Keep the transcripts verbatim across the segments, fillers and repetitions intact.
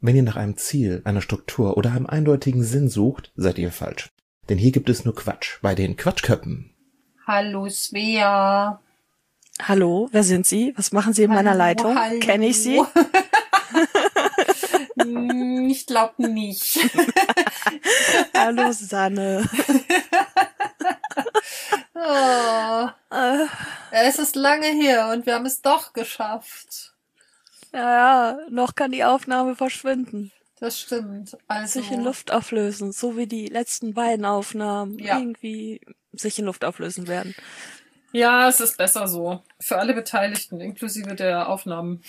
Wenn ihr nach einem Ziel, einer Struktur oder einem eindeutigen Sinn sucht, seid ihr falsch. Denn hier gibt es nur Quatsch bei den Quatschköppen. Hallo Svea. Hallo, wer sind Sie? Was machen Sie in Hallo, meiner Leitung? hallo. Kenne ich Sie? Hm, ich glaube nicht. Hallo Sanne. Oh, Äh, es ist lange her und wir haben es doch geschafft. ja, ja, noch kann die Aufnahme verschwinden. Das stimmt. Also, Sich in Luft auflösen, so wie die letzten beiden Aufnahmen Ja. irgendwie sich in Luft auflösen werden. ja, es ist besser so. Für alle Beteiligten, inklusive der Aufnahmen.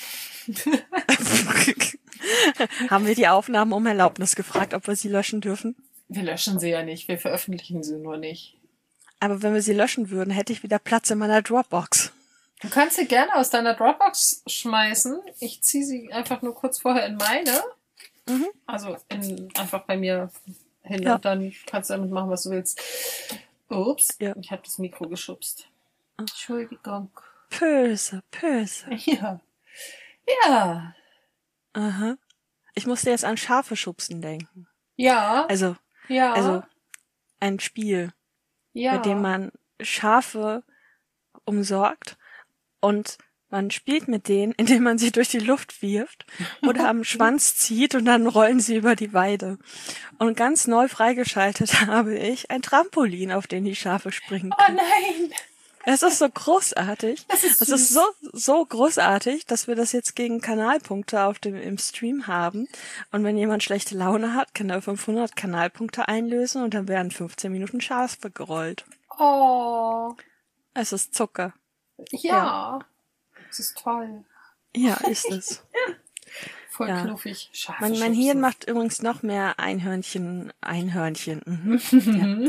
Haben wir die Aufnahmen um Erlaubnis gefragt, ob wir sie löschen dürfen? Wir löschen sie ja nicht, wir veröffentlichen sie nur nicht. Aber wenn wir sie löschen würden, hätte ich wieder Platz in meiner Dropbox. Du kannst sie gerne aus deiner Dropbox schmeißen. Ich ziehe sie einfach nur kurz vorher in meine. Mhm. Also in, einfach bei mir hin Ja. und dann kannst du damit machen, was du willst. Ups, Ja. ich habe das Mikro geschubst. Entschuldigung. Böse, böse. Ja. Ja. Aha. Ich musste jetzt an Schafe schubsen denken. Ja. Also, ja. also ein Spiel, ja. mit dem man Schafe umsorgt und man spielt mit denen, indem man sie durch die Luft wirft oder am Schwanz zieht und dann rollen sie über die Weide. Und ganz neu freigeschaltet habe ich ein Trampolin, auf den die Schafe springen Oh können. nein. Es ist so großartig. Das ist Es ist so, so großartig, dass wir das jetzt gegen Kanalpunkte auf dem, im Stream haben. Und wenn jemand schlechte Laune hat, kann er fünfhundert Kanalpunkte einlösen und dann werden fünfzehn Minuten Schafe gerollt. Oh. Es ist Zucker. Ja. Das ist toll. Ja, ist es. Voll Ja. knuffig. Schafe Mein, mein schubsen. Hirn macht übrigens noch mehr Einhörnchen, Einhörnchen, mhm. ja.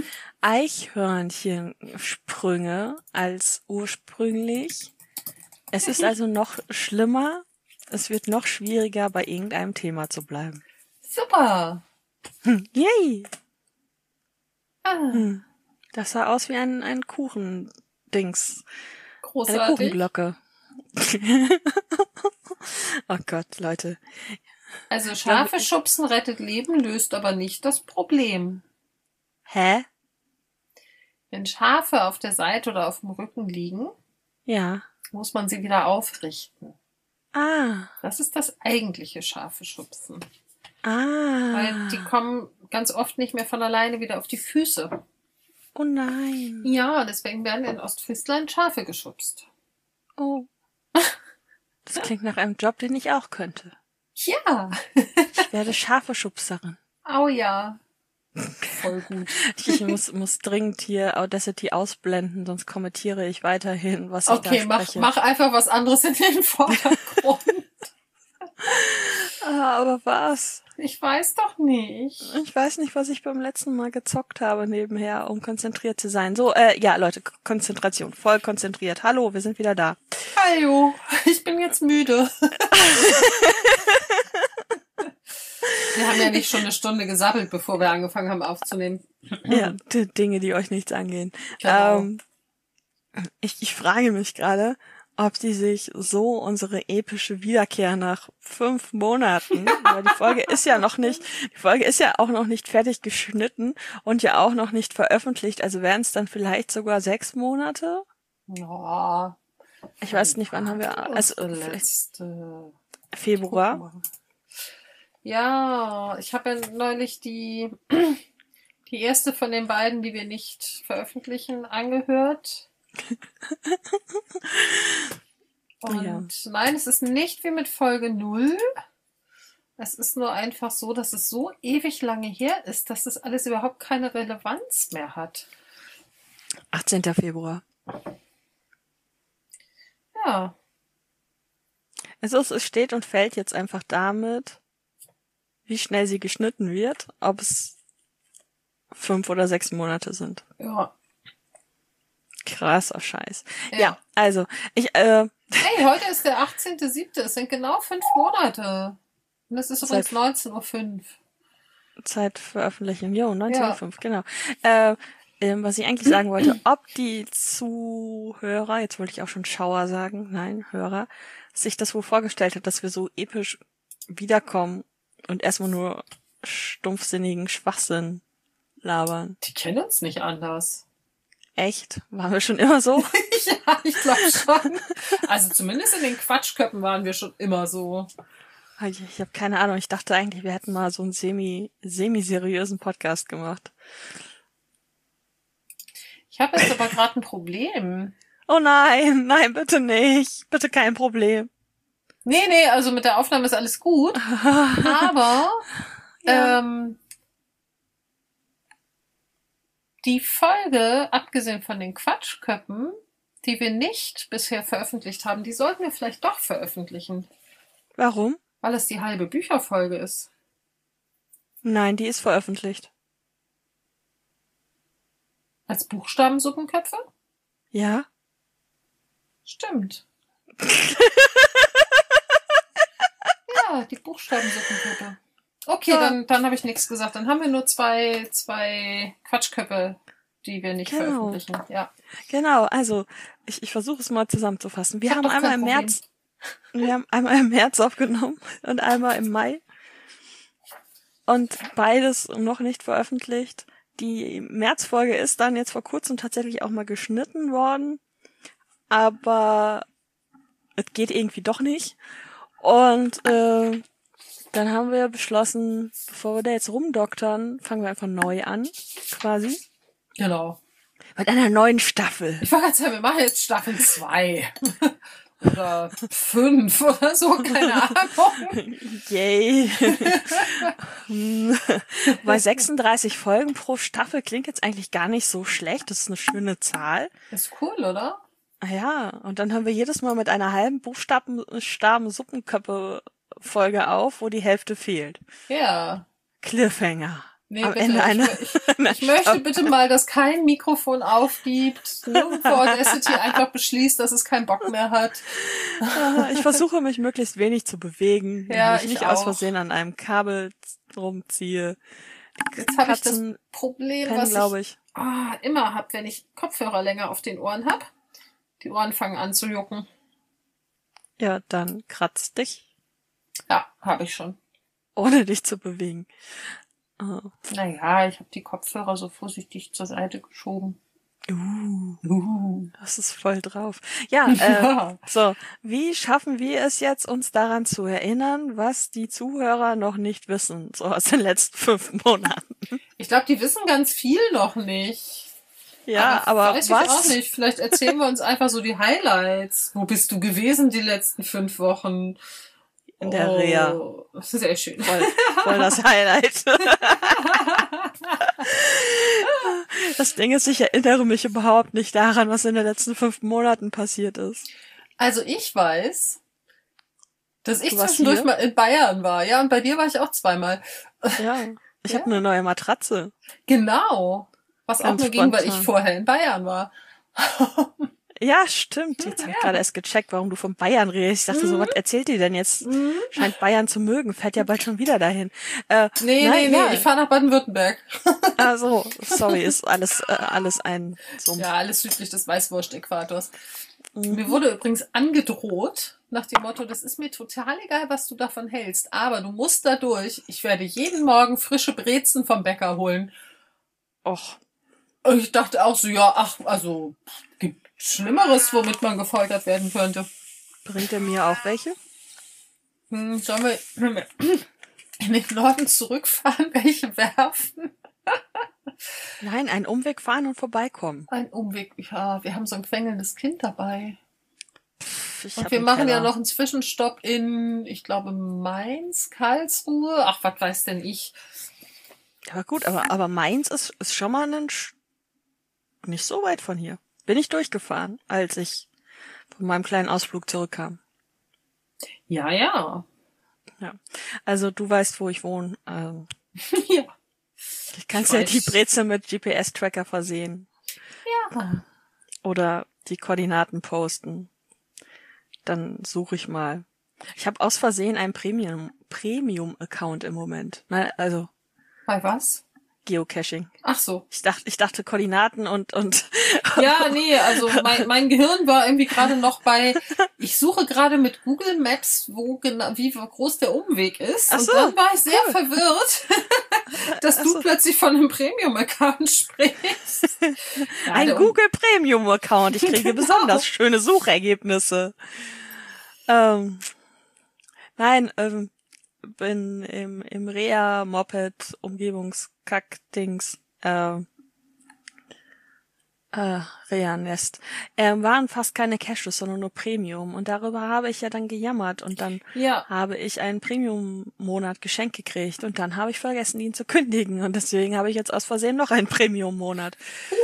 Eichhörnchensprünge als ursprünglich. Es ist also noch schlimmer. Es wird noch schwieriger, bei irgendeinem Thema zu bleiben. Super. Hm. Yay! Ah, Hm. Das sah aus wie ein, ein Kuchendings. Eine großartig. Kuchenglocke. Oh Gott, Leute. Also Schafe schubsen rettet Leben, löst aber nicht das Problem. Hä? Wenn Schafe auf der Seite oder auf dem Rücken liegen, Ja. muss man sie wieder aufrichten. Ah. Das ist das eigentliche Schafe schubsen. Ah. Weil die kommen ganz oft nicht mehr von alleine wieder auf die Füße. Oh nein. Ja, deswegen werden in Ostfriesland Schafe geschubst. Oh. Das klingt nach einem Job, den ich auch könnte. Ja. Ich werde Schafeschubserin. Au ja. Voll gut. Ich, ich muss, muss dringend hier Audacity ausblenden, sonst kommentiere ich weiterhin, was ich Okay, da mach, spreche. mach einfach was anderes in den Vordergrund. Ah, aber was? Ich weiß doch nicht. Ich weiß nicht, was ich beim letzten Mal gezockt habe nebenher, um konzentriert zu sein. So, äh, ja, Leute, K- Konzentration, voll konzentriert. Hallo, wir sind wieder da. Hallo, ich bin jetzt müde. Wir haben ja nicht schon eine Stunde gesabbelt, bevor wir angefangen haben aufzunehmen. Ja, die Dinge, die euch nichts angehen. Genau. Ähm, ich, ich frage mich gerade, ob die sich so unsere epische Wiederkehr nach fünf Monaten, weil die Folge ist ja noch nicht, die Folge ist ja auch noch nicht fertig geschnitten und ja auch noch nicht veröffentlicht, also wären es dann vielleicht sogar sechs Monate? Ja. Ich weiß nicht, wann haben wir, also Unsere vielleicht letzte. Februar? Ja, ich habe ja neulich die, die erste von den beiden, die wir nicht veröffentlichen, angehört. Und Ja. nein, es ist nicht wie mit Folge null. Es ist nur einfach so, dass es so ewig lange her ist, dass das alles überhaupt keine Relevanz mehr hat. achtzehnter Februar. Ja, Also es, es steht und fällt jetzt einfach damit, wie schnell sie geschnitten wird, ob es fünf oder sechs Monate sind. ja. Krasser Scheiß. Ja, Ja. also, ich, äh, Hey, heute ist der achtzehnter siebte Es sind genau fünf Monate. Und es ist übrigens Seit- neunzehn Uhr fünf. Zeit veröffentlichen. Jo, neunzehn Uhr fünf, genau. Äh, ähm, was ich eigentlich sagen wollte, ob die Zuhörer, jetzt wollte ich auch schon Schauer sagen, nein, Hörer, sich das wohl vorgestellt hat, dass wir so episch wiederkommen und erstmal nur stumpfsinnigen Schwachsinn labern. Die kennen uns nicht anders. Echt? Waren wir schon immer so? Ja, ich glaube schon. Also zumindest in den Quatschköppen waren wir schon immer so. Ich, ich habe keine Ahnung. Ich dachte eigentlich, wir hätten mal so einen semi, semi-seriösen Podcast gemacht. Ich habe jetzt aber gerade ein Problem. Oh nein, nein, bitte nicht. Bitte kein Problem. Nee, nee, also mit der Aufnahme ist alles gut. Aber Ja. ähm, die Folge, abgesehen von den Quatschköppen, die wir nicht bisher veröffentlicht haben, die sollten wir vielleicht doch veröffentlichen, Warum? weil es die halbe Bücherfolge ist. Nein, die ist veröffentlicht. Als Buchstabensuppenköpfe? Ja? Stimmt. Ja, die Buchstabensuppenköpfe. Okay, Ja. dann, dann habe ich nichts gesagt. Dann haben wir nur zwei, zwei Quatschköpfe, die wir nicht Genau. veröffentlichen. Ja. Genau, also ich, ich versuche es mal zusammenzufassen. Wir Ich hab haben doch einmal kein im Problem. März, wir haben einmal im März aufgenommen und einmal im Mai. Und beides noch nicht veröffentlicht. Die Märzfolge ist dann jetzt vor kurzem tatsächlich auch mal geschnitten worden. Aber es geht irgendwie doch nicht. Und äh, dann haben wir beschlossen, bevor wir da jetzt rumdoktern, fangen wir einfach neu an, quasi. Genau. Mit einer neuen Staffel. Ich wollte gerade sagen, wir machen jetzt Staffel zwei oder fünf oder so, keine Ahnung. Yay. Bei sechsunddreißig Folgen pro Staffel klingt jetzt eigentlich gar nicht so schlecht. Das ist eine schöne Zahl. Ist cool, oder? Ja, und dann hören wir jedes Mal mit einer halben Buchstaben-Suppenköppe-Folge auf, wo die Hälfte fehlt. Ja. Cliffhanger. Nee, Am bitte. Ende einer, ich, ich, ich möchte bitte mal, dass kein Mikrofon aufgibt, nirgendwo Audacity einfach beschließt, dass es keinen Bock mehr hat. Ich versuche mich möglichst wenig zu bewegen, Ja, damit ich ich nicht aus auch. Versehen an einem Kabel rumziehe. Jetzt habe ich das Katzen Problem, pennen, was glaube ich ich. ah, immer habe, wenn ich Kopfhörer länger auf den Ohren habe. Die Ohren fangen an zu jucken. Ja, dann kratz dich, Ja, habe ich schon. ohne dich zu bewegen. Oh. Naja, ich habe die Kopfhörer so vorsichtig zur Seite geschoben. Uh, Uh. das ist voll drauf. Ja, äh, Ja. so, wie schaffen wir es jetzt, uns daran zu erinnern, was die Zuhörer noch nicht wissen, so aus den letzten fünf Monaten? Ich glaube, die wissen ganz viel noch nicht. Ja, aber, weiß was? ich auch nicht. Vielleicht erzählen wir uns einfach so die Highlights. Wo bist du gewesen die letzten fünf Wochen? In der Reha. Oh, sehr schön. Voll, voll das Highlight. Das Ding ist, ich erinnere mich überhaupt nicht daran, was in den letzten fünf Monaten passiert ist. Also ich weiß, dass ich Du warst zwischendurch hier? mal in Bayern war. Ja, und bei dir war ich auch zweimal. Ja, ich Ja. habe eine neue Matratze. Genau. Was auch Ganz nur ging, weil spontan. ich vorher in Bayern war. Ja, stimmt. Jetzt habe ich Ja. gerade erst gecheckt, warum du von Bayern redest. Ich dachte so, Mhm. was erzählt die denn jetzt? Mhm. Scheint Bayern zu mögen, fährt ja bald schon wieder dahin. Äh, Nee, nein, nee, nee, ja. ich fahre nach Baden-Württemberg. Also, sorry, ist alles äh, alles ein Sumpf. Ja, alles südlich des Weißwurst-Äquators. Mhm. Mir wurde übrigens angedroht, nach dem Motto, das ist mir total egal, was du davon hältst, aber du musst da durch. Ich werde jeden Morgen frische Brezen vom Bäcker holen. Och, Und ich dachte auch so, ja, ach, also, gibt Schlimmeres, womit man gefoltert werden könnte. bringt er mir auch welche? Hm, sollen wir, wenn wir in den Norden zurückfahren, welche werfen? Nein, einen Umweg fahren und vorbeikommen. Ein Umweg, ja, wir haben so ein quengelndes Kind dabei. Ich Und hab wir einen machen ja Keller. noch einen Zwischenstopp in, ich glaube, Mainz, Karlsruhe. Ach, was weiß denn ich? Aber gut, aber, aber Mainz ist, ist schon mal ein Sch nicht so weit von hier. Bin ich durchgefahren, als ich von meinem kleinen Ausflug zurückkam. Ja, ja. Ja. Also du weißt, wo ich wohne. Ähm, Ja. ich kann Ich ja weiß. die Brezel mit G P S-Tracker versehen. Ja. Oder die Koordinaten posten. Dann suche ich mal. Ich habe aus Versehen einen Premium Premium Account im Moment. Nein, also Bei was? Geocaching. Ach so. Ich dachte, ich dachte Koordinaten und, und. Ja, nee, also mein, mein Gehirn war irgendwie gerade noch bei, ich suche gerade mit Google Maps, wo genau, wie groß der Umweg ist. Ach Und so, dann war ich sehr cool. verwirrt, dass Ach du so. plötzlich von einem Premium-Account sprichst. Ja, Ein der Um- Google Premium Account. Ich kriege Genau. besonders schöne Suchergebnisse. Ähm, nein, ähm, bin im, im Rea Moped Umgebungskack-Dings, äh, äh, Rea Nest. Ähm, waren fast keine Caches, sondern nur Premium. Und darüber habe ich ja dann gejammert. Und dann Ja, habe ich einen Premium-Monat geschenkt gekriegt. Und dann habe ich vergessen, ihn zu kündigen. Und deswegen habe ich jetzt aus Versehen noch einen Premium-Monat.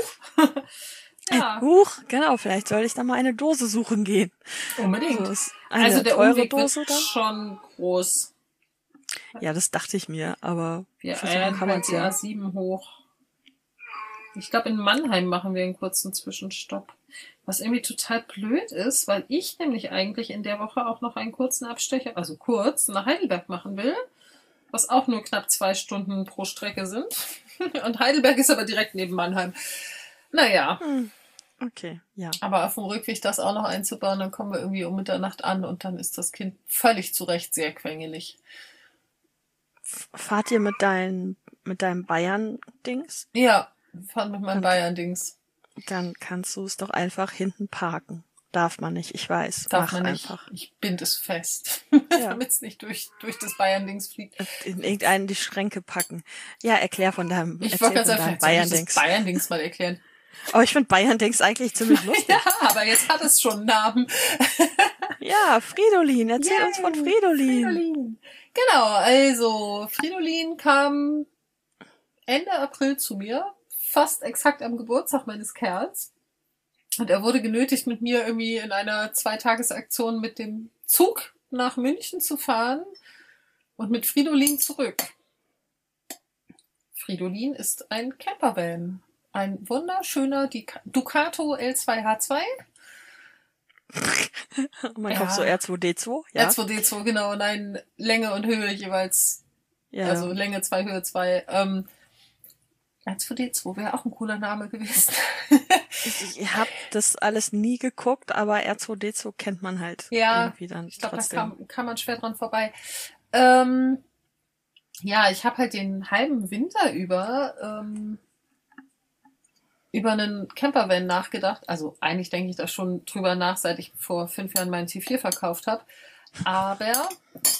ja, Huch, genau, vielleicht sollte ich da mal eine Dose suchen gehen. unbedingt. Also, ist eine Also der teure Umweg Dose wird dann? schon groß. Ja, das dachte ich mir, aber Wir versuchen eiern kann man halt es die ja. A sieben hoch. Ich glaube, in Mannheim machen wir einen kurzen Zwischenstopp. Was irgendwie total blöd ist, weil ich nämlich eigentlich in der Woche auch noch einen kurzen Abstecher, also kurz, nach Heidelberg machen will, was auch nur knapp zwei Stunden pro Strecke sind. Und Heidelberg ist aber direkt neben Mannheim. Naja, Hm, okay, ja. aber auf dem Rückweg das auch noch einzubauen, dann kommen wir irgendwie um Mitternacht an und dann ist das Kind völlig zu Recht sehr quengelig. F- Fahrt ihr mit deinen, mit deinem Bayern-Dings? Ja, wir fahren mit meinem Und- Bayern-Dings. Dann kannst du es doch einfach hinten parken. Darf man nicht, ich weiß. Darf Mach man nicht. einfach. Ich bind es fest, Ja. damit es nicht durch, durch das Bayern-Dings fliegt. In irgendeinen die Schränke packen. Ja, erklär von deinem, Ich erzähl wollte von ganz deinem einfach das Bayern-Dings. Bayern-Dings mal erklären. Aber ich finde Bayern-Dings eigentlich ziemlich lustig. Ja, aber jetzt hat es schon einen Namen. Ja, Fridolin, erzähl Yay, uns von Fridolin. Fridolin. Genau, also Fridolin kam Ende April zu mir, fast exakt am Geburtstag meines Kerls. Und er wurde genötigt, mit mir irgendwie in einer Zweitagesaktion mit dem Zug nach München zu fahren und mit Fridolin zurück. Fridolin ist ein Campervan. Ein wunderschöner Dica- Ducato L zwei H zwei. Man Ja. kommt so R zwei D zwei, ja. R zwei D zwei, genau. Nein, Länge und Höhe jeweils. ja. Also Länge zwei, Höhe zwei. Ähm, R zwei D zwei wäre auch ein cooler Name gewesen. Ich, ich habe das alles nie geguckt, aber R zwei D zwei kennt man halt Ja, irgendwie dann Ich glaube, da trotzdem. kam, kann man schwer dran vorbei. Ähm, ja, ich habe halt den halben Winter über ähm, über einen Campervan nachgedacht. Also eigentlich denke ich da schon drüber nach, seit ich vor fünf Jahren meinen T vier verkauft habe. Aber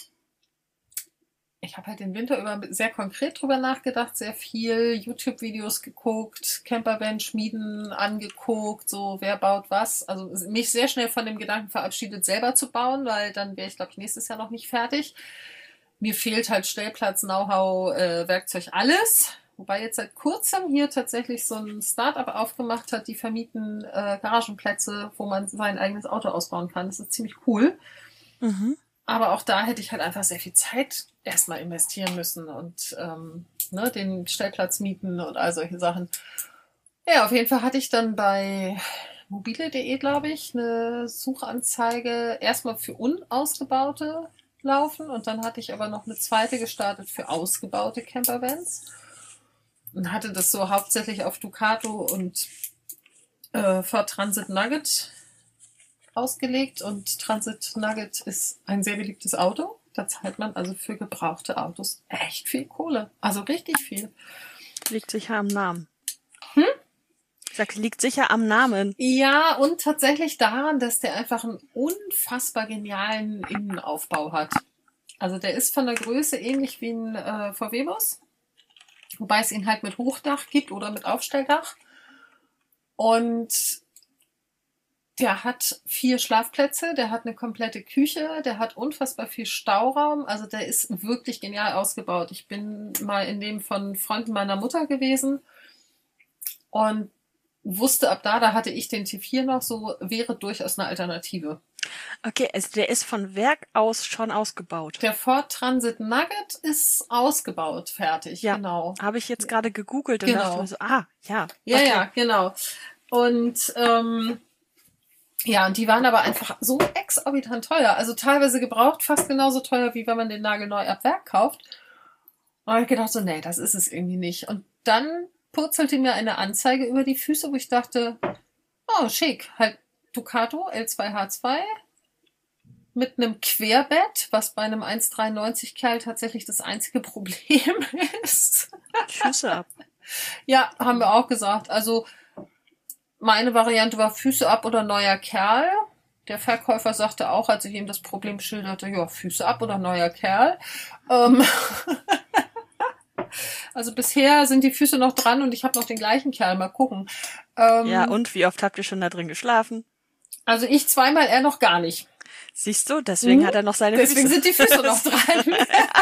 ich habe halt den Winter über sehr konkret drüber nachgedacht, sehr viel YouTube-Videos geguckt, Campervan-Schmieden angeguckt, so wer baut was. Also mich sehr schnell von dem Gedanken verabschiedet, selber zu bauen, weil dann wäre ich, glaube ich, nächstes Jahr noch nicht fertig. Mir fehlt halt Stellplatz, Know-how, äh, Werkzeug, alles. Wobei jetzt seit kurzem hier tatsächlich so ein Start-up aufgemacht hat, die vermieten äh, Garagenplätze, wo man sein eigenes Auto ausbauen kann. Das ist ziemlich cool. Mhm. Aber auch da hätte ich halt einfach sehr viel Zeit erstmal investieren müssen und ähm, ne, den Stellplatz mieten und all solche Sachen. Ja, auf jeden Fall hatte ich dann bei mobile punkt de, glaube ich, eine Suchanzeige erstmal für unausgebaute laufen und dann hatte ich aber noch eine zweite gestartet für ausgebaute Campervans und hatte das so hauptsächlich auf Ducato und äh, Ford Transit Nugget ausgelegt und Transit Nugget ist ein sehr beliebtes Auto. Da zahlt man also für gebrauchte Autos echt viel Kohle. Also richtig viel. Liegt sicher am Namen. Hm? Ich sag, liegt sicher am Namen. Ja, und tatsächlich daran, dass der einfach einen unfassbar genialen Innenaufbau hat. Also der ist von der Größe ähnlich wie ein äh, V W-Bus, wobei es ihn halt mit Hochdach gibt oder mit Aufstelldach. Und der hat vier Schlafplätze, der hat eine komplette Küche, der hat unfassbar viel Stauraum. Also der ist wirklich genial ausgebaut. Ich bin mal in dem von Freunden meiner Mutter gewesen und wusste ab da, da hatte ich den T vier noch, so wäre durchaus eine Alternative. Okay, also der ist von Werk aus schon ausgebaut. Der Ford Transit Nugget ist ausgebaut, fertig, Ja. genau. Habe ich jetzt gerade gegoogelt und Genau. dachte mir so, ah, ja. Ja, okay. ja, genau. Und ähm, ja, und die waren aber einfach so exorbitant teuer. Also teilweise gebraucht, fast genauso teuer, wie wenn man den nagelneu ab Werk kauft. Und ich gedacht so, nee, das ist es irgendwie nicht. Und dann purzelte mir eine Anzeige über die Füße, wo ich dachte, oh, schick, halt Ducato L zwei H zwei mit einem Querbett, was bei einem eins Komma dreiundneunzig Kerl tatsächlich das einzige Problem ist. Füße ab. Ja, haben wir auch gesagt. Also meine Variante war Füße ab oder neuer Kerl. Der Verkäufer sagte auch, als ich ihm das Problem schilderte, ja, Füße ab oder neuer Kerl. Ähm also bisher sind die Füße noch dran und ich habe noch den gleichen Kerl. Mal gucken. Ähm Ja, und wie oft habt ihr schon da drin geschlafen? Also ich zweimal, er noch gar nicht. Siehst du, deswegen hm? hat er noch seine Deswegen Füße. Deswegen sind die Füße noch dran.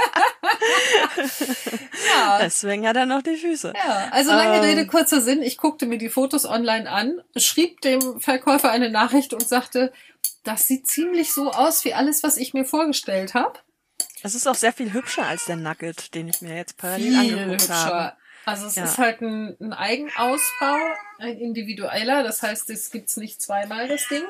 Ja. Deswegen hat er noch die Füße. Ja, also lange ähm. Rede, kurzer Sinn. Ich guckte mir die Fotos online an, schrieb dem Verkäufer eine Nachricht und sagte, das sieht ziemlich so aus wie alles, was ich mir vorgestellt habe. Es ist auch sehr viel hübscher als der Nugget, den ich mir jetzt parallel Viel angeguckt hübscher. habe. Also es Ja. ist halt ein, ein Eigenausbau, ein individueller. Das heißt, es gibt's nicht zweimal, das Ding.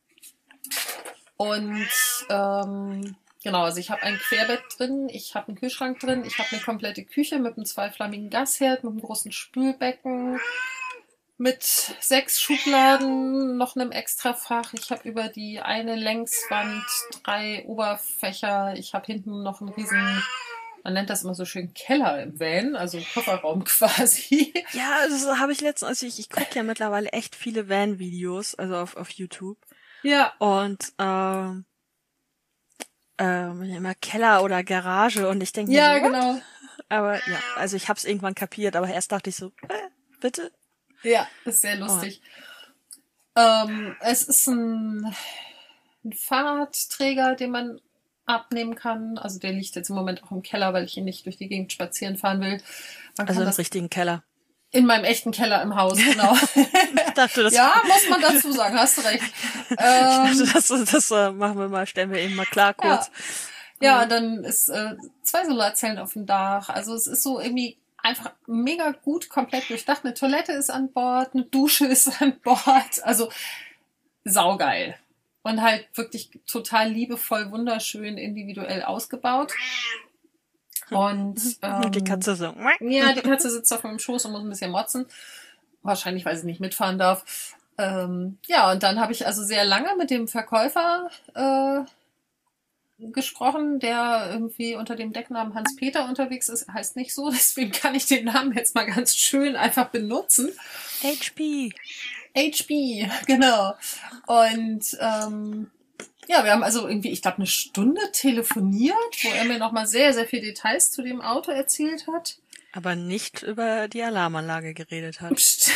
Und ähm, genau, also ich habe ein Querbett drin, ich habe einen Kühlschrank drin, ich habe eine komplette Küche mit einem zweiflammigen Gasherd, mit einem großen Spülbecken, mit sechs Schubladen, noch einem Extrafach. Ich habe über die eine Längswand drei Oberfächer. Ich habe hinten noch einen riesen, man nennt das immer so schön Keller im Van, also Kofferraum quasi. Ja, das habe ich letztens, also ich, ich gucke ja mittlerweile echt viele Van-Videos, also auf, auf YouTube. Ja. Und ähm, ähm, immer Keller oder Garage und ich denke mir Ja, so, what? genau. Aber ja, also ich habe es irgendwann kapiert, aber erst dachte ich so, äh, bitte? Ja, ist sehr lustig. Oh. Ähm, es ist ein, ein Fahrradträger, den man abnehmen kann. Also der liegt jetzt im Moment auch im Keller, weil ich ihn nicht durch die Gegend spazieren fahren will. Man Also kann im das richtigen Keller. in meinem echten Keller im Haus, genau. Ich dachte, das ja, muss man dazu sagen, hast du recht. Ich Ähm, dachte, das, das, das äh, machen wir mal, stellen wir eben mal klar kurz. ja, ja, dann ist äh, zwei Solarzellen auf dem Dach. Also es ist so irgendwie einfach mega gut komplett durchdacht. Eine Toilette ist an Bord, eine Dusche ist an Bord. Also saugeil. Und halt wirklich total liebevoll, wunderschön, individuell ausgebaut. Und ähm, die Katze so. Ja, die Katze sitzt auf meinem Schoß und muss ein bisschen motzen. Wahrscheinlich, weil sie nicht mitfahren darf. Ähm, ja, und dann habe ich also sehr lange mit dem Verkäufer äh, gesprochen, der irgendwie unter dem Decknamen Hans-Peter unterwegs ist. Heißt nicht so, deswegen kann ich den Namen jetzt mal ganz schön einfach benutzen. H P. H P, genau. Und ähm, ja, wir haben also irgendwie, ich glaube, eine Stunde telefoniert, wo er mir nochmal sehr, sehr viele Details zu dem Auto erzählt hat. Aber nicht über die Alarmanlage geredet hat. Psst.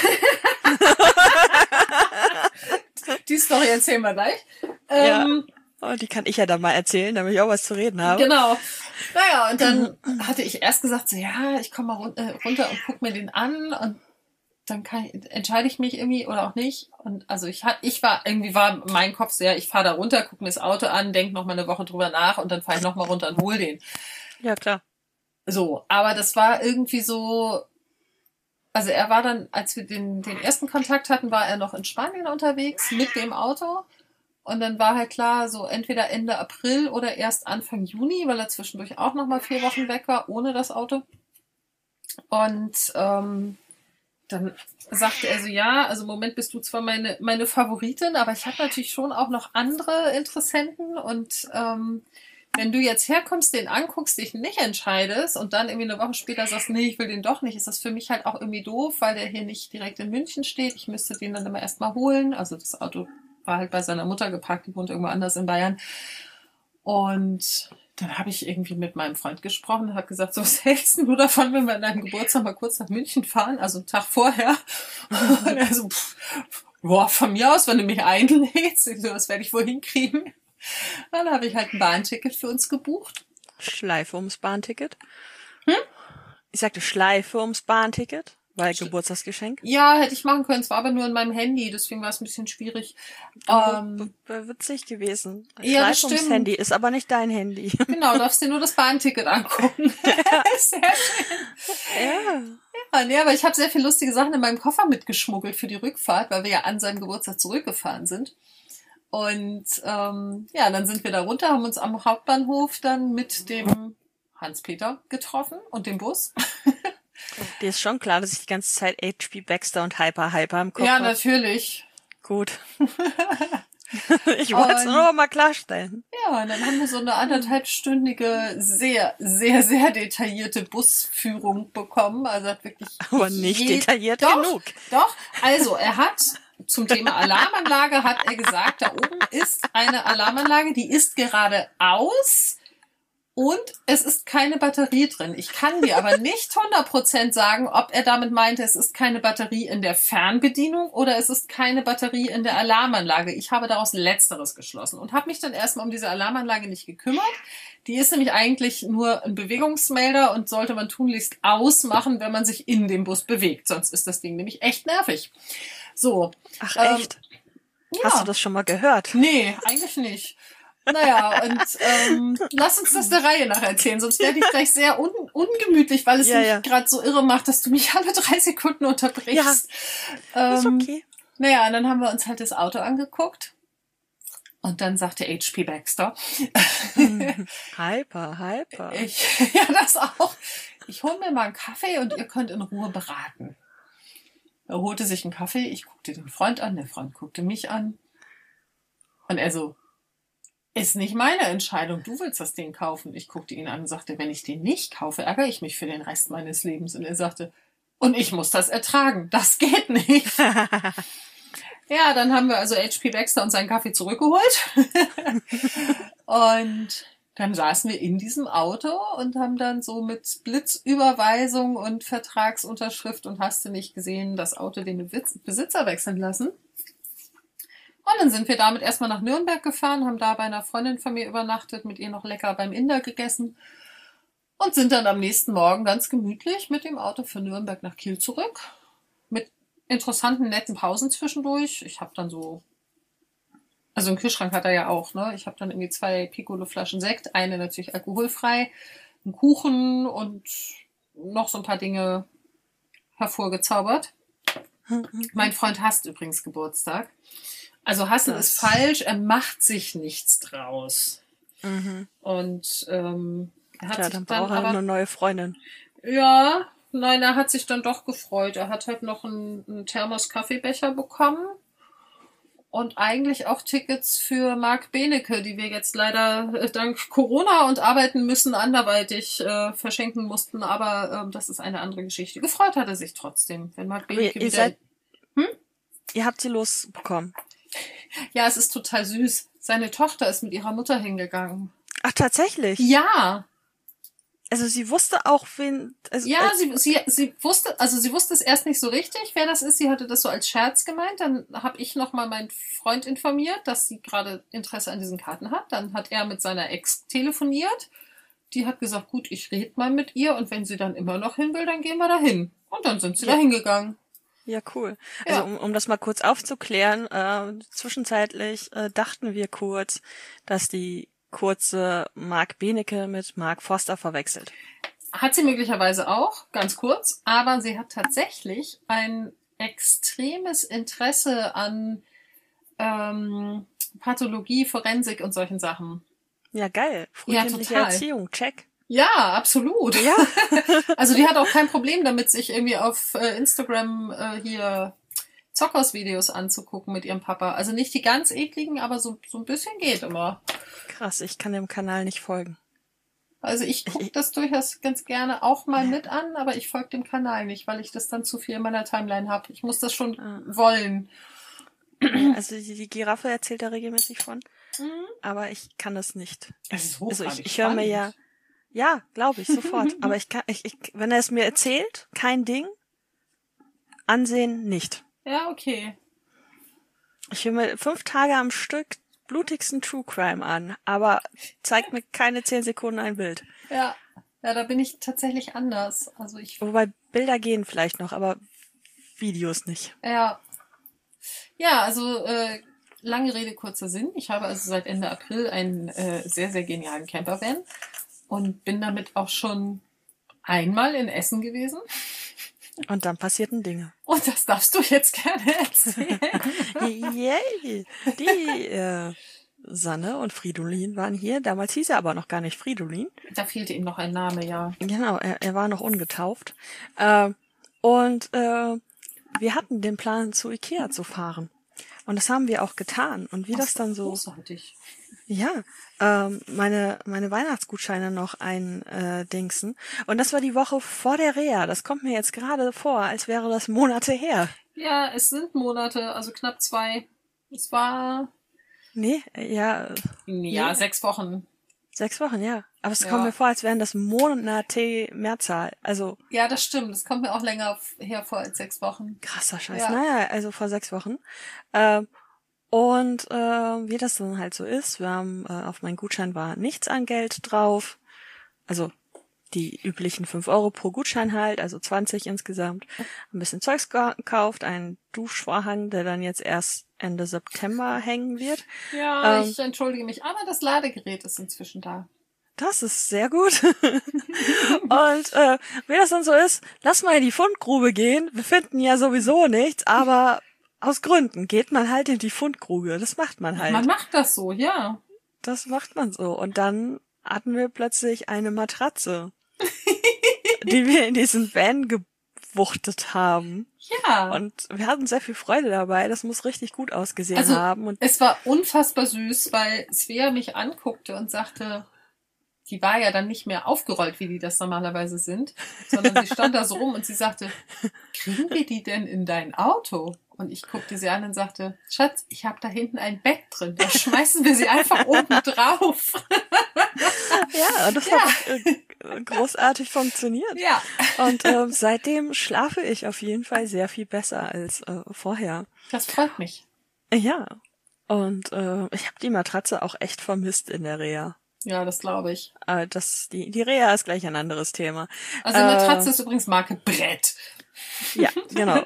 Die Story erzählen wir gleich. Ähm, ja. Oh, die kann ich ja dann mal erzählen, damit ich auch was zu reden habe. Genau. Naja, und dann hatte ich erst gesagt, so ja, ich komme mal run äh, runter und guck mir den an und dann kann ich, entscheide ich mich irgendwie oder auch nicht. Und also ich ich war, irgendwie war mein Kopf sehr, ich fahre da runter, gucke mir das Auto an, denke noch mal eine Woche drüber nach und dann fahre ich noch mal runter und hol den. Ja, klar. So, aber das war irgendwie so, also er war dann, als wir den, den ersten Kontakt hatten, war er noch in Spanien unterwegs mit dem Auto. Und dann war halt klar, so entweder Ende April oder erst Anfang Juni, weil er zwischendurch auch noch mal vier Wochen weg war, ohne das Auto. Und ähm, dann sagte er so, ja, also im Moment bist du zwar meine meine Favoritin, aber ich habe natürlich schon auch noch andere Interessenten. Und ähm, wenn du jetzt herkommst, den anguckst, dich nicht entscheidest und dann irgendwie eine Woche später sagst, nee, ich will den doch nicht, ist das für mich halt auch irgendwie doof, weil der hier nicht direkt in München steht. Ich müsste den dann immer erstmal holen. Also das Auto war halt bei seiner Mutter geparkt, die wohnt irgendwo anders in Bayern. Und dann habe ich irgendwie mit meinem Freund gesprochen und habe gesagt, so, was hältst du davon, wenn wir an deinem Geburtstag mal kurz nach München fahren, also einen Tag vorher? Und er so, pff, boah, von mir aus, wenn du mich einlädst, ich so, das werde ich wohl hinkriegen. Dann habe ich halt ein Bahnticket für uns gebucht. Schleife ums Bahnticket. Hm? Ich sagte Schleife ums Bahnticket, weil Geburtstagsgeschenk. Ja, hätte ich machen können. Es war aber nur in meinem Handy, deswegen war es ein bisschen schwierig. Ähm, Wäre witzig gewesen. Ja, das Schleife ums stimmt. Handy ist aber nicht dein Handy. Genau, du darfst dir nur das Bahnticket angucken. Sehr schön. Ja. Ja, nee, aber ich habe sehr viele lustige Sachen in meinem Koffer mitgeschmuggelt für die Rückfahrt, weil wir ja an seinem Geburtstag zurückgefahren sind. Und ähm, ja, dann sind wir da runter, haben uns am Hauptbahnhof dann mit dem Hans-Peter getroffen und den Bus. Dir ist schon klar, dass ich die ganze Zeit H P Baxter und Hyper Hyper im Kopf Ja, habe. natürlich. Gut. Ich wollte es Und- nur mal klarstellen. Ja, und dann haben wir so eine anderthalbstündige, sehr, sehr, sehr detaillierte Busführung bekommen. Also hat wirklich. Aber nicht je- detailliert doch, genug. Doch, also er hat zum Thema Alarmanlage hat er gesagt, da oben ist eine Alarmanlage, die ist gerade aus und es ist keine Batterie drin. Ich kann dir aber nicht hundert Prozent sagen, ob er damit meinte, es ist keine Batterie in der Fernbedienung oder es ist keine Batterie in der Alarmanlage. Ich habe daraus Letzteres geschlossen und habe mich dann erstmal um diese Alarmanlage nicht gekümmert. Die ist nämlich eigentlich nur ein Bewegungsmelder und sollte man tunlichst ausmachen, wenn man sich in dem Bus bewegt. Sonst ist das Ding nämlich echt nervig. So. Ach Ähm, echt? Ja. Hast du das schon mal gehört? Nee, eigentlich nicht. Naja, und ähm, lass uns das der Reihe nach erzählen, sonst werde ich gleich sehr un ungemütlich, weil es Ja, mich ja. gerade so irre macht, dass du mich alle drei Sekunden unterbrichst. Ist Ähm, okay. Naja, und dann haben wir uns halt das Auto angeguckt und dann sagte H P Baxter, Hyper, Hyper. ich, ja das auch, ich hole mir mal einen Kaffee und ihr könnt in Ruhe beraten. Er holte sich einen Kaffee, ich guckte den Freund an, der Freund guckte mich an und er so, ist nicht meine Entscheidung, du willst das Ding kaufen. Ich guckte ihn an und sagte, wenn ich den nicht kaufe, ärgere ich mich für den Rest meines Lebens. Und er sagte, und ich muss das ertragen, das geht nicht. Ja, dann haben wir also H P Baxter und seinen Kaffee zurückgeholt. Und dann saßen wir in diesem Auto und haben dann so mit Blitzüberweisung und Vertragsunterschrift und hast du nicht gesehen, das Auto den Besitzer wechseln lassen. Und dann sind wir damit erstmal nach Nürnberg gefahren, haben da bei einer Freundin von mir übernachtet, mit ihr noch lecker beim Inder gegessen und sind dann am nächsten Morgen ganz gemütlich mit dem Auto von Nürnberg nach Kiel zurück. Mit interessanten, netten Pausen zwischendurch. Ich habe dann so, also einen Kühlschrank hat er ja auch, ne? Ich habe dann irgendwie zwei Piccolo-Flaschen Sekt, eine natürlich alkoholfrei, einen Kuchen und noch so ein paar Dinge hervorgezaubert. Mein Freund hasst übrigens Geburtstag. Also hassen Das- ist falsch, er macht sich nichts draus. Mhm. Und ähm, er hat Tja, sich dann dann braucht er aber, eine neue Freundin. ja, nein, er hat sich dann doch gefreut. Er hat halt noch einen, einen Thermos-Kaffeebecher bekommen und eigentlich auch Tickets für Marc Benecke, die wir jetzt leider äh, dank Corona und Arbeiten müssen anderweitig äh, verschenken mussten. Aber ähm, das ist eine andere Geschichte. Gefreut hat er sich trotzdem, wenn Marc Aber Benecke ihr wieder... seid, ihr habt sie losbekommen. Ja, es ist total süß. Seine Tochter ist mit ihrer Mutter hingegangen. Ach, tatsächlich? Ja, Also sie wusste auch, wen... Also, ja, äh, sie, sie, sie wusste, also sie wusste es erst nicht so richtig, wer das ist. Sie hatte das so als Scherz gemeint. Dann habe ich nochmal meinen Freund informiert, dass sie gerade Interesse an diesen Karten hat. Dann hat er mit seiner Ex telefoniert. Die hat gesagt, gut, ich rede mal mit ihr und wenn sie dann immer noch hin will, dann gehen wir da hin. Und dann sind sie Ja. da hingegangen. Ja, cool. Ja. Also um, um das mal kurz aufzuklären, äh, zwischenzeitlich äh, dachten wir kurz, dass die kurze Marc Benecke mit Mark Forster verwechselt. Hat sie möglicherweise auch, ganz kurz, aber sie hat tatsächlich ein extremes Interesse an ähm, Pathologie, Forensik und solchen Sachen. Ja, geil. Ja, Frühkindliche total. Erziehung, check. Ja, absolut. Ja. Also die hat auch kein Problem damit, sich irgendwie auf äh, Instagram äh, hier Zockers-Videos anzugucken mit ihrem Papa. Also nicht die ganz ekligen, aber so, so ein bisschen geht immer. Krass, ich kann dem Kanal nicht folgen. Also ich gucke das durchaus ganz gerne auch mal mit an, aber ich folge dem Kanal nicht, weil ich das dann zu viel in meiner Timeline habe. Ich muss das schon Ah. wollen. Also die, die Giraffe erzählt da regelmäßig von, aber ich kann das nicht. Das ist Also hochgradig ich, ich höre mir ja, spannend. ja, glaube ich, sofort. Aber ich kann, ich, ich, wenn er es mir erzählt, kein Ding. Ansehen nicht. Ja, okay. Ich höre mir fünf Tage am Stück blutigsten True Crime an, aber zeigt mir keine zehn Sekunden ein Bild. Ja. Ja, da bin ich tatsächlich anders. Also ich, Wobei Bilder gehen vielleicht noch, aber Videos nicht. ja. Ja, also äh, lange Rede, kurzer Sinn. Ich habe also seit Ende April einen äh, sehr, sehr genialen Campervan und bin damit auch schon einmal in Essen gewesen. Und dann passierten Dinge. Und das darfst du jetzt gerne erzählen. Yay! Die, äh, Sanne und Fridolin waren hier. Damals hieß er aber noch gar nicht Fridolin. Da fehlte ihm noch ein Name, ja. Genau, er, er war noch ungetauft. Äh, und äh, wir hatten den Plan, zu Ikea zu fahren. Und das haben wir auch getan. Und wie das, das dann so... Großartig. Ja, ähm, meine meine Weihnachtsgutscheine noch ein äh, Dingsen. Und das war die Woche vor der Reha. Das kommt mir jetzt gerade vor, als wäre das Monate her. Ja, es sind Monate, also knapp zwei. Es war... Nee, ja... Ja, nee. sechs Wochen. Sechs Wochen, ja. Aber es ja. kommt mir vor, als wären das Monate Mehrzahl. Also... Ja, das stimmt. Es kommt mir auch länger her vor als sechs Wochen. Krasser Scheiß. Ja. Naja, also vor sechs Wochen. Ähm, Und äh, wie das dann halt so ist, wir haben äh, auf meinen Gutschein war nichts an Geld drauf, also die üblichen fünf Euro pro Gutschein halt, also zwanzig insgesamt. Ein bisschen Zeugs gekauft, einen Duschvorhang, der dann jetzt erst Ende September hängen wird. Ja, ähm, ich entschuldige mich, aber das Ladegerät ist inzwischen da. Das ist sehr gut. Und äh, wie das dann so ist, lass mal in die Fundgrube gehen. Wir finden ja sowieso nichts, aber aus Gründen geht man halt in die Fundgrube. Das macht man halt. Man macht das so, ja. Das macht man so. Und dann hatten wir plötzlich eine Matratze, die wir in diesen Van gewuchtet haben. Ja. Und wir hatten sehr viel Freude dabei. Das muss richtig gut ausgesehen also, haben. Und es war unfassbar süß, weil Svea mich anguckte und sagte, die war ja dann nicht mehr aufgerollt, wie die das normalerweise sind, sondern sie stand da so rum und sie sagte, kriegen wir die denn in dein Auto? Und ich guckte sie an und sagte, Schatz, ich habe da hinten ein Bett drin, da schmeißen wir sie einfach oben drauf. Ja, das ja. hat äh, großartig funktioniert. Ja. Und äh, seitdem schlafe ich auf jeden Fall sehr viel besser als äh, vorher. Das freut mich. Ja. Und äh, ich habe die Matratze auch echt vermisst in der Reha. Ja, das glaube ich. Äh, das, die, die Reha ist gleich ein anderes Thema. Also die Matratze äh, ist übrigens Marke Brett. Ja, genau.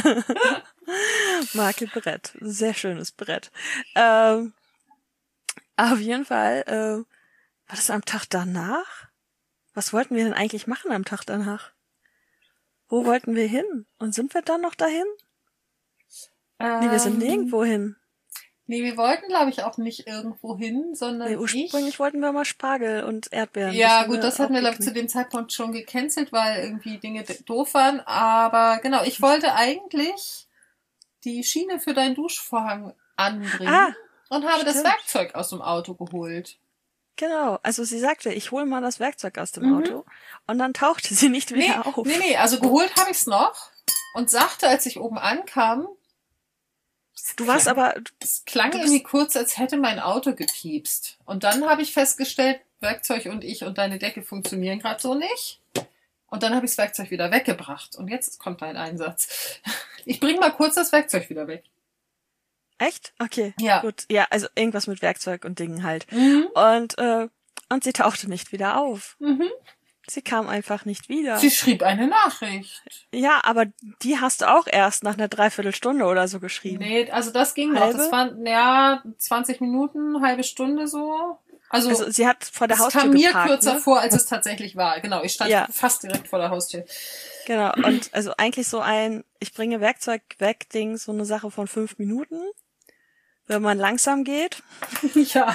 Marke Brett. Sehr schönes Brett. Ähm, auf jeden Fall, äh, war das am Tag danach? Was wollten wir denn eigentlich machen am Tag danach? Wo wollten wir hin? Und sind wir dann noch dahin? Ähm, Nee, wir sind nirgendwo hin. Nee, wir wollten, glaube ich, auch nicht irgendwo hin, sondern Nee, ursprünglich ich... wollten wir mal Spargel und Erdbeeren. Ja, das gut, das hatten wir, glaube ich, zu dem Zeitpunkt schon gecancelt, weil irgendwie Dinge doof waren. Aber genau, ich wollte eigentlich die Schiene für deinen Duschvorhang anbringen Ah, und habe das stimmt. Werkzeug aus dem Auto geholt. Genau, also sie sagte, ich hole mal das Werkzeug aus dem Mhm. Auto und dann tauchte sie nicht Nee, wieder auf. nee, nee, also geholt habe ich es noch und sagte, als ich oben ankam, Du warst aber, es klang Du bist- irgendwie kurz, als hätte mein Auto gepiepst. Und dann habe ich festgestellt, Werkzeug und ich und deine Decke funktionieren gerade so nicht. Und dann habe ich das Werkzeug wieder weggebracht. Und jetzt kommt dein Einsatz. Ich bringe mal kurz das Werkzeug wieder weg. echt? Okay, Ja. gut. Ja, also irgendwas mit Werkzeug und Dingen halt. Mhm. Und, äh, und sie tauchte nicht wieder auf. Mhm. Sie kam einfach nicht wieder. Sie schrieb eine Nachricht. Ja, aber die hast du auch erst nach einer Dreiviertelstunde oder so geschrieben. Nee, also das ging Halbe? noch. Das waren, ja, zwanzig Minuten, halbe Stunde so. Also, Also sie hat vor der es Haustür kam mir geparkt, kürzer ne? vor, als es tatsächlich war. Genau, ich stand Ja. fast direkt vor der Haustür. Genau, und also eigentlich so ein, ich bringe Werkzeug weg, Ding, so eine Sache von fünf Minuten, wenn man langsam geht. Ja.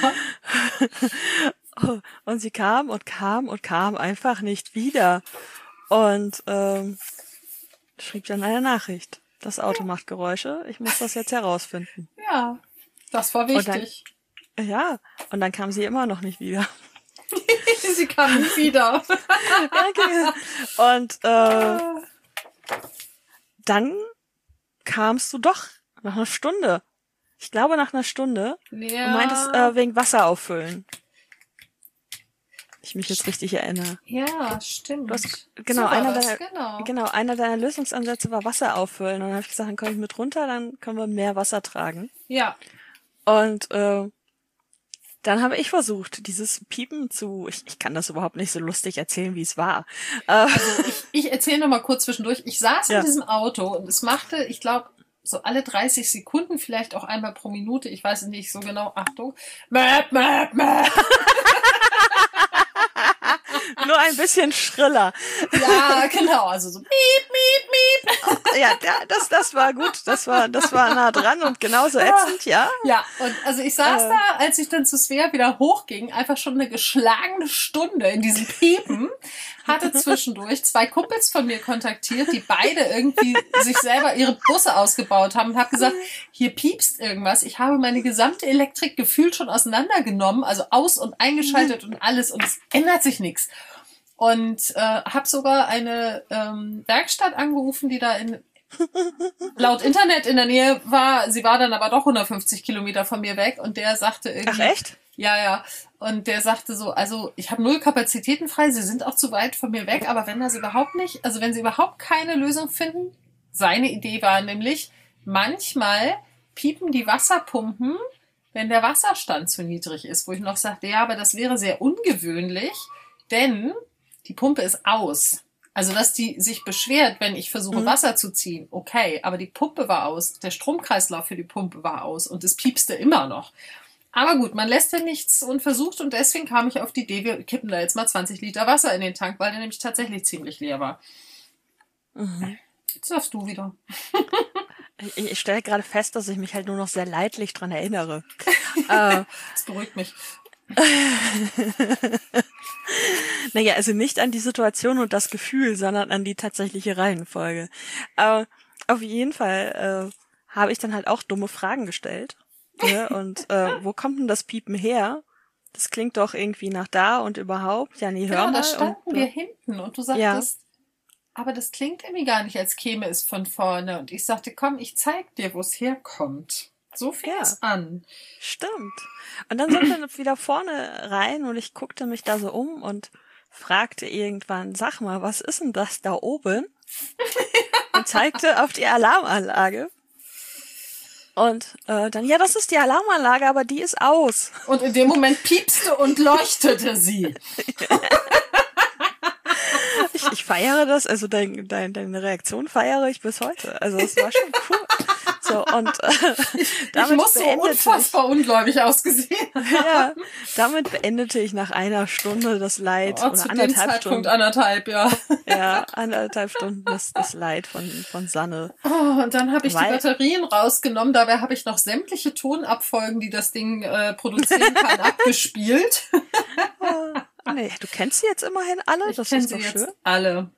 Und sie kam und kam und kam einfach nicht wieder. Und ähm, schrieb dann eine Nachricht. Das Auto macht Geräusche, ich muss das jetzt herausfinden. Ja, das war Und dann- wichtig. Ja, und dann kam sie immer noch nicht wieder. Sie kam nie wieder. Okay. Und äh, dann kamst du doch nach einer Stunde. Ich glaube nach einer Stunde. Ja. Und meintest äh, wegen Wasser auffüllen. Ich mich jetzt richtig erinnere. ja, stimmt. Du hast, genau, So war einer das, deiner, genau. genau, einer deiner Lösungsansätze war Wasser auffüllen. Und dann habe ich gesagt, dann komme ich mit runter, dann können wir mehr Wasser tragen. Ja. Und äh, dann habe ich versucht, dieses Piepen zu, ich, ich kann das überhaupt nicht so lustig erzählen, wie es war. Äh, Also ich, ich erzähle noch mal kurz zwischendurch. Ich saß Ja. in diesem Auto und es machte, ich glaube, so alle dreißig Sekunden, vielleicht auch einmal pro Minute, ich weiß es nicht so genau, Achtung, Möp, Möp, Möp. nur ein bisschen schriller. Ja, genau, also so miep, miep, miep. ja, ja, das, das war gut. Das war, das war nah dran und genauso ätzend, ja. Ja, und also ich saß Äh. da, als ich dann zu Svea wieder hochging, einfach schon eine geschlagene Stunde in diesem Piepen, hatte zwischendurch zwei Kumpels von mir kontaktiert, die beide irgendwie sich selber ihre Busse ausgebaut haben und habe gesagt, hier piepst irgendwas. Ich habe meine gesamte Elektrik gefühlt schon auseinandergenommen, also aus- und eingeschaltet und alles und es ändert sich nichts. Und äh, habe sogar eine ähm, Werkstatt angerufen, die da in laut Internet in der Nähe war. Sie war dann aber doch hundertfünfzig Kilometer von mir weg und der sagte irgendwie... Ach, echt? Ja, ja. Und der sagte so, also ich habe null Kapazitäten frei, Sie sind auch zu weit von mir weg, aber wenn das überhaupt nicht, also wenn Sie überhaupt keine Lösung finden, seine Idee war nämlich, manchmal piepen die Wasserpumpen, wenn der Wasserstand zu niedrig ist, wo ich noch sagte, ja, aber das wäre sehr ungewöhnlich, denn die Pumpe ist aus. Also, dass die sich beschwert, wenn ich versuche, Mhm. Wasser zu ziehen, okay, aber die Pumpe war aus, der Stromkreislauf für die Pumpe war aus und es piepste immer noch. Aber gut, man lässt ja nichts unversucht und deswegen kam ich auf die Idee, wir kippen da jetzt mal zwanzig Liter Wasser in den Tank, weil der nämlich tatsächlich ziemlich leer war. Mhm. Jetzt darfst du wieder. Ich, ich stelle gerade fest, dass ich mich halt nur noch sehr leidlich dran erinnere. äh, Das beruhigt mich. Naja, also nicht an die Situation und das Gefühl, sondern an die tatsächliche Reihenfolge. Aber auf jeden Fall äh, habe ich dann halt auch dumme Fragen gestellt. Ne? Und äh, wo kommt denn das Piepen her? Das klingt doch irgendwie nach da und überhaupt. Ja, nee, hör Genau, mal. da standen und, wir hinten und du sagtest, aber das klingt irgendwie gar nicht, als käme es von vorne. Und ich sagte, komm, ich zeig dir, wo es herkommt. So fing Ja. es an. Stimmt. Und dann sind wir wieder vorne rein und ich guckte mich da so um und fragte irgendwann, sag mal, was ist denn das da oben? Und zeigte auf die Alarmanlage. Und äh, dann, ja, das ist die Alarmanlage, aber die ist aus. Und in dem Moment piepste und leuchtete sie. Ich, ich feiere das, also dein, dein, deine Reaktion feiere ich bis heute. Also es war schon cool. So, und äh, damit Ich muss so beendete unfassbar ungläubig ausgesehen. ich, ja, damit beendete ich nach einer Stunde das Leid Oh, oder zu dem anderthalb Zeitpunkt Stunden. anderthalb, ja. Ja, anderthalb Stunden das, das Leid von, von Sanne. Oh, und dann habe ich Weil- die Batterien rausgenommen. Dabei habe ich noch sämtliche Tonabfolgen, die das Ding äh, produzieren kann, abgespielt. Ah, nee, du kennst sie jetzt immerhin alle, Ich das kenne ist sie doch jetzt schön. alle.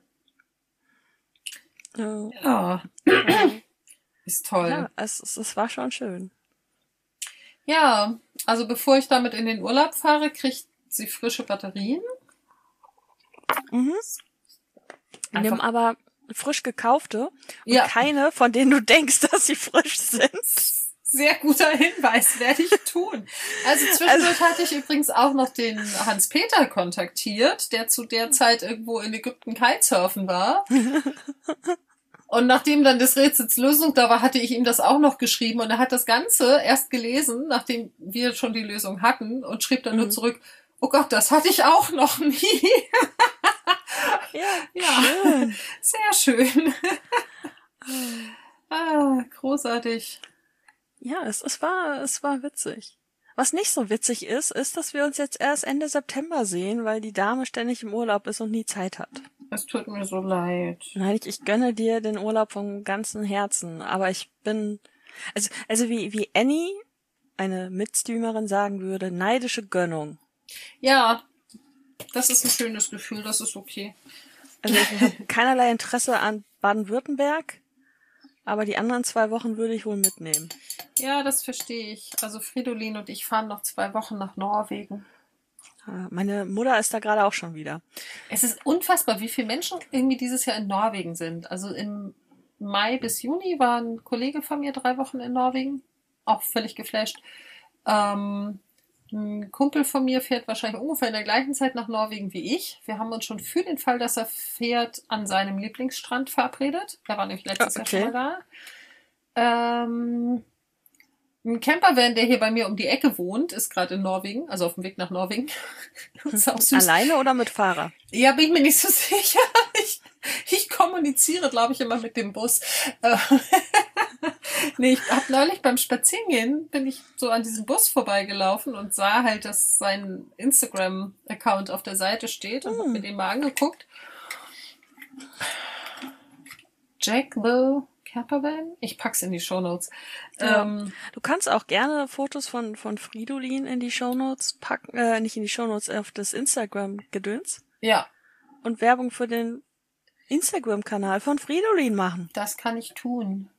Ja, Ja, ist toll. ja es, es, es war schon schön. Ja, also bevor ich damit in den Urlaub fahre, kriegt sie frische Batterien. Mhm. Nimm Einfach- aber frisch gekaufte und Ja. keine, von denen du denkst, dass sie frisch sind. Sehr guter Hinweis, werde ich tun. Also zwischendurch hatte ich übrigens auch noch den Hans-Peter kontaktiert, der zu der Zeit irgendwo in Ägypten Kitesurfen war. Und nachdem dann des Rätsels Lösung da war, hatte ich ihm das auch noch geschrieben und er hat das Ganze erst gelesen, nachdem wir schon die Lösung hatten und schrieb dann nur Mhm. zurück, oh Gott, das hatte ich auch noch nie. Ja, Ja, schön. sehr schön. Ah, großartig. Ja, es, es war, es war witzig. Was nicht so witzig ist, ist, dass wir uns jetzt erst Ende September sehen, weil die Dame ständig im Urlaub ist und nie Zeit hat. Es tut mir so leid. Nein, ich, ich gönne dir den Urlaub vom ganzen Herzen, aber ich bin, also, also wie, wie Annie, eine Mitstreamerin, sagen würde, neidische Gönnung. Ja, das ist ein schönes Gefühl, das ist okay. Also ich habe keinerlei Interesse an Baden-Württemberg, aber die anderen zwei Wochen würde ich wohl mitnehmen. Ja, das verstehe ich. Also Fridolin und ich fahren noch zwei Wochen nach Norwegen. Äh, Meine Mutter ist da gerade auch schon wieder. Es ist unfassbar, wie viele Menschen irgendwie dieses Jahr in Norwegen sind. Also im Mai bis Juni war ein Kollege von mir drei Wochen in Norwegen. Auch völlig geflasht. Ähm, ein Kumpel von mir fährt wahrscheinlich ungefähr in der gleichen Zeit nach Norwegen wie ich. Wir haben uns schon für den Fall, dass er fährt, an seinem Lieblingsstrand verabredet. Er war nämlich letztes Ah, Jahr okay. schon mal da. Ähm, ein Campervan, der hier bei mir um die Ecke wohnt, ist gerade in Norwegen, also auf dem Weg nach Norwegen. Das ist auch süß. Alleine oder mit Fahrer? Ja, bin ich mir nicht so sicher. Ich, ich kommuniziere, glaube ich, immer mit dem Bus. Äh, nee, ich habe neulich beim Spazierengehen, bin ich so an diesem Bus vorbeigelaufen und sah halt, dass sein Instagram-Account auf der Seite steht und hab mir den mal angeguckt. Jack the Campervan? Ich pack's in die Shownotes. Ja. Ähm, Du kannst auch gerne Fotos von von Fridolin in die Shownotes packen, äh, nicht in die Shownotes, auf das Instagram-Gedöns ja, und Werbung für den Instagram-Kanal von Fridolin machen. das kann ich tun.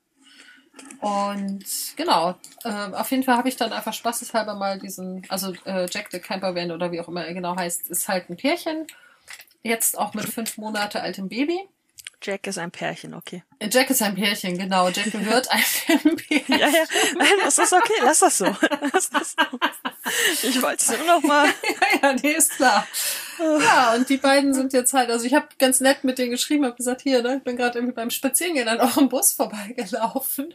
Und genau, äh, auf jeden Fall habe ich dann einfach spaßeshalber mal diesen, also äh, Jack the Campervan oder wie auch immer er genau heißt, ist halt ein Pärchen. Jetzt auch mit fünf Monate altem Baby. Jack ist ein Pärchen, okay. Jack ist ein Pärchen, genau. Jack gehört einem Pärchen. Ja, ja, nein, das ist okay, lass das so. Lass das so. Ich wollte es nur noch mal. ja, ja, nee, ist klar. Ja, und die beiden sind jetzt halt, also ich habe ganz nett mit denen geschrieben, habe gesagt, hier, ne, ich bin gerade irgendwie beim Spazierengehen an eurem Bus vorbeigelaufen.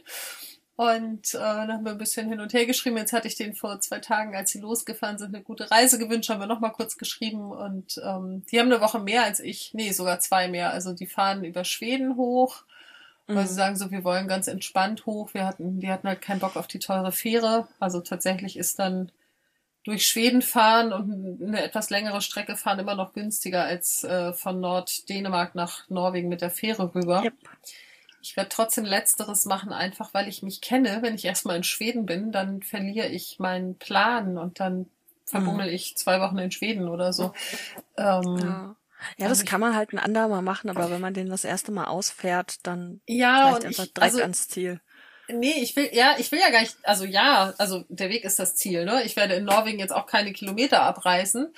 Und äh, dann haben wir ein bisschen hin und her geschrieben. Jetzt hatte ich denen vor zwei Tagen, als sie losgefahren sind, eine gute Reise gewünscht, haben wir nochmal kurz geschrieben. Und ähm, die haben eine Woche mehr als ich. Nee, sogar zwei mehr. Also die fahren über Schweden hoch, weil Mhm. sie sagen so, wir wollen ganz entspannt hoch. Wir hatten, die hatten halt keinen Bock auf die teure Fähre. Also tatsächlich ist dann durch Schweden fahren und eine etwas längere Strecke fahren immer noch günstiger als äh, von Norddänemark nach Norwegen mit der Fähre rüber. Yep. Ich werde trotzdem Letzteres machen, einfach weil ich mich kenne. Wenn ich erstmal in Schweden bin, dann verliere ich meinen Plan und dann verbummel ich zwei Wochen in Schweden oder so. Ähm, Ja, ja, also das ich- kann man halt ein andermal machen, aber wenn man den das erste Mal ausfährt, dann ja, vielleicht und einfach ich, direkt also, ans Ziel. nee, ich will, ja, ich will ja gar nicht, also ja, also der Weg ist das Ziel, ne? Ich werde in Norwegen jetzt auch keine Kilometer abreißen,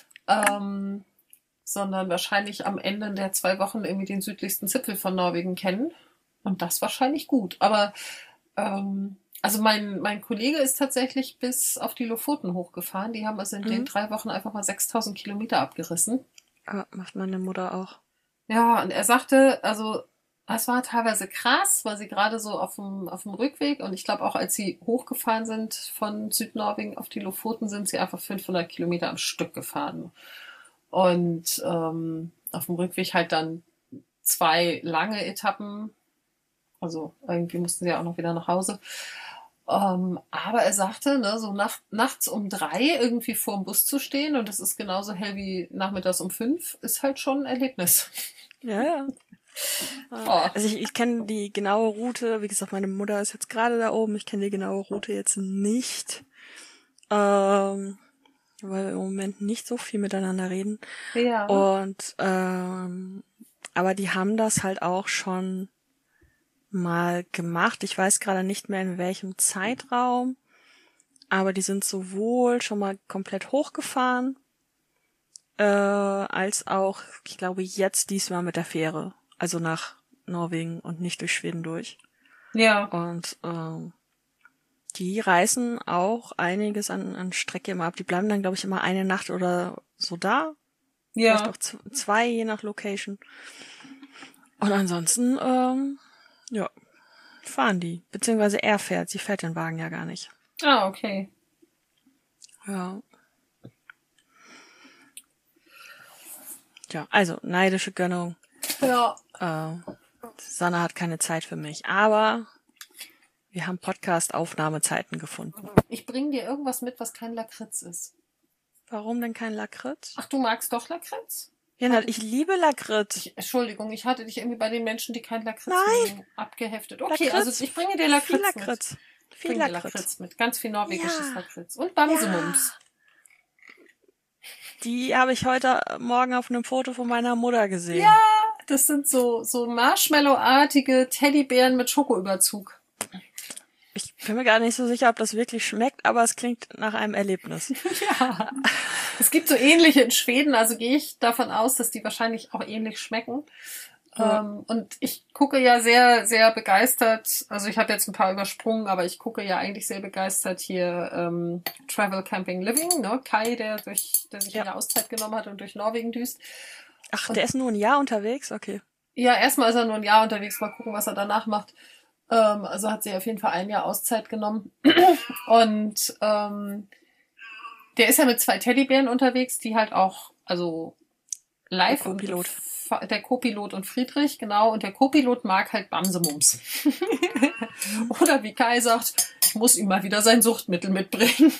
ähm, sondern wahrscheinlich am Ende der zwei Wochen irgendwie den südlichsten Zipfel von Norwegen kennen. Und das wahrscheinlich gut. Aber ähm, also mein, mein Kollege ist tatsächlich bis auf die Lofoten hochgefahren. Die haben also in den Mhm. drei Wochen einfach mal sechstausend Kilometer abgerissen. Ja, macht meine Mutter auch. Ja, und er sagte, also es war teilweise krass, weil sie gerade so auf dem, auf dem Rückweg und ich glaube auch, als sie hochgefahren sind von Südnorwegen auf die Lofoten, sind sie einfach fünfhundert Kilometer am Stück gefahren. Und ähm, auf dem Rückweg halt dann zwei lange Etappen. Also irgendwie mussten sie ja auch noch wieder nach Hause. Ähm, aber er sagte, ne, so nach, nachts um drei irgendwie vor dem Bus zu stehen und es ist genauso hell wie nachmittags um fünf, ist halt schon ein Erlebnis. Ja, ja. Oh. Also ich, ich kenne die genaue Route, wie gesagt, meine Mutter ist jetzt gerade da oben, ich kenne die genaue Route jetzt nicht, ähm, weil wir im Moment nicht so viel miteinander reden. Ja. Und ähm, aber die haben das halt auch schon mal gemacht. Ich weiß gerade nicht mehr in welchem Zeitraum, aber die sind sowohl schon mal komplett hochgefahren, äh, als auch, ich glaube, jetzt diesmal mit der Fähre. Also nach Norwegen und nicht durch Schweden durch. Ja. Und ähm, die reißen auch einiges an, an Strecke immer ab. Die bleiben dann, glaube ich, immer eine Nacht oder so da. Vielleicht Ja. auch z- zwei, je nach Location. Und ansonsten, ähm, ja, fahren die. Beziehungsweise er fährt. Sie fährt den Wagen ja gar nicht. Ah, okay. Ja. Ja, also neidische Gönnung. Ja. Äh, Sanna hat keine Zeit für mich. Aber wir haben Podcast-Aufnahmezeiten gefunden. Ich bringe dir irgendwas mit, was kein Lakritz ist. Warum denn kein Lakritz? Ach, du magst doch Lakritz? Ja, na, ich liebe Lakritz. Ich, Entschuldigung, ich hatte dich irgendwie bei den Menschen, die kein Lakritz Nein. mögen, abgeheftet. Okay, Lakritz. also ich bringe dir Lakritz Viel mit. Lakritz. Ich Viel bringe dir Lakritz. Lakritz mit. Ganz viel norwegisches Ja. Lakritz. Und Bamsemums. Die habe ich heute Morgen auf einem Foto von meiner Mutter gesehen. Ja, das sind so, so Marshmallow-artige Teddybären mit Schokoüberzug. Ich bin mir gar nicht so sicher, ob das wirklich schmeckt, aber es klingt nach einem Erlebnis. Ja. Es gibt so ähnliche in Schweden, also gehe ich davon aus, dass die wahrscheinlich auch ähnlich schmecken. Ja. Ähm, und ich gucke ja sehr, sehr begeistert, also ich habe jetzt ein paar übersprungen, aber ich gucke ja eigentlich sehr begeistert hier ähm, Travel Camping Living, ne? Kai, der durch, der sich Ja. eine Auszeit genommen hat und durch Norwegen düst. Ach, der ist nur ein Jahr unterwegs? Okay. Ja, erstmal ist er nur ein Jahr unterwegs, mal gucken, was er danach macht. Ähm, also hat sie auf jeden Fall ein Jahr Auszeit genommen. Und ähm, der ist ja mit zwei Teddybären unterwegs, die halt auch, also live Der Co-Pilot. und der Co-Pilot und Friedrich, genau. Und der Co-Pilot mag halt Bamsemums. Oder wie Kai sagt, ich muss ihm mal wieder sein Suchtmittel mitbringen.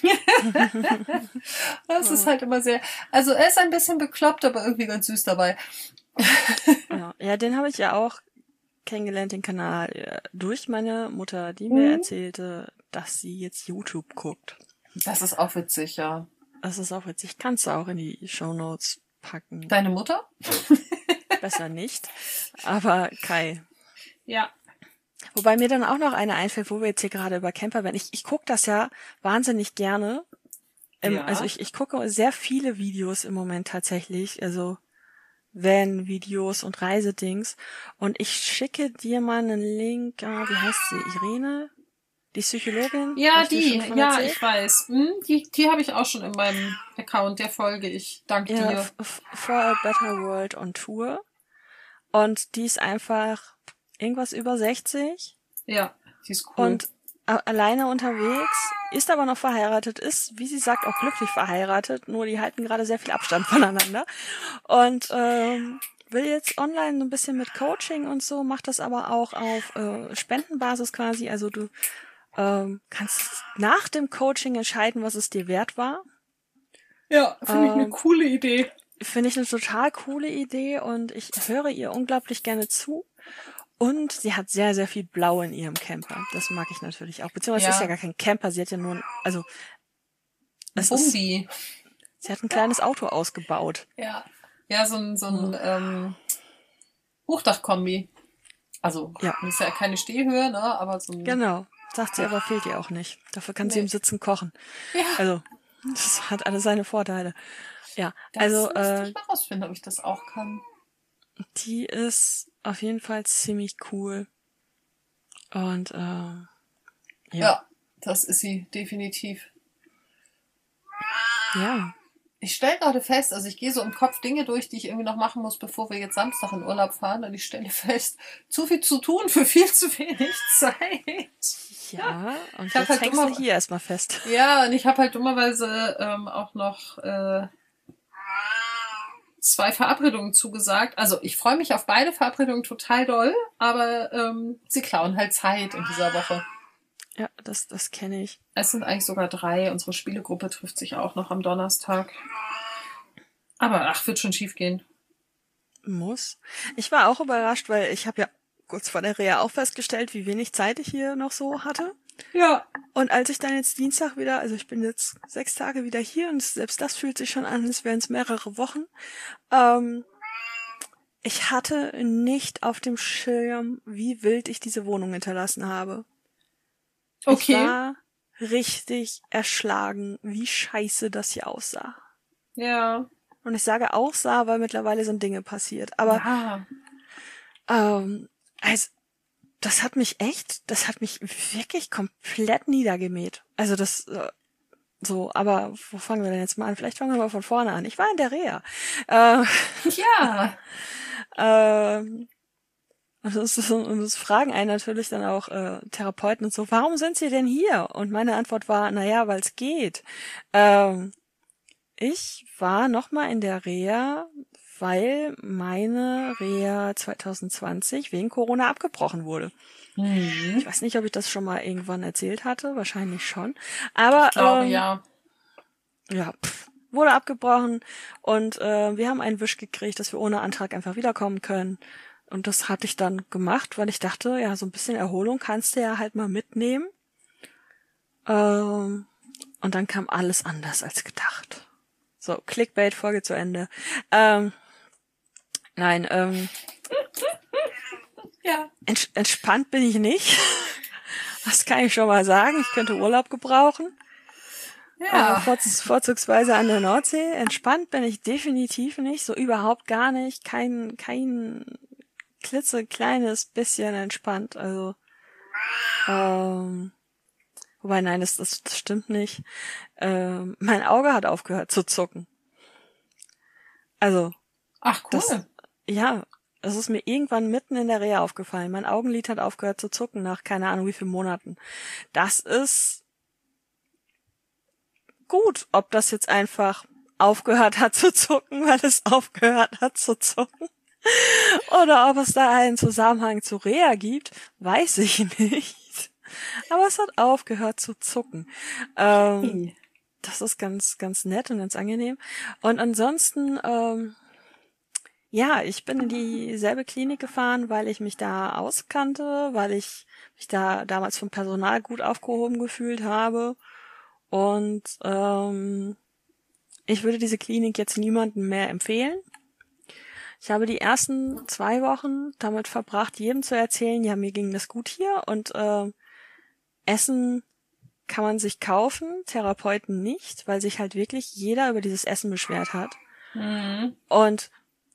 Das ist halt immer sehr, also er ist ein bisschen bekloppt, aber irgendwie ganz süß dabei. Ja, ja, den habe ich ja auch kennengelernt, den Kanal, äh, durch meine Mutter, die mir Mhm. erzählte, dass sie jetzt YouTube guckt. Das ist auch witzig, ja. Das ist auch witzig. Kannst du auch in die Shownotes packen. Deine Mutter? Besser nicht. Aber Kai. Ja. Wobei mir dann auch noch eine einfällt, wo wir jetzt hier gerade über Camper werden. Ich, ich gucke das ja wahnsinnig gerne. Ähm, Ja. Also ich, ich gucke sehr viele Videos im Moment tatsächlich. Also Van-Videos und Reisedings. Und ich schicke dir mal einen Link. Ah, wie heißt sie? Irene? Die Psychologin? Ja, Hab ich dir die, schon von ja, erzählt? ich weiß. Hm, die die habe ich auch schon in meinem Account, der folge ich. Dank Ja, dir. f- f- For a Better World on Tour. Und die ist einfach irgendwas über sechzig Ja, die ist cool. und a- alleine unterwegs, ist aber noch verheiratet, ist, wie sie sagt, auch glücklich verheiratet, nur die halten gerade sehr viel Abstand voneinander. Und ähm, will jetzt online so ein bisschen mit Coaching und so, macht das aber auch auf äh, Spendenbasis quasi. Also du ähm, kannst nach dem Coaching entscheiden, was es dir wert war. Ja, finde ich eine Ähm, coole Idee. Finde ich eine total coole Idee und ich höre ihr unglaublich gerne zu. Und sie hat sehr, sehr viel Blau in ihrem Camper. Das mag ich natürlich auch. Beziehungsweise Ja. es ist ja gar kein Camper, sie hat ja nur ein, also Ein es ist, Bumbi. sie hat ein kleines Auto ausgebaut. Ja. Ja, so ein, so ein ähm, Hochdachkombi. Also, Ja. das ist ja keine Stehhöhe, ne? Aber so ein. Genau. Sagt sie, aber fehlt ihr auch nicht. Dafür kann sie Nee. im Sitzen kochen. Ja. Also, das hat alles seine Vorteile. Ja, Das also müsste äh, ich mal rausfinden, ob ich das auch kann. die ist auf jeden Fall ziemlich cool. Und äh, Ja. ja. Das ist sie, definitiv. Ja. Ich stelle gerade fest, also ich gehe so im Kopf Dinge durch, die ich irgendwie noch machen muss, bevor wir jetzt Samstag in Urlaub fahren. Und ich stelle fest, zu viel zu tun für viel zu wenig Zeit. Ja, und Ich hab jetzt halt hängst dummer- du hier erstmal fest. Ja, und ich habe halt dummerweise ähm, auch noch äh, zwei Verabredungen zugesagt. Also ich freue mich auf beide Verabredungen total doll, aber ähm, sie klauen halt Zeit in dieser Woche. Ja, das, das kenne ich. Es sind eigentlich sogar drei. Unsere Spielegruppe trifft sich auch noch am Donnerstag. Aber ach, wird schon schief gehen. Muss. Ich war auch überrascht, weil ich habe ja kurz vor der Reha auch festgestellt, wie wenig Zeit ich hier noch so hatte. Ja. Und als ich dann jetzt Dienstag wieder, also ich bin jetzt sechs Tage wieder hier und selbst das fühlt sich schon an, als wären es mehrere Wochen. Ähm, ich hatte nicht auf dem Schirm, wie wild ich diese Wohnung hinterlassen habe. Ich Okay. war richtig erschlagen, wie scheiße das hier aussah. Ja. Und ich sage aussah, weil mittlerweile sind Dinge passiert. Aber ja. ähm, also, das hat mich echt, das hat mich wirklich komplett niedergemäht. Also das äh, so, aber wo fangen wir denn jetzt mal an? Vielleicht fangen wir mal von vorne an. Ich war in der Reha. Äh, Ja. ähm, und das, ist, und das fragen einen natürlich dann auch äh, Therapeuten und so, warum sind sie denn hier? Und meine Antwort war, naja, weil es geht. Ähm, ich war nochmal in der Reha, weil meine Reha zwanzig zwanzig wegen Corona abgebrochen wurde. Mhm. Ich weiß nicht, ob ich das schon mal irgendwann erzählt hatte, wahrscheinlich schon. Aber Ich glaube, ähm, ja. ja, pff, wurde abgebrochen und äh, wir haben einen Wisch gekriegt, dass wir ohne Antrag einfach wiederkommen können. Und das hatte ich dann gemacht, weil ich dachte, ja, so ein bisschen Erholung kannst du ja halt mal mitnehmen. Ähm, und dann kam alles anders als gedacht. So, Clickbait, Folge zu Ende. Ähm, nein, ähm, Ja. ents- entspannt bin ich nicht. Das kann ich schon mal sagen. Ich könnte Urlaub gebrauchen. Ja. Äh, vorz- vorzugsweise an der Nordsee. Entspannt bin ich definitiv nicht. So überhaupt gar nicht. Kein, kein klitzekleines bisschen entspannt. Also, ähm, wobei, nein, das, das, das stimmt nicht. Ähm, mein Auge hat aufgehört zu zucken. Also, Ach, cool. das, ja, es ist mir irgendwann mitten in der Reha aufgefallen. Mein Augenlid hat aufgehört zu zucken nach keine Ahnung wie vielen Monaten. Das ist gut, ob das jetzt einfach aufgehört hat zu zucken, weil es aufgehört hat zu zucken. Oder ob es da einen Zusammenhang zu Reha gibt, weiß ich nicht. Aber es hat aufgehört zu zucken. Ähm, Hey. das ist ganz, ganz nett und ganz angenehm. Und ansonsten, ähm, Ja, ich bin in dieselbe Klinik gefahren, weil ich mich da auskannte, weil ich mich da damals vom Personal gut aufgehoben gefühlt habe. Und ähm, ich würde diese Klinik jetzt niemandem mehr empfehlen. Ich habe die ersten zwei Wochen damit verbracht, jedem zu erzählen, ja, mir ging das gut hier und äh, Essen kann man sich kaufen, Therapeuten nicht, weil sich halt wirklich jeder über dieses Essen beschwert hat. Mhm. Und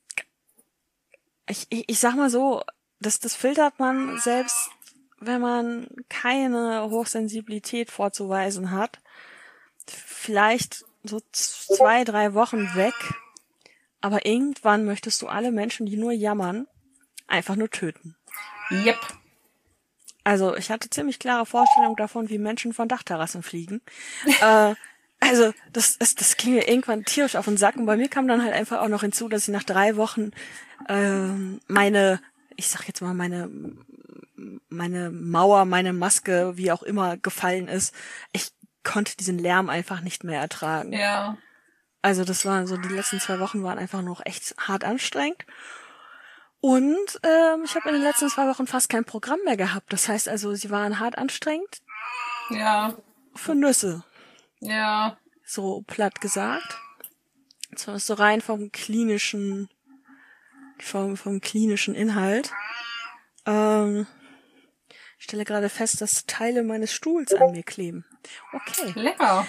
ich, ich, ich sag mal so, das, das filtert man selbst, wenn man keine Hochsensibilität vorzuweisen hat, vielleicht so zwei, drei Wochen weg, aber irgendwann möchtest du alle Menschen, die nur jammern, einfach nur töten. Yep. Also ich hatte ziemlich klare Vorstellung davon, wie Menschen von Dachterrassen fliegen. äh, also das, das, das ging mir irgendwann tierisch auf den Sack. Und bei mir kam dann halt einfach auch noch hinzu, dass ich nach drei Wochen ähm, meine, ich sag jetzt mal, meine meine Mauer, meine Maske, wie auch immer, gefallen ist. Ich konnte diesen Lärm einfach nicht mehr ertragen. Ja. Also das waren so, die letzten zwei Wochen waren einfach noch echt hart anstrengend. Und ähm, ich habe in den letzten zwei Wochen fast kein Programm mehr gehabt. Das heißt also, sie waren hart anstrengend Ja. für Nüsse. Ja. So platt gesagt. Zumindest so rein vom klinischen, vom, vom klinischen Inhalt. Ähm, ich stelle gerade fest, dass Teile meines Stuhls an mir kleben. Okay. Lecker.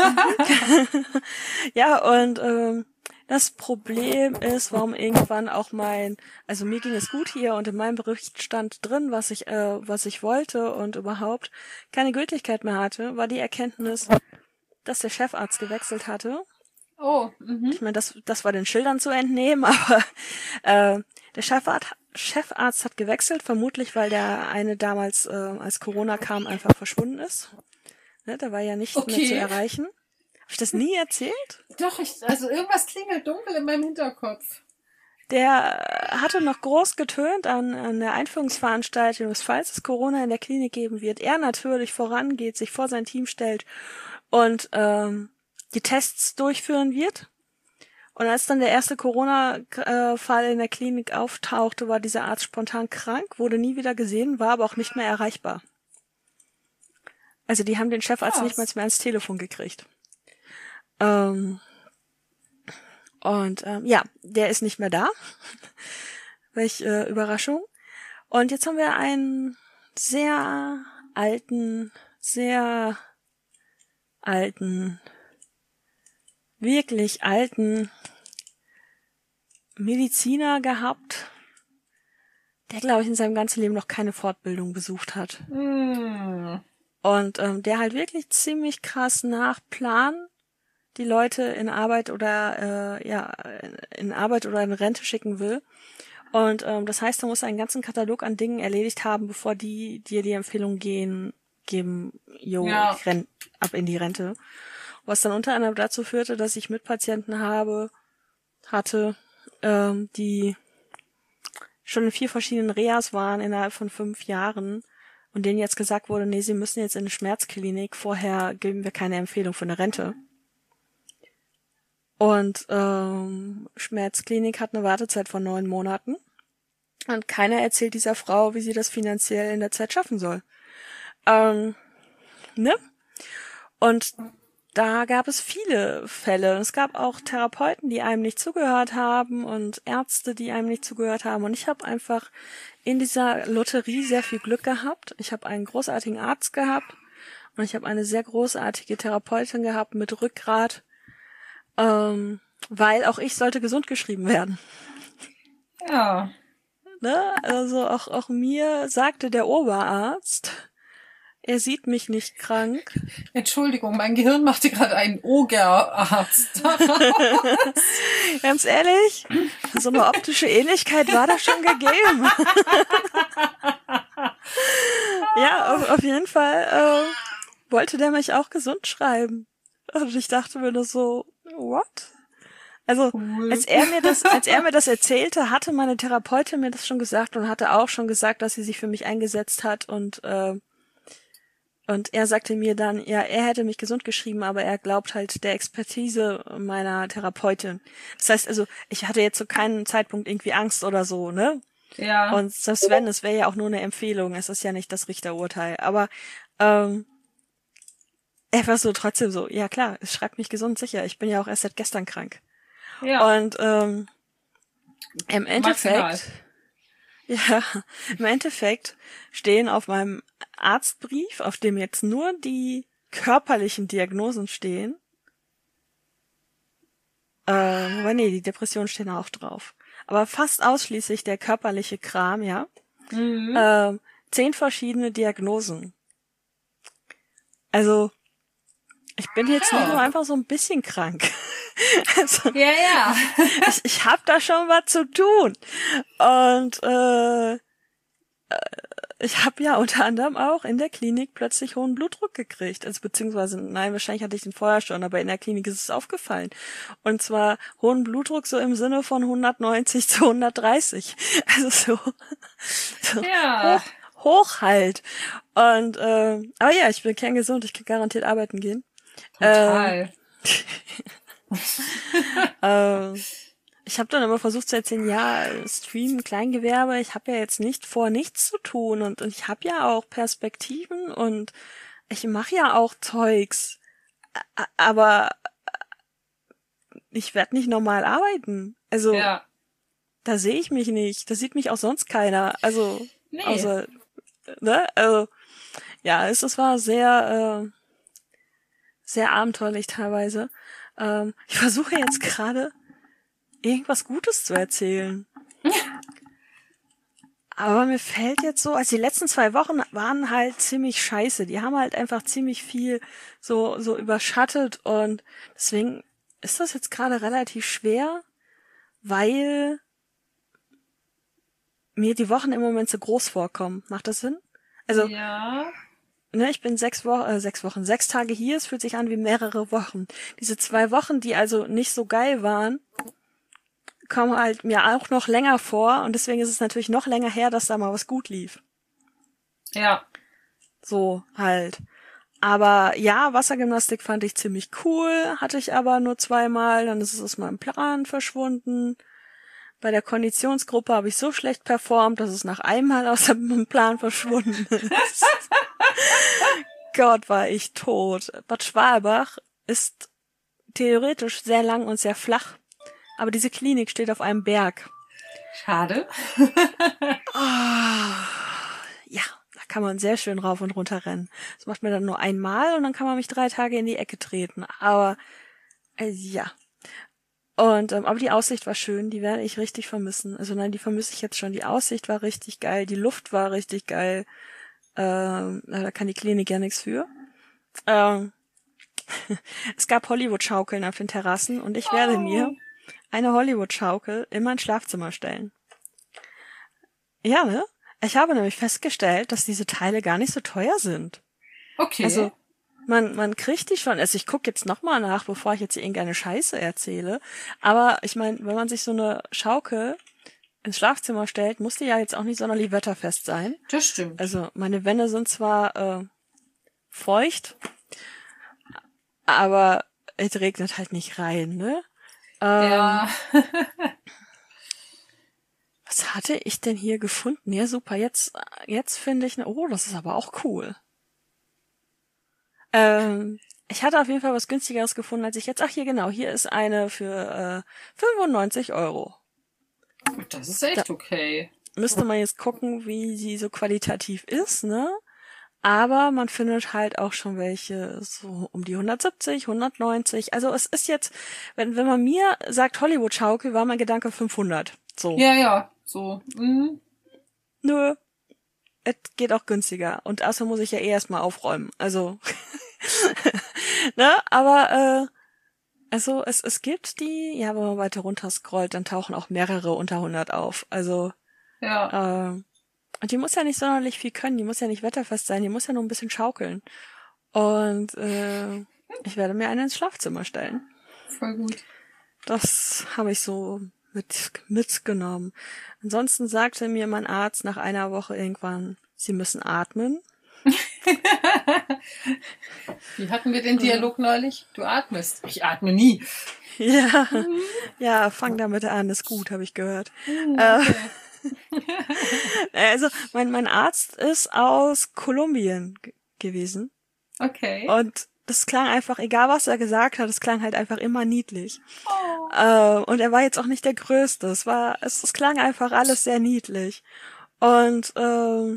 Ja, und ähm, das Problem ist, warum irgendwann auch mein, also mir ging es gut hier und in meinem Bericht stand drin, was ich, äh, was ich wollte und überhaupt keine Gültigkeit mehr hatte, war die Erkenntnis, dass der Chefarzt gewechselt hatte. Oh. Mhm. Ich meine, das, das war den Schildern zu entnehmen, aber äh, der Chefarzt, Chefarzt hat gewechselt, vermutlich, weil der eine damals, äh, als Corona kam, einfach verschwunden ist. Ne, der war ja nicht Okay. mehr zu erreichen. Habe ich das nie erzählt? Doch, ich, also irgendwas klingelt dunkel in meinem Hinterkopf. Der hatte noch groß getönt an, an der Einführungsveranstaltung, dass falls es Corona in der Klinik geben wird, er natürlich vorangeht, sich vor sein Team stellt und ähm, die Tests durchführen wird. Und als dann der erste Corona-Fall in der Klinik auftauchte, war dieser Arzt spontan krank, wurde nie wieder gesehen, war aber auch nicht mehr erreichbar. Also die haben den Chefarzt Krass. nicht mal mehr ans Telefon gekriegt. Ähm, und ähm, ja, der ist nicht mehr da. Welch äh, Überraschung. Und jetzt haben wir einen sehr alten, sehr alten, wirklich alten Mediziner gehabt, der, glaube ich, in seinem ganzen Leben noch keine Fortbildung besucht hat. Mm. Und ähm, der halt wirklich ziemlich krass nach Plan die Leute in Arbeit oder äh, ja in Arbeit oder in Rente schicken will. Und ähm, das heißt, er muss einen ganzen Katalog an Dingen erledigt haben, bevor die dir die Empfehlung gehen, geben, jo, Ja. ich renn ab in die Rente. Was dann unter anderem dazu führte, dass ich Mitpatienten habe, hatte, ähm, die schon in vier verschiedenen Reas waren innerhalb von fünf Jahren und denen jetzt gesagt wurde, nee, sie müssen jetzt in eine Schmerzklinik, vorher geben wir keine Empfehlung für eine Rente. Und ähm, Schmerzklinik hat eine Wartezeit von neun Monaten und keiner erzählt dieser Frau, wie sie das finanziell in der Zeit schaffen soll. Ähm, ne? Und da gab es viele Fälle. Es gab auch Therapeuten, die einem nicht zugehört haben und Ärzte, die einem nicht zugehört haben. Und ich habe einfach in dieser Lotterie sehr viel Glück gehabt. Ich habe einen großartigen Arzt gehabt und ich habe eine sehr großartige Therapeutin gehabt mit Rückgrat, ähm, weil auch ich sollte gesund geschrieben werden. Ja. Ne? Also auch, auch mir sagte der Oberarzt, er sieht mich nicht krank. Entschuldigung, mein Gehirn machte gerade einen Ogerarzt. Ganz ehrlich, so eine optische Ähnlichkeit war da schon gegeben. Ja, auf, auf jeden Fall äh, wollte der mich auch gesund schreiben. Und ich dachte mir nur so, what? Also, Cool. als er mir das, als er mir das erzählte, hatte meine Therapeutin mir das schon gesagt und hatte auch schon gesagt, dass sie sich für mich eingesetzt hat und äh, Und er sagte mir dann, ja, er hätte mich gesund geschrieben, aber er glaubt halt der Expertise meiner Therapeutin. Das heißt also, ich hatte jetzt zu keinem Zeitpunkt irgendwie Angst oder so, ne? Ja. Und selbst wenn, es wäre ja auch nur eine Empfehlung, es ist ja nicht das Richterurteil. Aber ähm, er war so trotzdem so, ja klar, es schreibt mich gesund, sicher. Ich bin ja auch erst seit gestern krank. Ja. Und ähm, im Endeffekt, ja, im Endeffekt stehen auf meinem Arztbrief, auf dem jetzt nur die körperlichen Diagnosen stehen. Äh, aber nee, die Depressionen stehen auch drauf. Aber fast ausschließlich der körperliche Kram, ja. Mhm. Äh, zehn verschiedene Diagnosen. Also, ich bin jetzt Ja. nicht nur einfach so ein bisschen krank. Also, Ja, ja. ich, ich hab da schon was zu tun. Und äh, ich habe ja unter anderem auch in der Klinik plötzlich hohen Blutdruck gekriegt. Also beziehungsweise, nein, wahrscheinlich hatte ich den vorher schon, aber in der Klinik ist es aufgefallen. Und zwar hohen Blutdruck so im Sinne von hundertneunzig zu hundertdreißig. Also so, so Ja. hoch, hoch halt. Und äh, aber ja, ich bin kerngesund, ich kann garantiert arbeiten gehen. Total. Ähm, ich habe dann immer versucht zu erzählen, ja, Stream, Kleingewerbe, ich habe ja jetzt nicht vor, nichts zu tun und, und ich habe ja auch Perspektiven und ich mache ja auch Zeugs, A- aber ich werde nicht normal arbeiten. Also Ja. da sehe ich mich nicht, da sieht mich auch sonst keiner. Also Nee. außer, ne? Also ja, es, es war sehr, äh, sehr abenteuerlich teilweise. Ähm, ich versuche jetzt gerade irgendwas Gutes zu erzählen. Aber mir fällt jetzt so, also die letzten zwei Wochen waren halt ziemlich scheiße. Die haben halt einfach ziemlich viel so, so überschattet und deswegen ist das jetzt gerade relativ schwer, weil mir die Wochen im Moment so groß vorkommen. Macht das Sinn? Also, Ja. ne, ich bin sechs Wochen, äh, sechs Wochen, sechs Tage hier, es fühlt sich an wie mehrere Wochen. Diese zwei Wochen, die also nicht so geil waren, kommen halt mir auch noch länger vor und deswegen ist es natürlich noch länger her, dass da mal was gut lief. Ja. So halt. Aber ja, Wassergymnastik fand ich ziemlich cool, hatte ich aber nur zweimal, dann ist es aus meinem Plan verschwunden. Bei der Konditionsgruppe habe ich so schlecht performt, dass es nach einmal aus dem Plan verschwunden ist. Gott, war ich tot. Bad Schwalbach ist theoretisch sehr lang und sehr flach, aber diese Klinik steht auf einem Berg. Schade. Oh, ja, da kann man sehr schön rauf und runter rennen. Das macht man dann nur einmal und dann kann man mich drei Tage in die Ecke treten. Aber äh, ja. Und ähm, aber die Aussicht war schön, die werde ich richtig vermissen. Also nein, die vermisse ich jetzt schon. Die Aussicht war richtig geil, die Luft war richtig geil. Ähm, da kann die Klinik ja nichts für. Ähm, es gab Hollywood-Schaukeln auf den Terrassen und ich werde Oh. mir eine Hollywood-Schaukel in mein Schlafzimmer stellen. Ja, ne? Ich habe nämlich festgestellt, dass diese Teile gar nicht so teuer sind. Okay. Also man man kriegt die schon. Also ich gucke jetzt nochmal nach, bevor ich jetzt hier irgendeine Scheiße erzähle. Aber ich meine, wenn man sich so eine Schaukel ins Schlafzimmer stellt, muss die ja jetzt auch nicht sonderlich wetterfest sein. Das stimmt. Also meine Wände sind zwar äh, feucht, aber es regnet halt nicht rein, ne? Ähm, Ja. Was hatte ich denn hier gefunden? Ja, super. Jetzt, jetzt finde ich, ne, oh, das ist aber auch cool. Ähm, ich hatte auf jeden Fall was günstigeres gefunden, als ich jetzt, ach hier genau, hier ist eine für äh, fünfundneunzig Euro. Das ist echt okay. Müsste man jetzt gucken, wie sie so qualitativ ist, ne? Aber man findet halt auch schon welche so um die hundertsiebzig, hundertneunzig. Also es ist jetzt, wenn, wenn man mir sagt Hollywood-Schaukel, war mein Gedanke fünfhundert. So. Ja, ja. So. Mhm. Nö. Es geht auch günstiger. Und außerdem muss ich ja eh erstmal aufräumen. Also, ne, aber, äh, also, es, es gibt die, ja, wenn man weiter runter scrollt, dann tauchen auch mehrere unter hundert auf. Also, Ja. äh, und die muss ja nicht sonderlich viel können, die muss ja nicht wetterfest sein, die muss ja nur ein bisschen schaukeln. Und, äh, ich werde mir eine ins Schlafzimmer stellen. Voll gut. Das habe ich so mit mitgenommen. Ansonsten sagte mir mein Arzt nach einer Woche irgendwann, Sie müssen atmen. Wie hatten wir den Dialog neulich? Du atmest. Ich atme nie. Ja, ja, fang damit an, ist gut, habe ich gehört. Okay. Äh, also mein mein Arzt ist aus Kolumbien g- gewesen Okay. und das klang einfach, egal was er gesagt hat, es klang halt einfach immer niedlich. Oh. Äh, und er war jetzt auch nicht der Größte. Es war, es, es klang einfach alles sehr niedlich. Und ähm,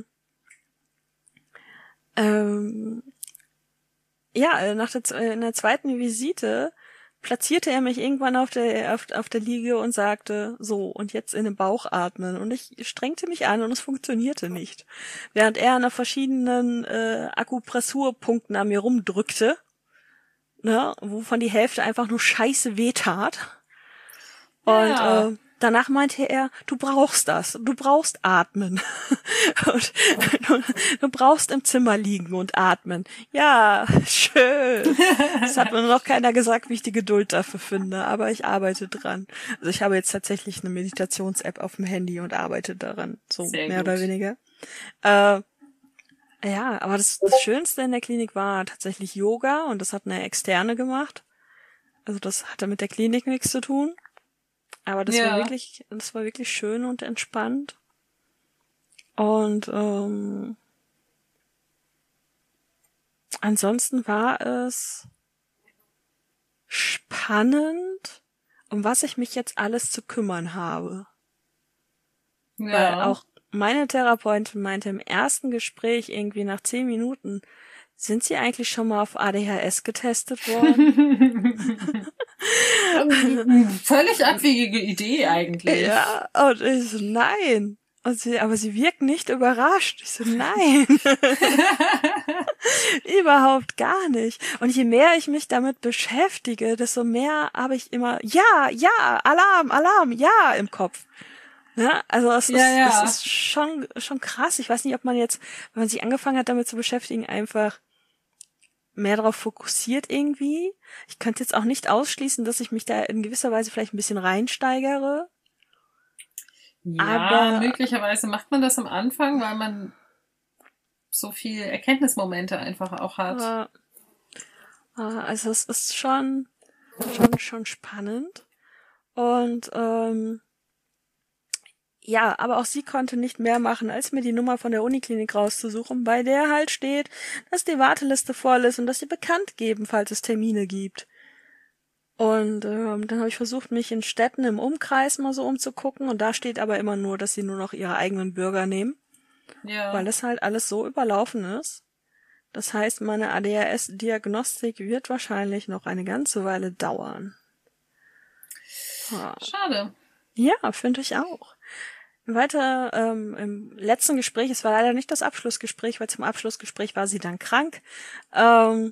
ähm, ja, äh, nach der, z- äh, in der zweiten Visite platzierte er mich irgendwann auf der auf, auf der Liege und sagte, so, und jetzt in den Bauch atmen. Und ich strengte mich an und es funktionierte nicht. Während er an verschiedenen äh, Akupressurpunkten an mir rumdrückte, ne, wovon die Hälfte einfach nur scheiße wehtat. Und Ja. äh, danach meinte er, du brauchst das, du brauchst atmen. Und du, du brauchst im Zimmer liegen und atmen. Ja, schön. Es hat mir noch keiner gesagt, wie ich die Geduld dafür finde, aber ich arbeite dran. Also ich habe jetzt tatsächlich eine Meditations-App auf dem Handy und arbeite daran, so Sehr mehr gut. oder weniger. Äh, ja, aber das, das Schönste in der Klinik war tatsächlich Yoga und das hat eine Externe gemacht. Also das hatte mit der Klinik nichts zu tun. Aber das Ja. war wirklich, das war wirklich schön und entspannt. Und ähm, ansonsten war es spannend, um was ich mich jetzt alles zu kümmern habe. Weil Ja. auch meine Therapeutin meinte im ersten Gespräch irgendwie nach zehn Minuten, sind Sie eigentlich schon mal auf A D H S getestet worden? Völlig abwegige Idee eigentlich. Ja, und ich so, nein. Und sie, aber sie wirkt nicht überrascht. Ich so, nein. Überhaupt gar nicht. Und je mehr ich mich damit beschäftige, desto mehr habe ich immer, ja, ja, Alarm, Alarm, ja, im Kopf. Ja, also es Ja, ist, ja. es ist schon, schon krass. Ich weiß nicht, ob man jetzt, wenn man sich angefangen hat, damit zu beschäftigen, einfach mehr darauf fokussiert irgendwie. Ich könnte jetzt auch nicht ausschließen, dass ich mich da in gewisser Weise vielleicht ein bisschen reinsteigere. Ja, Aber- möglicherweise macht man das am Anfang, weil man so viel Erkenntnismomente einfach auch hat. Aber, äh, also es ist schon, schon, schon spannend. Und ähm, ja, aber auch sie konnte nicht mehr machen, als mir die Nummer von der Uniklinik rauszusuchen, bei der halt steht, dass die Warteliste voll ist und dass sie bekannt geben, falls es Termine gibt. Und ähm, dann habe ich versucht, mich in Städten im Umkreis mal so umzugucken und da steht aber immer nur, dass sie nur noch ihre eigenen Bürger nehmen, Ja. weil es halt alles so überlaufen ist. Das heißt, meine A D H S-Diagnostik wird wahrscheinlich noch eine ganze Weile dauern. Ja. Schade. Ja, finde ich auch. Weiter ähm, im letzten Gespräch, es war leider nicht das Abschlussgespräch, weil zum Abschlussgespräch war sie dann krank. Ähm,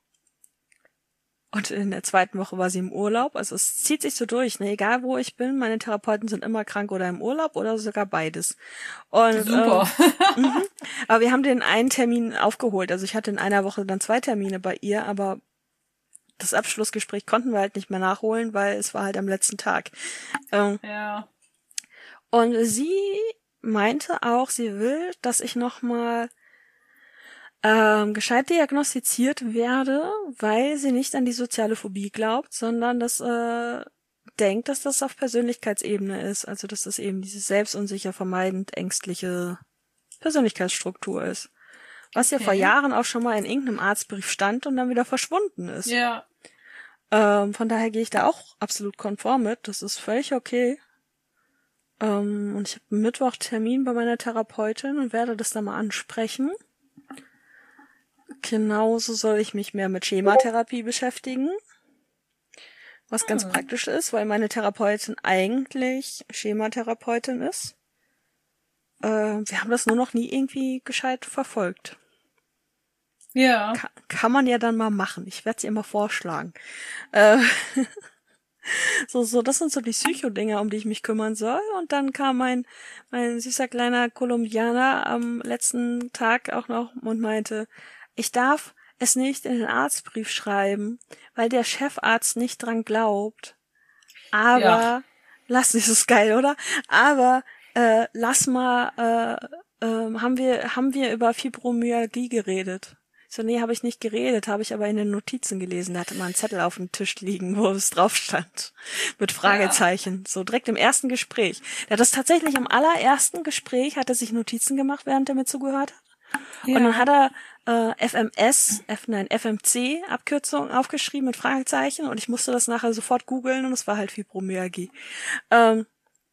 und in der zweiten Woche war sie im Urlaub. Also es zieht sich so durch, ne? Egal wo ich bin, meine Therapeuten sind immer krank oder im Urlaub oder sogar beides. Und, Super. Ähm, mhm. Aber wir haben den einen Termin aufgeholt. Also ich hatte in einer Woche dann zwei Termine bei ihr, aber das Abschlussgespräch konnten wir halt nicht mehr nachholen, weil es war halt am letzten Tag. Ähm, Ja. Und sie meinte auch, sie will, dass ich nochmal ähm, gescheit diagnostiziert werde, weil sie nicht an die soziale Phobie glaubt, sondern dass äh, denkt, dass das auf Persönlichkeitsebene ist. Also dass das eben diese selbstunsicher, vermeidend, ängstliche Persönlichkeitsstruktur ist. Was ja Okay. vor Jahren auch schon mal in irgendeinem Arztbrief stand und dann wieder verschwunden ist. Ja. Ähm, von daher gehe ich da auch absolut konform mit. Das ist völlig okay. Ähm, und ich habe Mittwoch Termin bei meiner Therapeutin und werde das dann mal ansprechen. Genauso soll ich mich mehr mit Schematherapie beschäftigen. Was ganz Hm. praktisch ist, weil meine Therapeutin eigentlich Schematherapeutin ist. Äh, wir haben das nur noch nie irgendwie gescheit verfolgt. Ja. Ka- kann man ja dann mal machen. Ich werde sie immer vorschlagen. Äh, so, so, das sind so die Psycho-Dinger, um die ich mich kümmern soll. Und dann kam mein, mein süßer kleiner Kolumbianer am letzten Tag auch noch und meinte, ich darf es nicht in den Arztbrief schreiben, weil der Chefarzt nicht dran glaubt. Aber, Ja. lass, das ist geil, oder? Aber äh, lass mal, äh, äh, haben wir, haben wir über Fibromyalgie geredet? Ich so, nee, habe ich nicht geredet, habe ich aber in den Notizen gelesen. Da hatte man einen Zettel auf dem Tisch liegen, wo es drauf stand. Mit Fragezeichen. Ja. So direkt im ersten Gespräch. Der hat das tatsächlich im allerersten Gespräch, hat er sich Notizen gemacht, während er mir zugehört hat. Ja. Und dann hat er äh, F M S, F, nein, F M C Abkürzung aufgeschrieben mit Fragezeichen und ich musste das nachher sofort googeln und es war halt Fibromyalgie. Ähm,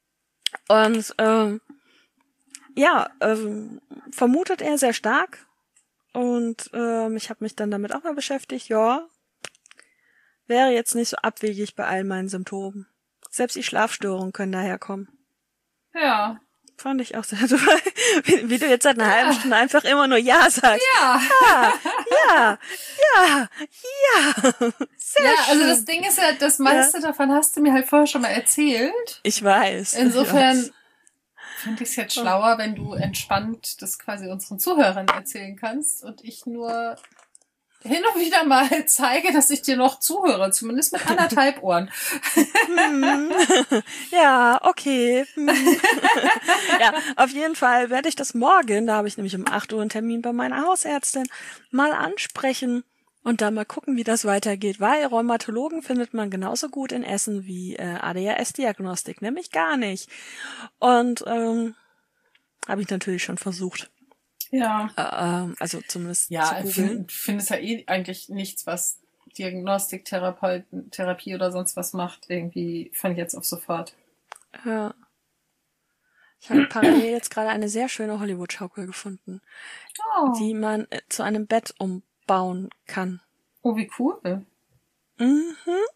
und ähm, ja, ähm, vermutet er sehr stark und ähm, ich habe mich dann damit auch mal beschäftigt. Ja, wäre jetzt nicht so abwegig bei all meinen Symptomen. Selbst die Schlafstörungen können daherkommen. Ja. Fand ich auch sehr toll, wie, wie du jetzt seit einer ja. halben Stunde einfach immer nur Ja sagst. Ja. Ja, ja, ja, ja. Sehr ja, schön. also das Ding ist ja, das meiste ja. davon hast du mir halt vorher schon mal erzählt. Ich weiß. Insofern finde ich es jetzt schlauer, wenn du entspannt das quasi unseren Zuhörern erzählen kannst und ich nur hin und wieder mal zeige, dass ich dir noch zuhöre, zumindest mit anderthalb Ohren. Hm. Ja, okay. Hm. Ja, auf jeden Fall werde ich das morgen, da habe ich nämlich um acht Uhr einen Termin bei meiner Hausärztin, mal ansprechen und dann mal gucken, wie das weitergeht, weil Rheumatologen findet man genauso gut in Essen wie äh, A D H S-Diagnostik, nämlich gar nicht. Und ähm, habe ich natürlich schon versucht. Ja. Äh, also zumindest ja, zu googeln. Ich finde es ja eh eigentlich nichts, was Diagnostik, Therapeuten, Therapie oder sonst was macht, irgendwie von jetzt auf sofort. Ja. Ich habe parallel jetzt gerade eine sehr schöne Hollywood-Schaukel gefunden, oh. die man äh, zu einem Bett umbauen kann. Oh, wie cool. Mhm.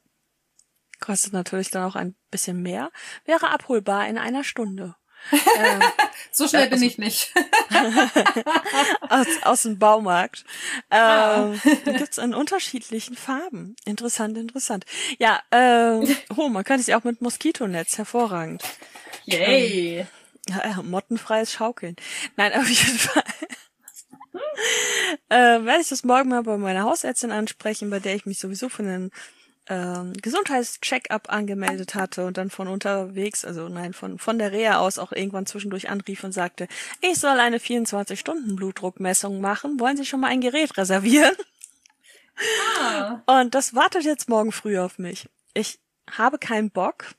Kostet natürlich dann auch ein bisschen mehr. Wäre abholbar in einer Stunde. äh, so schnell äh, bin ich nicht. aus, aus dem Baumarkt. Ah. Ähm, gibt's in unterschiedlichen Farben. Interessant, interessant. Ja, ähm, oh, man könnte sich auch mit Moskitonetz, hervorragend. Yay. Ähm, ja, mottenfreies Schaukeln. Nein, auf jeden Fall. äh, werde ich das morgen mal bei meiner Hausärztin ansprechen, bei der ich mich sowieso für einen ähm, Gesundheitscheck-up angemeldet hatte und dann von unterwegs, also nein, von von der Reha aus auch irgendwann zwischendurch anrief und sagte, ich soll eine vierundzwanzig-Stunden-Blutdruckmessung machen. Wollen Sie schon mal ein Gerät reservieren? Ah. Und das wartet jetzt morgen früh auf mich. Ich habe keinen Bock,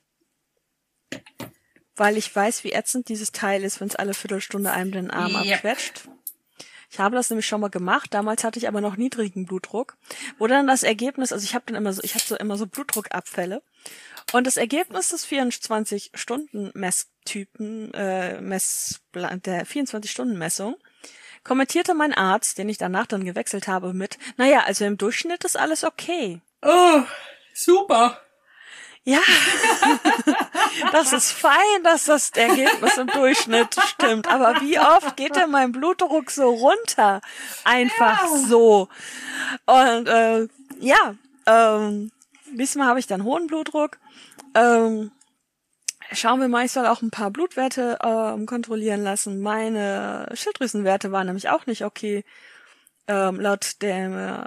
weil ich weiß, wie ätzend dieses Teil ist, wenn es alle Viertelstunde einem den Arm yep. abquetscht. Ich habe das nämlich schon mal gemacht, damals hatte ich aber noch niedrigen Blutdruck, wo dann das Ergebnis, also ich habe dann immer so, ich hatte so immer so Blutdruckabfälle und das Ergebnis des vierundzwanzig-Stunden-Messtypen, äh, Mess, der vierundzwanzig-Stunden-Messung, kommentierte mein Arzt, den ich danach dann gewechselt habe, mit, naja, also im Durchschnitt ist alles okay. Oh, super. Ja, das ist fein, dass das Ergebnis im Durchschnitt stimmt. Aber wie oft geht denn mein Blutdruck so runter? Einfach ja. so. Und äh, ja, ähm, diesmal habe ich dann hohen Blutdruck. Ähm, schauen wir mal, ich soll auch ein paar Blutwerte ähm, kontrollieren lassen. Meine Schilddrüsenwerte waren nämlich auch nicht okay. Ähm, laut der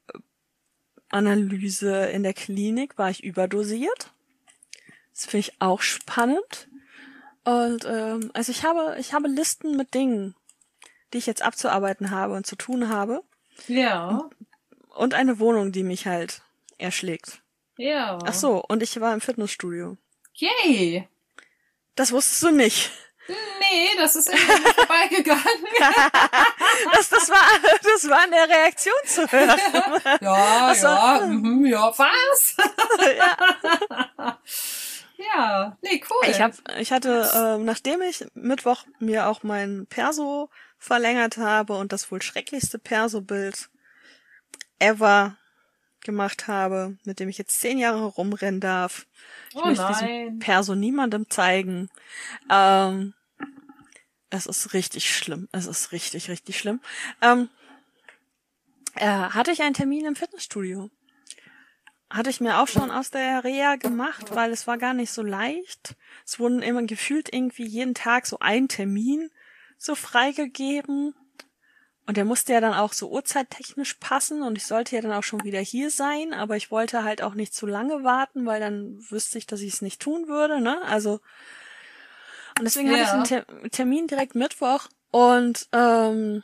Analyse in der Klinik war ich überdosiert. Das finde ich auch spannend. Und ähm, also ich habe ich habe Listen mit Dingen, die ich jetzt abzuarbeiten habe und zu tun habe. Ja. Und eine Wohnung, die mich halt erschlägt. Ja. Ach so, und ich war im Fitnessstudio. Yay. Das wusstest du nicht. Nee, das ist irgendwie vorbeigegangen. das, das war, das war in der Reaktion zu hören. Ja, also, ja, mhm, ja, was? ja. Ja, nee, cool. Ich hab, ich hatte, äh, nachdem ich Mittwoch mir auch mein Perso verlängert habe und das wohl schrecklichste Perso-Bild ever gemacht habe, mit dem ich jetzt zehn Jahre rumrennen darf. Ich oh möchte nein. diesen Perso niemandem zeigen. Ähm, es ist richtig schlimm. Es ist richtig, richtig schlimm. Ähm, äh, hatte ich einen Termin im Fitnessstudio. Hatte ich mir auch schon aus der Reha gemacht, weil es war gar nicht so leicht. Es wurden immer gefühlt irgendwie jeden Tag so ein Termin so freigegeben. Und der musste ja dann auch so uhrzeittechnisch passen und ich sollte ja dann auch schon wieder hier sein, aber ich wollte halt auch nicht zu lange warten, weil dann wüsste ich, dass ich es nicht tun würde, ne? Also, Und deswegen Ja. hatte ich einen Ter- Termin direkt Mittwoch und ähm,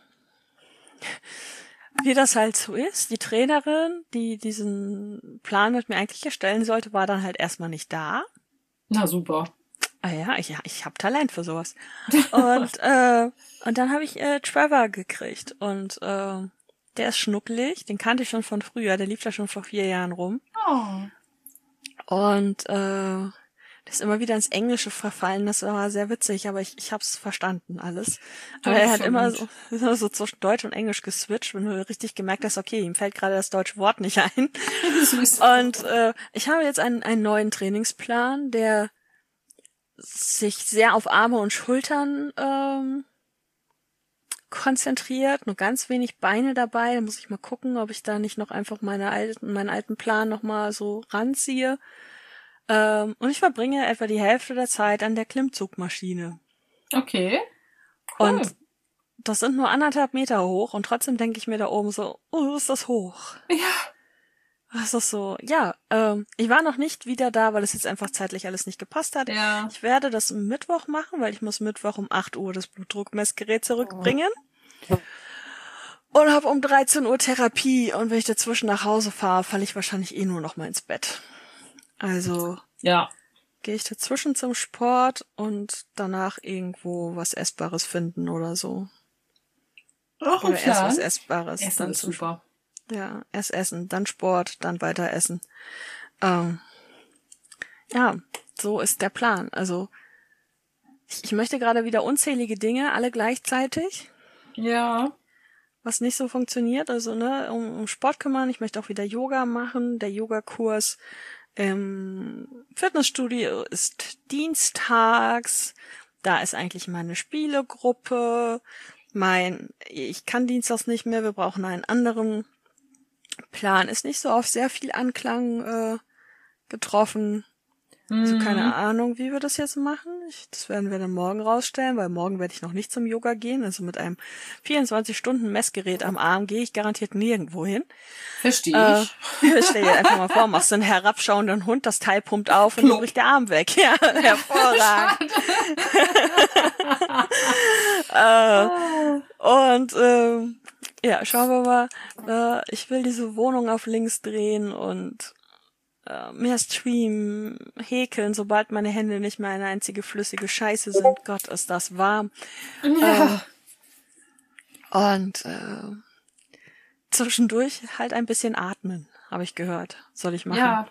wie das halt so ist, die Trainerin, die diesen Plan mit mir eigentlich erstellen sollte, war dann halt erstmal nicht da. Na super. Ah ja, ich, ich habe Talent für sowas. Und äh, und dann habe ich äh, Trevor gekriegt und äh, der ist schnuckelig, den kannte ich schon von früher, der lief da schon vor vier Jahren rum. Oh. Und äh, der ist immer wieder ins Englische verfallen, das war sehr witzig, aber ich, ich hab's verstanden alles. Aber Das er ist hat schon immer gut. so, so zwischen Deutsch und Englisch geswitcht, wenn du richtig gemerkt hast, okay, ihm fällt gerade das deutsche Wort nicht ein. Süß. Und äh, ich habe jetzt einen, einen neuen Trainingsplan, der sich sehr auf Arme und Schultern ähm, konzentriert, nur ganz wenig Beine dabei. Da muss ich mal gucken, ob ich da nicht noch einfach meine alten, meinen alten Plan nochmal so ranziehe. Ähm, und ich verbringe etwa die Hälfte der Zeit an der Klimmzugmaschine. Okay. Cool. Und das sind nur anderthalb Meter hoch und trotzdem denke ich mir da oben so, oh, ist das hoch. Ja. Das ist so, ja, ähm, ich war noch nicht wieder da, weil es jetzt einfach zeitlich alles nicht gepasst hat. Ja. Ich werde das Mittwoch machen, weil ich muss Mittwoch um acht Uhr das Blutdruckmessgerät zurückbringen. Und habe um dreizehn Uhr Therapie und wenn ich dazwischen nach Hause fahre, falle ich wahrscheinlich eh nur noch mal ins Bett. Also Ja. gehe ich dazwischen zum Sport und danach irgendwo was Essbares finden oder so. Auch ein Oder erst was Plan. Essbares. Essen dann ist zum super. Ja, erst essen, dann Sport, dann weiter essen. Ähm, ja, so ist der Plan. Also ich, ich möchte gerade wieder unzählige Dinge, alle gleichzeitig, Ja. was nicht so funktioniert. Also ne, um, um Sport kümmern. Ich möchte auch wieder Yoga machen. Der Yogakurs im Fitnessstudio ist dienstags. Da ist eigentlich meine Spielegruppe. Mein, ich kann dienstags nicht mehr. Wir brauchen einen anderen Plan. Ist nicht so auf sehr viel Anklang äh, getroffen. Also keine Mhm. Ahnung, wie wir das jetzt machen. Ich, das werden wir dann morgen rausstellen, weil morgen werde ich noch nicht zum Yoga gehen. Also mit einem vierundzwanzig Stunden Messgerät am Arm gehe ich garantiert nirgendwo hin. Verstehe Äh, ich. stell dir einfach mal vor, machst du einen herabschauenden Hund, das Teil pumpt auf und Plop. dir bricht der Arm weg. Ja, hervorragend. äh, und ähm, ja, schauen wir mal. Äh, ich will diese Wohnung auf links drehen und äh, mehr streamen, häkeln, sobald meine Hände nicht mehr eine einzige flüssige Scheiße sind. Gott, ist das warm. Ja. Äh, und äh, zwischendurch halt ein bisschen atmen, habe ich gehört. Soll ich machen? Ja.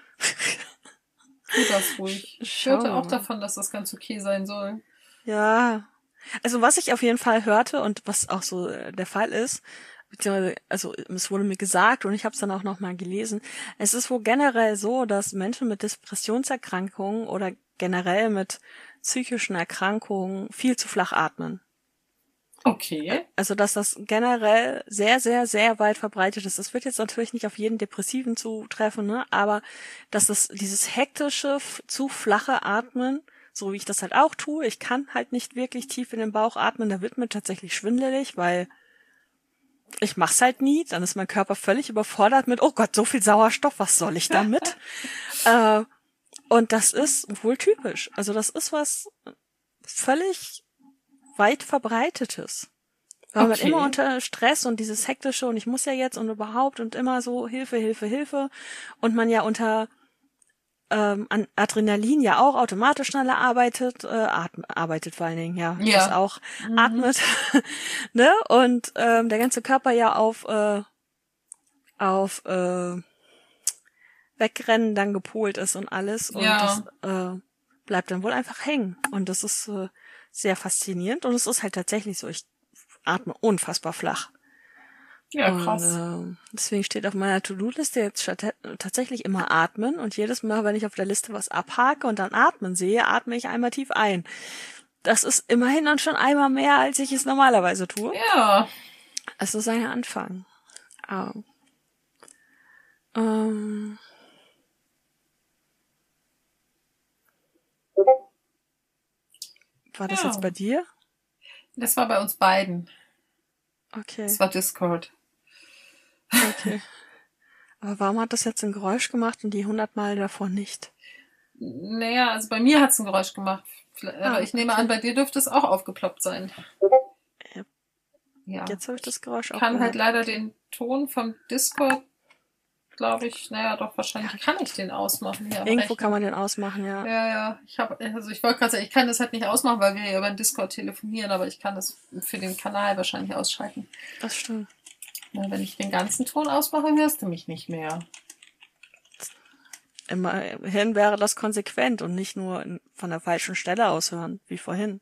Tu das ruhig. Ich Schau hörte auch mal. davon, dass das ganz okay sein soll. Ja. Also was ich auf jeden Fall hörte und was auch so äh, der Fall ist, beziehungsweise, also es wurde mir gesagt und ich habe es dann auch nochmal gelesen, es ist wohl generell so, dass Menschen mit Depressionserkrankungen oder generell mit psychischen Erkrankungen viel zu flach atmen. Okay. Also dass das generell sehr, sehr, sehr weit verbreitet ist. Das wird jetzt natürlich nicht auf jeden Depressiven zutreffen, ne? Aber dass das dieses hektische, f- zu flache Atmen, so wie ich das halt auch tue, ich kann halt nicht wirklich tief in den Bauch atmen, da wird mir tatsächlich schwindelig, weil ich mach's halt nie, dann ist mein Körper völlig überfordert mit, oh Gott, so viel Sauerstoff, was soll ich damit? äh, und das ist wohl typisch. Also das ist was völlig weit verbreitetes. Weil man Okay. immer unter Stress und dieses hektische und ich muss ja jetzt und überhaupt und immer so Hilfe, Hilfe, Hilfe und man ja unter ähm, an Adrenalin ja auch automatisch schneller arbeitet, äh, atm arbeitet vor allen Dingen, ja, Ja. das auch Mhm. atmet, ne? Und ähm, der ganze Körper ja auf äh, auf äh, Wegrennen dann gepolt ist und alles und Ja. das äh, bleibt dann wohl einfach hängen und das ist äh, sehr faszinierend und es ist halt tatsächlich so, ich atme unfassbar flach. Ja, krass. Und, äh, deswegen steht auf meiner To-Do-Liste jetzt statt, tatsächlich immer atmen und jedes Mal, wenn ich auf der Liste was abhake und dann atmen sehe, atme ich einmal tief ein. Das ist immerhin dann schon einmal mehr, als ich es normalerweise tue. Ja. Es ist ein Anfang. Ah. Ähm. War das Ja. jetzt bei dir? Das war bei uns beiden. Okay, Das war Discord. okay. Aber warum hat das jetzt ein Geräusch gemacht und die hundertmal davor nicht? Naja, also bei mir hat's ein Geräusch gemacht. Vielleicht- Ah, Aber ich nehme okay. an, bei dir dürfte es auch aufgeploppt sein. Ja. Ja. Jetzt habe ich das Geräusch auch Ich kann halt gehört. leider den Ton vom Discord, glaube ich, naja, doch, wahrscheinlich kann ich den ausmachen hier am Irgendwo Rechner. kann man den ausmachen, ja. Ja, ja. Ich habe, also ich wollte gerade sagen, ich kann das halt nicht ausmachen, weil wir ja über den Discord telefonieren, aber ich kann das für den Kanal wahrscheinlich ausschalten. Das stimmt. Na, wenn ich den ganzen Ton ausmache, hörst du mich nicht mehr. Immerhin wäre das konsequent und nicht nur in- von der falschen Stelle aus hören, wie vorhin.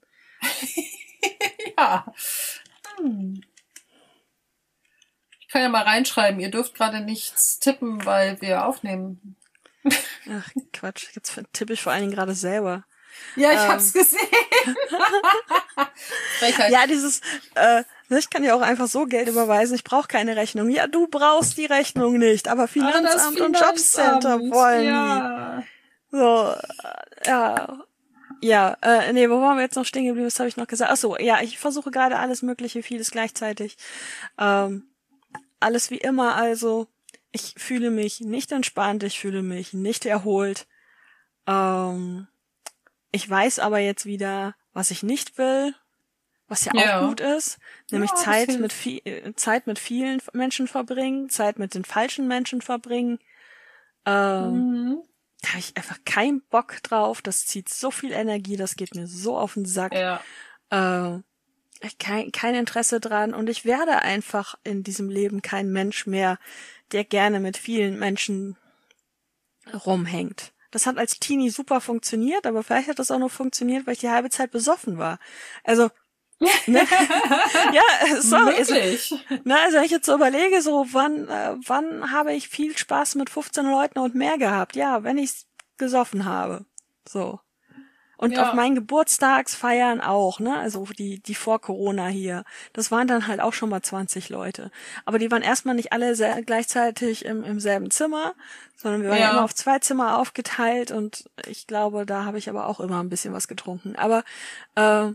Ja. Hm. Ich kann ja mal reinschreiben, ihr dürft gerade nichts tippen, weil wir aufnehmen. Ach, Quatsch. Jetzt tippe ich vor allen Dingen gerade selber. Ja, ich Ähm. hab's gesehen. Frechheit. Ja, dieses, äh, ich kann ja auch einfach so Geld überweisen, ich brauche keine Rechnung. Ja, du brauchst die Rechnung nicht, aber Ah, das Finanzamt und Jobcenter Finanzamt, wollen ja. die. So, äh, ja. Ja, äh, nee, wo waren wir jetzt noch stehen geblieben? Was habe ich noch gesagt? Ach so, ja, ich versuche gerade alles Mögliche, vieles gleichzeitig. Ähm, alles wie immer, also. Ich fühle mich nicht entspannt, ich fühle mich nicht erholt. Ähm, ich weiß aber jetzt wieder, was ich nicht will, was ja, Ja. auch gut ist, nämlich Ja, das Zeit hilft. mit viel, äh, Zeit mit vielen Menschen verbringen, Zeit mit den falschen Menschen verbringen. Ähm, Mhm. Da habe ich einfach keinen Bock drauf. Das zieht so viel Energie, das geht mir so auf den Sack. Ja. Äh, ich kein, kein Interesse dran und ich werde einfach in diesem Leben kein Mensch mehr, der gerne mit vielen Menschen rumhängt. Das hat als Teenie super funktioniert, aber vielleicht hat das auch nur funktioniert, weil ich die halbe Zeit besoffen war. Also, ne? Ja, sorry. Also, Möglich. ne, also wenn ich jetzt so überlege, so wann, äh, wann habe ich viel Spaß mit fünfzehn Leuten und mehr gehabt? Ja, wenn ich gesoffen habe. So. Und Ja. auf meinen Geburtstagsfeiern auch, ne? Also die, die vor Corona hier. Das waren dann halt auch schon mal zwanzig Leute. Aber die waren erstmal nicht alle sehr, gleichzeitig im, im selben Zimmer, sondern wir waren ja. Ja. immer auf zwei Zimmer aufgeteilt und ich glaube, da habe ich aber auch immer ein bisschen was getrunken. Aber äh,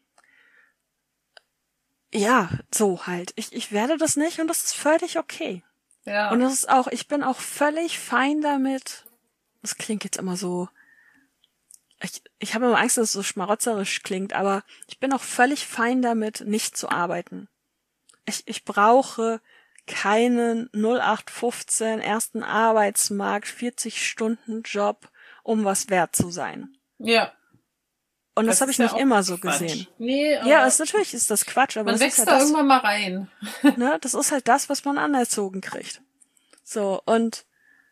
ja, so halt. Ich, ich werde das nicht und das ist völlig okay. Ja. Und das ist auch, ich bin auch völlig fein damit. Das klingt jetzt immer so. Ich, ich habe immer Angst, dass es so schmarotzerisch klingt, aber ich bin auch völlig fein damit, nicht zu arbeiten. Ich, ich brauche keinen null acht fünfzehn ersten Arbeitsmarkt vierzig Stunden Job, um was wert zu sein. Ja. Und das, Das habe ist ich ja nicht auch immer so Quatsch. gesehen. Nee, aber Ja, ist, natürlich ist das Quatsch, aber man das ist wächst halt da das, irgendwann mal rein. ne, das ist halt das, was man anerzogen kriegt. So, und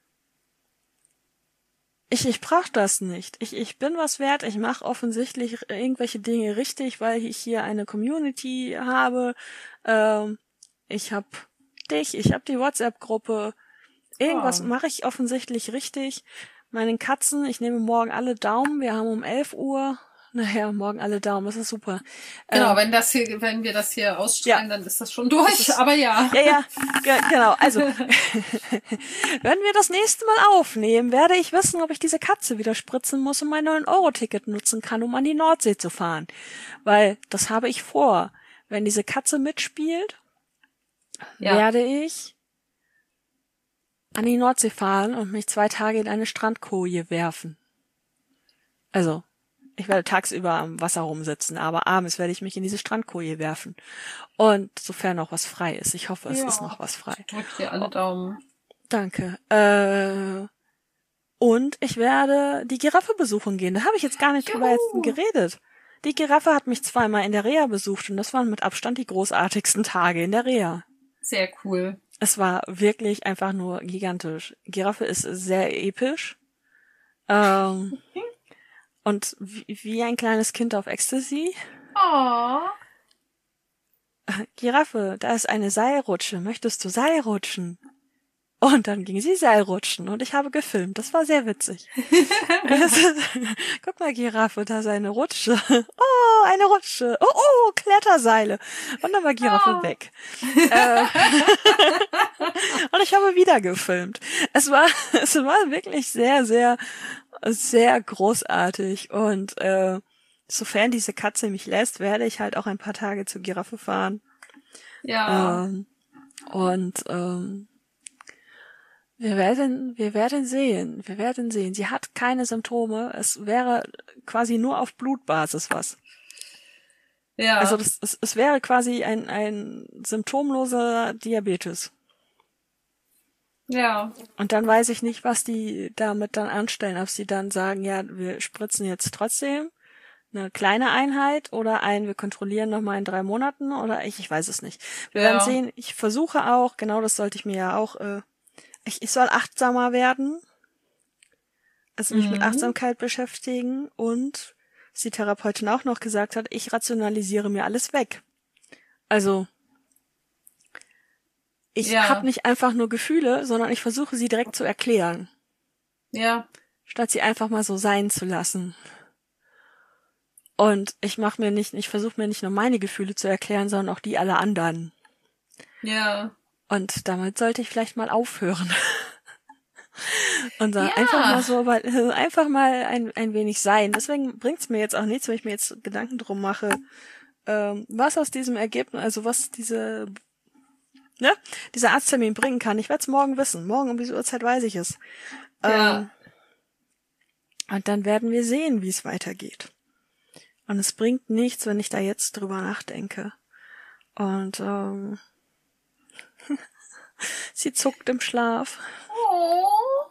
ich, ich brauche das nicht. Ich, ich bin was wert, ich mache offensichtlich irgendwelche Dinge richtig, weil ich hier eine Community habe. Ähm, ich habe dich, ich habe die WhatsApp-Gruppe. Irgendwas Oh. mache ich offensichtlich richtig. Meinen Katzen, ich nehme morgen alle Daumen. Wir haben um elf Uhr. Naja, morgen alle Daumen, das ist super. Genau, Ähm, wenn das hier, wenn wir das hier ausstrahlen, ja. dann ist das schon durch, Das ist- aber ja. Ja, ja, ge- genau. Also, wenn wir das nächste Mal aufnehmen, werde ich wissen, ob ich diese Katze wieder spritzen muss und mein neun Euro Ticket nutzen kann, um an die Nordsee zu fahren. Weil das habe ich vor. Wenn diese Katze mitspielt, Ja. werde ich an die Nordsee fahren und mich zwei Tage in eine Strandkoje werfen. Also, ich werde tagsüber am Wasser rumsitzen, aber abends werde ich mich in diese Strandkoje werfen. Und sofern noch was frei ist. Ich hoffe, es Ja. ist noch was frei. Drück dir alle Daumen. Danke. Äh, und ich werde die Giraffe besuchen gehen. Da habe ich jetzt gar nicht drüber jetzt Juhu. geredet. Die Giraffe hat mich zweimal in der Reha besucht und das waren mit Abstand die großartigsten Tage in der Reha. Sehr cool. Es war wirklich einfach nur gigantisch. Giraffe ist sehr episch. Ähm, und wie, wie ein kleines Kind auf Ecstasy. Oh. Giraffe, da ist eine Seilrutsche. Möchtest du Seilrutschen? Und dann ging sie Seilrutschen und ich habe gefilmt. Das war sehr witzig. Guck mal, Giraffe, da ist eine Rutsche. Oh, eine Rutsche. Oh, oh, Kletterseile. Und dann war Giraffe Oh. weg. äh, und ich habe wieder gefilmt. Es war, es war wirklich sehr, sehr, sehr großartig. Und äh, sofern diese Katze mich lässt, werde ich halt auch ein paar Tage zur Giraffe fahren. Ja. Ähm, und ähm, Wir werden, wir werden sehen, wir werden sehen. Sie hat keine Symptome. Es wäre quasi nur auf Blutbasis was. Ja. Also das, es, es wäre quasi ein, ein symptomloser Diabetes. Ja. Und dann weiß ich nicht, was die damit dann anstellen. Ob sie dann sagen, ja, wir spritzen jetzt trotzdem eine kleine Einheit oder ein, wir kontrollieren nochmal in drei Monaten oder ich, ich weiß es nicht. Wir Ja. werden sehen. Ich versuche auch, genau das sollte ich mir ja auch, äh, ich, ich soll achtsamer werden. Also mich Mhm. mit Achtsamkeit beschäftigen und was die Therapeutin auch noch gesagt hat, ich rationalisiere mir alles weg. Also ich Ja. habe nicht einfach nur Gefühle, sondern ich versuche sie direkt zu erklären, Ja. statt sie einfach mal so sein zu lassen. Und ich mache mir nicht, ich versuche mir nicht nur meine Gefühle zu erklären, sondern auch die aller anderen. Ja. Und damit sollte ich vielleicht mal aufhören. Und so Ja. einfach mal so, weil, einfach mal ein, ein wenig sein. Deswegen bringt's mir jetzt auch nichts, wenn ich mir jetzt Gedanken drum mache, ähm, was aus diesem Ergebnis, also was diese, ne, dieser Arzttermin bringen kann. Ich werde es morgen wissen. Morgen um diese Uhrzeit weiß ich es. Ja. Ähm, und dann werden wir sehen, wie es weitergeht. Und es bringt nichts, wenn ich da jetzt drüber nachdenke. Und ähm, sie zuckt im Schlaf. Oh.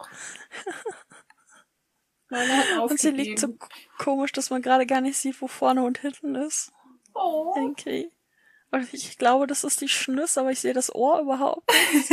Meine hat aufgegeben. Und sie liegt so komisch, dass man gerade gar nicht sieht, wo vorne und hinten ist. Oh. Okay. Und ich glaube, das ist die Schnüss, aber ich sehe das Ohr überhaupt nicht.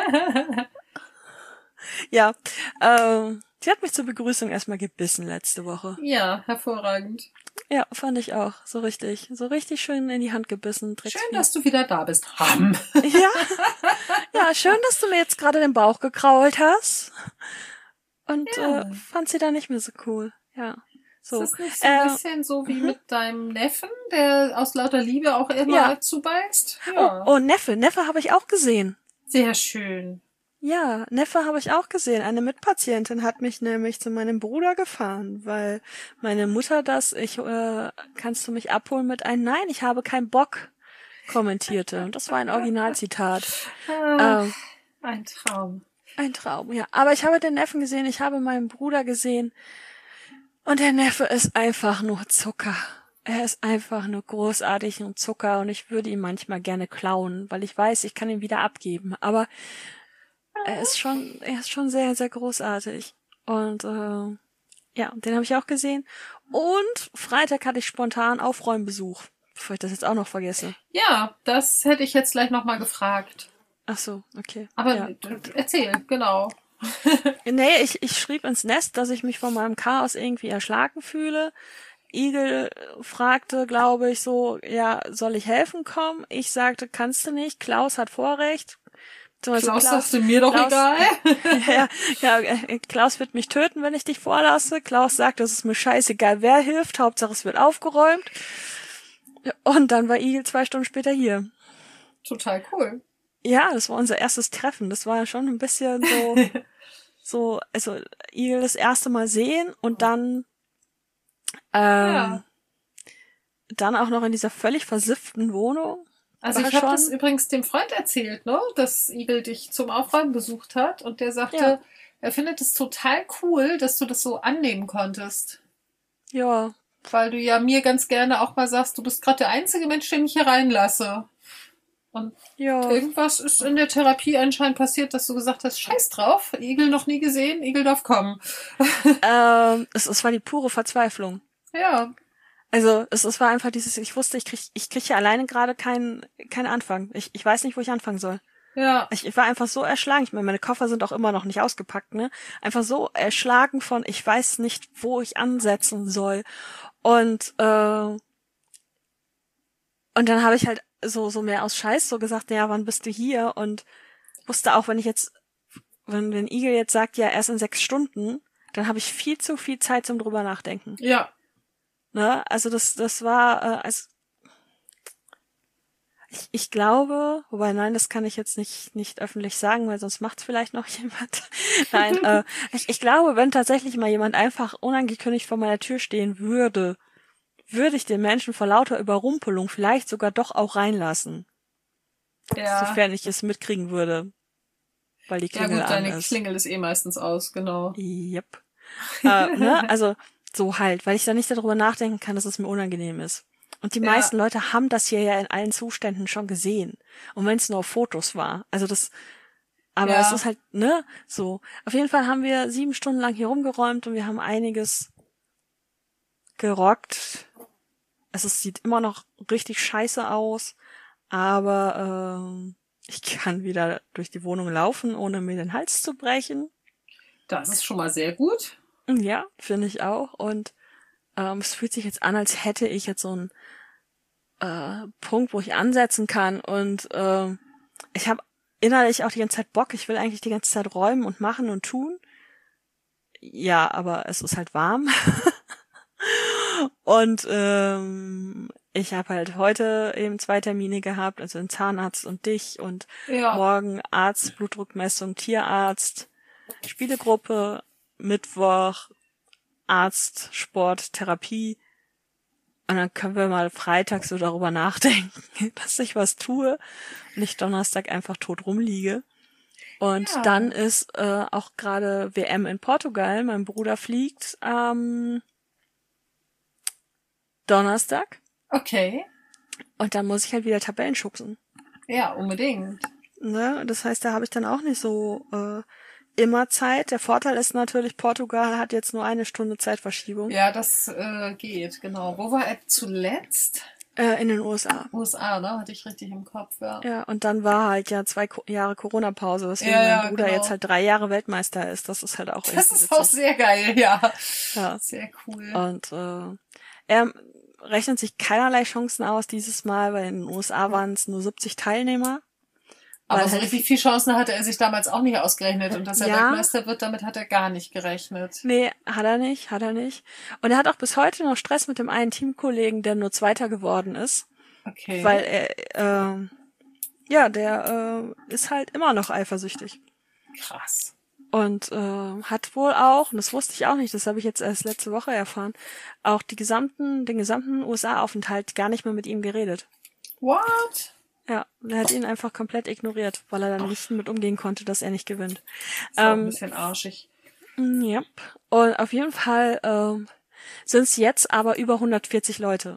Ja, ähm, sie hat mich zur Begrüßung erstmal gebissen letzte Woche. Ja, hervorragend. Ja, fand ich auch. So richtig. So richtig schön in die Hand gebissen. Schön, Drecksvieh. dass du wieder da bist. Ham. Ja. Ja, schön, dass du mir jetzt gerade den Bauch gekrault hast. Und Ja. äh, fand sie da nicht mehr so cool. Ja. So. Ist das nicht so ein Äh, bisschen so wie mit deinem Neffen, der aus lauter Liebe auch immer Ja. zubeißt? Ja. Oh, oh, Neffe. Neffe habe ich auch gesehen. Sehr schön. Ja, Neffe habe ich auch gesehen. Eine Mitpatientin hat mich nämlich zu meinem Bruder gefahren, weil meine Mutter das, ich, äh, kannst du mich abholen mit einem Nein, ich habe keinen Bock, kommentierte. Und das war ein Originalzitat. Ah, Ähm, ein Traum. ein Traum, ja. Aber ich habe den Neffen gesehen, ich habe meinen Bruder gesehen. Und der Neffe ist einfach nur Zucker. Er ist einfach nur großartig und Zucker und ich würde ihn manchmal gerne klauen, weil ich weiß, ich kann ihn wieder abgeben. Aber er ist schon, er ist schon sehr, sehr großartig. Und äh, ja, den habe ich auch gesehen. Und Freitag hatte ich spontan Aufräumbesuch, bevor ich das jetzt auch noch vergesse. Ja, das hätte ich jetzt gleich nochmal gefragt. Ach so, okay. Aber ja. erzähl, genau. Nee, ich, ich schrieb ins Nest, dass ich mich von meinem Chaos irgendwie erschlagen fühle. Igel fragte, glaube ich, so, ja, soll ich helfen kommen? Ich sagte, kannst du nicht, Klaus hat Vorrecht. Klaus, Klaus sagst du mir doch Klaus, egal. ja, ja, äh, Klaus wird mich töten, wenn ich dich vorlasse. Klaus sagt, es ist mir scheißegal, wer hilft, Hauptsache es wird aufgeräumt. Und dann war Igel zwei Stunden später hier. Total cool. Ja, das war unser erstes Treffen. Das war schon ein bisschen so, so, also Igel das erste Mal sehen und dann, ähm, Ja. dann auch noch in dieser völlig versifften Wohnung. Also War ich habe schon- das übrigens dem Freund erzählt, ne, dass Igel dich zum Aufräumen besucht hat und der sagte, Ja. er findet es total cool, dass du das so annehmen konntest. Ja, Weil du ja mir ganz gerne auch mal sagst, du bist gerade der einzige Mensch, den ich hier reinlasse. Und ja. irgendwas ist in der Therapie anscheinend passiert, dass du gesagt hast, scheiß drauf, Igel noch nie gesehen, Igel darf kommen. ähm, es, es war die pure Verzweiflung. Ja, Also es, es war einfach dieses, ich wusste, ich krieg, ich krieg hier alleine gerade keinen keinen Anfang. Ich, ich weiß nicht, wo ich anfangen soll. ja, Ich, ich war einfach so erschlagen. Ich meine, meine Koffer sind auch immer noch nicht ausgepackt, ne? Einfach so erschlagen von, ich weiß nicht, wo ich ansetzen soll. Und äh, und dann habe ich halt so so mehr aus Scheiß so gesagt, ja, wann bist du hier? Und wusste auch, wenn ich jetzt, wenn wenn Igel jetzt sagt, ja, erst in sechs Stunden, dann habe ich viel zu viel Zeit zum drüber nachdenken. ja. Ne? Also das, das war, äh, also ich, ich glaube, wobei nein, das kann ich jetzt nicht nicht öffentlich sagen, weil sonst macht's vielleicht noch jemand. Nein, äh, ich, ich glaube, wenn tatsächlich mal jemand einfach unangekündigt vor meiner Tür stehen würde, würde ich den Menschen vor lauter Überrumpelung vielleicht sogar doch auch reinlassen, Ja. sofern ich es mitkriegen würde. weil die Ja Klingel gut, an deine ist. Klingel ist eh meistens aus, genau. Yep. äh, ne? Also so halt, weil ich da nicht darüber nachdenken kann, dass es mir unangenehm ist. Und die Ja. meisten Leute haben das hier ja in allen Zuständen schon gesehen. Und wenn es nur auf Fotos war. Also das, aber Ja. es ist halt, ne, so. Auf jeden Fall haben wir sieben Stunden lang hier rumgeräumt und wir haben einiges gerockt. Also es sieht immer noch richtig scheiße aus, aber ähm, ich kann wieder durch die Wohnung laufen, ohne mir den Hals zu brechen. Das ist schon mal sehr gut. Ja, finde ich auch. Und ähm, es fühlt sich jetzt an, als hätte ich jetzt so einen äh, Punkt, wo ich ansetzen kann. Und ähm, ich habe innerlich auch die ganze Zeit Bock. Ich will eigentlich die ganze Zeit räumen und machen und tun. Ja, aber es ist halt warm. Und ähm, ich habe halt heute eben zwei Termine gehabt, also den Zahnarzt und dich und Ja. morgen Arzt, Blutdruckmessung, Tierarzt, Spielegruppe, Mittwoch Arzt, Sport, Therapie. Und dann können wir mal Freitag so darüber nachdenken, dass ich was tue und ich Donnerstag einfach tot rumliege. Und Ja. dann ist äh, auch gerade W M in Portugal. Mein Bruder fliegt am Donnerstag. Okay. Und dann muss ich halt wieder Tabellen schubsen. Ja, unbedingt. Ne? Das heißt, da habe ich dann auch nicht so äh, immer Zeit. Der Vorteil ist natürlich, Portugal hat jetzt nur eine Stunde Zeitverschiebung. Ja, das äh, geht, genau. Wo war er zuletzt? Äh, in den U S A. U S A, ne? Hatte ich richtig im Kopf, ja. Ja, und dann war halt ja zwei Ko- Jahre Corona-Pause, weswegen Ja, ja, mein Bruder genau. jetzt halt drei Jahre Weltmeister ist. Das ist halt auch Das irgendwie ist auch witzig. sehr geil, ja. Ja. Sehr cool. Und äh, er rechnet sich keinerlei Chancen aus dieses Mal, weil in den U S A waren es nur siebzig Teilnehmer. Aber weil so halt richtig viel Chancen hatte er sich damals auch nicht ausgerechnet. Und dass er Ja. Weltmeister wird, damit hat er gar nicht gerechnet. Nee, hat er nicht, hat er nicht. Und er hat auch bis heute noch Stress mit dem einen Teamkollegen, der nur Zweiter geworden ist. Okay. Weil er, äh, ja, der äh, ist halt immer noch eifersüchtig. Krass. Und äh, hat wohl auch, und das wusste ich auch nicht, das habe ich jetzt erst letzte Woche erfahren, auch die gesamten, den gesamten U S A-Aufenthalt gar nicht mehr mit ihm geredet. What? Ja, er hat ihn einfach komplett ignoriert, weil er dann nicht mit umgehen konnte, dass er nicht gewinnt. Ist auch ein Ähm, bisschen arschig. ja. Und auf jeden Fall ähm, sind es jetzt aber über hundertvierzig Leute.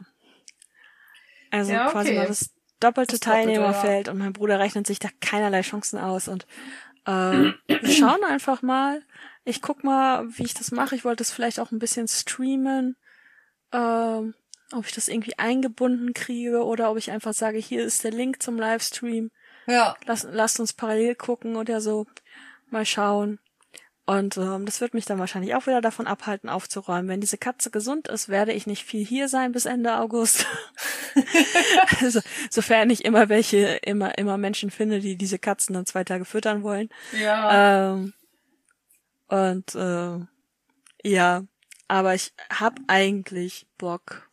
Also Ja, quasi okay. mal das doppelte Das Doppelte, Teilnehmerfeld und mein Bruder rechnet sich da keinerlei Chancen aus und äh, wir schauen einfach mal. Ich guck mal, wie ich das mache. Ich wollte es vielleicht auch ein bisschen streamen, ähm, ob ich das irgendwie eingebunden kriege oder ob ich einfach sage, hier ist der Link zum Livestream. Ja. Lass, lasst uns parallel gucken oder so. Mal schauen. Und ähm, das wird mich dann wahrscheinlich auch wieder davon abhalten, aufzuräumen. Wenn diese Katze gesund ist, werde ich nicht viel hier sein bis Ende August. Also, sofern ich immer welche, immer, immer Menschen finde, die diese Katzen dann zwei Tage füttern wollen. Ja. Ähm, und äh, ja, aber ich hab eigentlich Bock.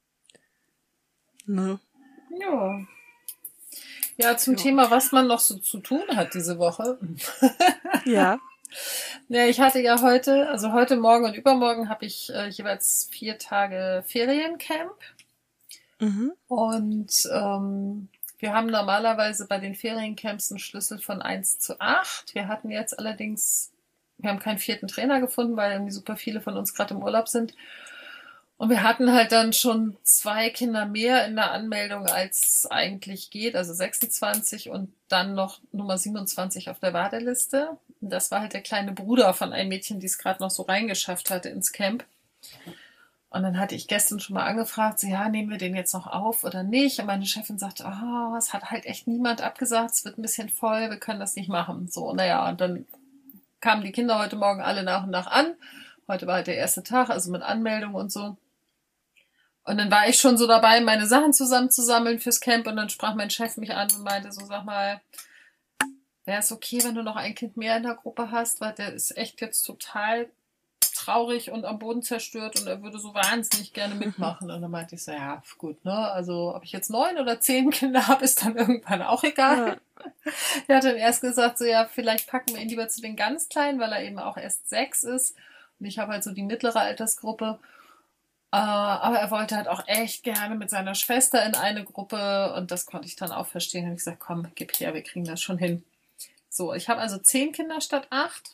Ne? Ja. Ja, zum Ja. Thema, was man noch so zu tun hat diese Woche. Ja. Ja, ich hatte ja heute, also heute Morgen und übermorgen habe ich äh, jeweils vier Tage Feriencamp. Mhm. Und ähm, wir haben normalerweise bei den Feriencamps einen Schlüssel von eins zu acht. Wir hatten jetzt allerdings, wir haben keinen vierten Trainer gefunden, weil irgendwie super viele von uns gerade im Urlaub sind. Und wir hatten halt dann schon zwei Kinder mehr in der Anmeldung, als eigentlich geht, also sechsundzwanzig und dann noch Nummer siebenundzwanzig auf der Warteliste. Und das war halt der kleine Bruder von einem Mädchen, die es gerade noch so reingeschafft hatte ins Camp. Und dann hatte ich gestern schon mal angefragt, so, ja, nehmen wir den jetzt noch auf oder nicht? Und meine Chefin sagte, ah, oh, es hat halt echt niemand abgesagt, es wird ein bisschen voll, wir können das nicht machen. So, naja, und dann kamen die Kinder heute Morgen alle nach und nach an. Heute war halt der erste Tag, also mit Anmeldung und so. Und dann war ich schon so dabei, meine Sachen zusammenzusammeln fürs Camp. Und dann sprach mein Chef mich an und meinte so, sag mal, wäre es okay, wenn du noch ein Kind mehr in der Gruppe hast? Weil der ist echt jetzt total traurig und am Boden zerstört und er würde so wahnsinnig gerne mitmachen. Und dann meinte ich so, ja, gut, ne? Also ob ich jetzt neun oder zehn Kinder habe, ist dann irgendwann auch egal. Ja. Er hat dann erst gesagt, so ja, vielleicht packen wir ihn lieber zu den ganz Kleinen, weil er eben auch erst sechs ist. Und ich habe halt so die mittlere Altersgruppe. Uh, aber er wollte halt auch echt gerne mit seiner Schwester in eine Gruppe und das konnte ich dann auch verstehen. Und ich gesagt, komm, gib her, wir kriegen das schon hin. So, ich habe also zehn Kinder statt acht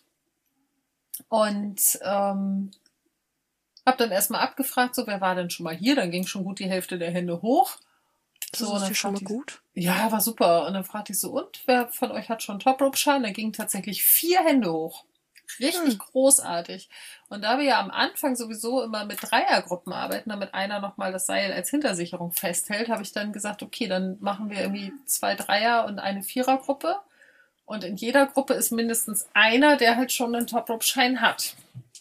und ähm, habe dann erstmal abgefragt, so, wer war denn schon mal hier? Dann ging schon gut die Hälfte der Hände hoch. Das So, ist ja schon mal ich, gut. Ja, war super. Und dann fragte ich so, und wer von euch hat schon Top-Rope-Schein? Da gingen tatsächlich vier Hände hoch. Richtig hm. großartig. Und da wir ja am Anfang sowieso immer mit Dreiergruppen arbeiten, damit einer nochmal das Seil als Hintersicherung festhält, habe ich dann gesagt, okay, dann machen wir irgendwie zwei Dreier- und eine Vierergruppe. Und in jeder Gruppe ist mindestens einer, der halt schon einen Top-Rope-Schein hat.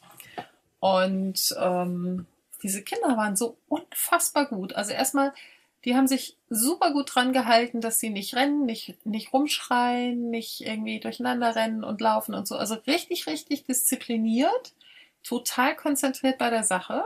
Und ähm, diese Kinder waren so unfassbar gut. Also erstmal, die haben sich super gut dran gehalten, dass sie nicht rennen, nicht, nicht rumschreien, nicht irgendwie durcheinander rennen und laufen und so. Also richtig, richtig diszipliniert, total konzentriert bei der Sache.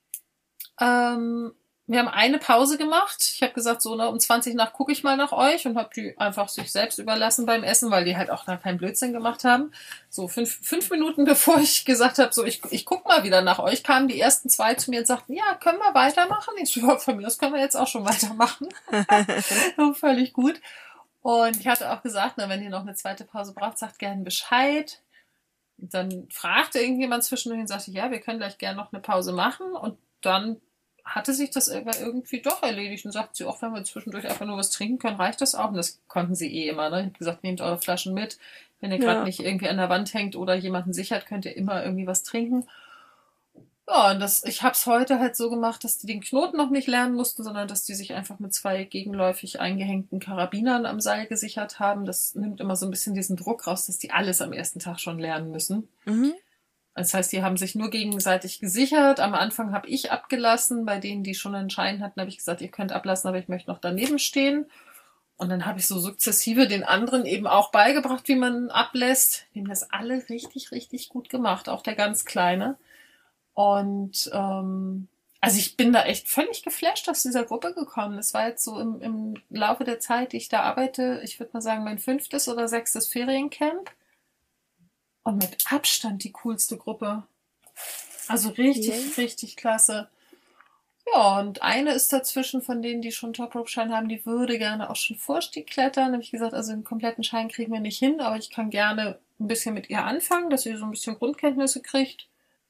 Ähm, wir haben eine Pause gemacht. Ich habe gesagt, so ne, um zwanzig nach gucke ich mal nach euch und habe die einfach sich selbst überlassen beim Essen, weil die halt auch da keinen Blödsinn gemacht haben. So fünf, fünf Minuten bevor ich gesagt habe, so ich, ich guck mal wieder nach euch, kamen die ersten zwei zu mir und sagten, ja, können wir weitermachen? Ich so, von mir aus können wir jetzt auch schon weitermachen. Völlig gut. Und ich hatte auch gesagt, na, wenn ihr noch eine zweite Pause braucht, sagt gerne Bescheid. Und dann fragte irgendjemand zwischendurch und sagte, ja, wir können gleich gerne noch eine Pause machen. Und dann hatte sich das irgendwie doch erledigt und sagt sie, auch wenn wir zwischendurch einfach nur was trinken können, reicht das auch. Und das konnten sie eh immer. Ne? Ich habe gesagt, nehmt eure Flaschen mit. Wenn ihr gerade ja. nicht irgendwie an der Wand hängt oder jemanden sichert, könnt ihr immer irgendwie was trinken. Ja, und das, ich habe es heute halt so gemacht, dass die den Knoten noch nicht lernen mussten, sondern dass die sich einfach mit zwei gegenläufig eingehängten Karabinern am Seil gesichert haben. Das nimmt immer so ein bisschen diesen Druck raus, dass die alles am ersten Tag schon lernen müssen. Mhm. Das heißt, die haben sich nur gegenseitig gesichert. Am Anfang habe ich abgelassen. Bei denen, die schon einen Schein hatten, habe ich gesagt, ihr könnt ablassen, aber ich möchte noch daneben stehen. Und dann habe ich so sukzessive den anderen eben auch beigebracht, wie man ablässt. Die haben das alle richtig, richtig gut gemacht, auch der ganz Kleine. Und ähm, also ich bin da echt völlig geflasht aus dieser Gruppe gekommen. Das war jetzt so im, im Laufe der Zeit, die ich da arbeite, ich würde mal sagen, mein fünftes oder sechstes Feriencamp. Und mit Abstand die coolste Gruppe. Also richtig, yeah. richtig klasse. Ja, und eine ist dazwischen von denen, die schon Top-Rope-Schein haben, die würde gerne auch schon Vorstieg klettern. Da habe ich gesagt, also einen kompletten Schein kriegen wir nicht hin, aber ich kann gerne ein bisschen mit ihr anfangen, dass sie so ein bisschen Grundkenntnisse kriegt.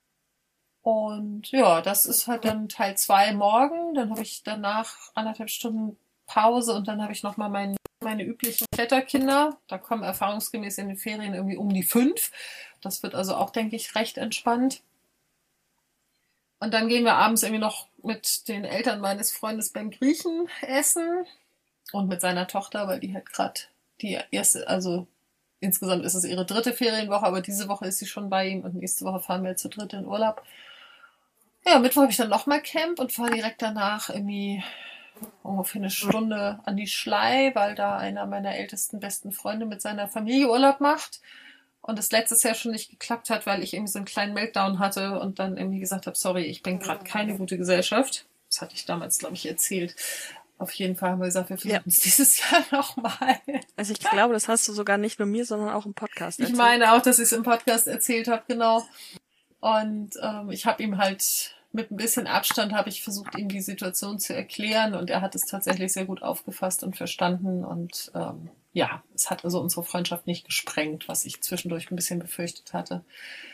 Und ja, das ist halt dann Teil zwei morgen. Dann habe ich danach anderthalb Stunden Pause und dann habe ich nochmal meinen meine üblichen Kletterkinder. Da kommen erfahrungsgemäß in den Ferien irgendwie um die fünf. Das wird also auch, denke ich, recht entspannt. Und dann gehen wir abends irgendwie noch mit den Eltern meines Freundes beim Griechen essen und mit seiner Tochter, weil die halt gerade die erste, also insgesamt ist es ihre dritte Ferienwoche, aber diese Woche ist sie schon bei ihm und nächste Woche fahren wir zu dritt in Urlaub. Ja, Mittwoch habe ich dann nochmal Camp und fahre direkt danach irgendwie ungefähr eine Stunde an die Schlei, weil da einer meiner ältesten besten Freunde mit seiner Familie Urlaub macht und es letztes Jahr schon nicht geklappt hat, weil ich irgendwie so einen kleinen Meltdown hatte und dann irgendwie gesagt habe, sorry, ich bin gerade keine gute Gesellschaft. Das hatte ich damals, glaube ich, erzählt. Auf jeden Fall haben wir gesagt, wir versuchen ja. es dieses Jahr nochmal. Also ich glaube, das hast du sogar nicht nur mir, sondern auch im Podcast erzählt. Ich meine auch, dass ich es im Podcast erzählt habe, genau. Und ähm, ich habe ihm halt mit ein bisschen Abstand habe ich versucht, ihm die Situation zu erklären und er hat es tatsächlich sehr gut aufgefasst und verstanden und ähm, ja, es hat also unsere Freundschaft nicht gesprengt, was ich zwischendurch ein bisschen befürchtet hatte.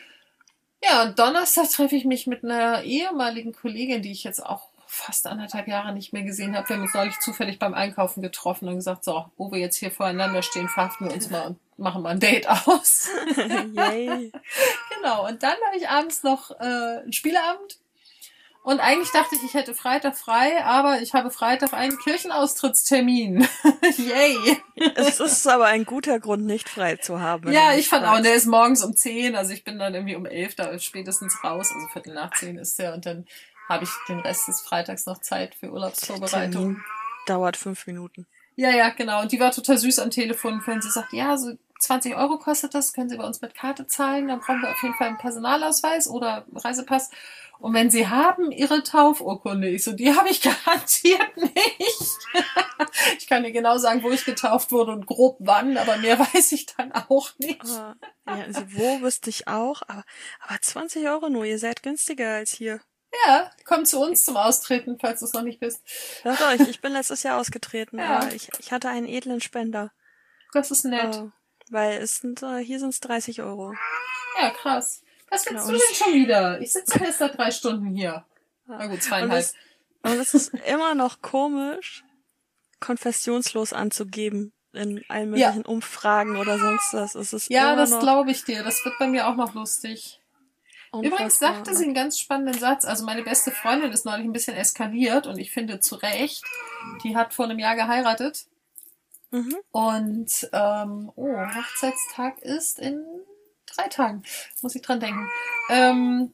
Ja, und Donnerstag treffe ich mich mit einer ehemaligen Kollegin, die ich jetzt auch fast anderthalb Jahre nicht mehr gesehen habe. Wir haben uns neulich zufällig beim Einkaufen getroffen und gesagt, so, wo wir jetzt hier voreinander stehen, verhaften wir uns mal und machen mal ein Date aus. Yay. Genau, und dann habe ich abends noch äh, einen Spieleabend. Und eigentlich dachte ich, ich hätte Freitag frei, aber ich habe Freitag einen Kirchenaustrittstermin. Yay! Es ist aber ein guter Grund, nicht frei zu haben. Ja, ich fand auch, der ist morgens um zehn, also ich bin dann irgendwie um elf da spätestens raus, also Viertel nach zehn ist der und dann habe ich den Rest des Freitags noch Zeit für Urlaubsvorbereitung. Dauert fünf Minuten. Ja, ja, genau. Und die war total süß am Telefon, wenn sie sagt, ja, so zwanzig Euro kostet das, können Sie bei uns mit Karte zahlen, dann brauchen wir auf jeden Fall einen Personalausweis oder Reisepass. Und wenn Sie haben, Ihre Taufurkunde. Ich so, die habe ich garantiert nicht. Ich kann dir genau sagen, wo ich getauft wurde und grob wann, aber mehr weiß ich dann auch nicht. Ja, also wo wüsste ich auch, aber, aber zwanzig Euro nur, ihr seid günstiger als hier. Ja, komm zu uns zum Austreten, falls du es noch nicht bist. Ja, doch, ich, ich bin letztes Jahr ausgetreten, ja. aber ich, ich hatte einen edlen Spender. Das ist nett. Äh, Weil es sind, äh, hier sind es dreißig Euro. Ja, krass. Was willst Ja, du und denn schon wieder? Ich sitze erst seit drei Stunden hier. Na gut, Und zweieinhalb. es, und es ist immer noch komisch, konfessionslos anzugeben in allen Ja. möglichen Umfragen oder sonst was. Es ist Ja, immer das noch glaube ich dir. Das wird bei mir auch noch lustig. Übrigens unfassbar. sagte sie einen ganz spannenden Satz. Also meine beste Freundin ist neulich ein bisschen eskaliert und ich finde zu Recht. Die hat vor einem Jahr geheiratet. Mhm. Und, ähm, oh, Hochzeitstag ist in drei Tagen. Muss ich dran denken. Ähm,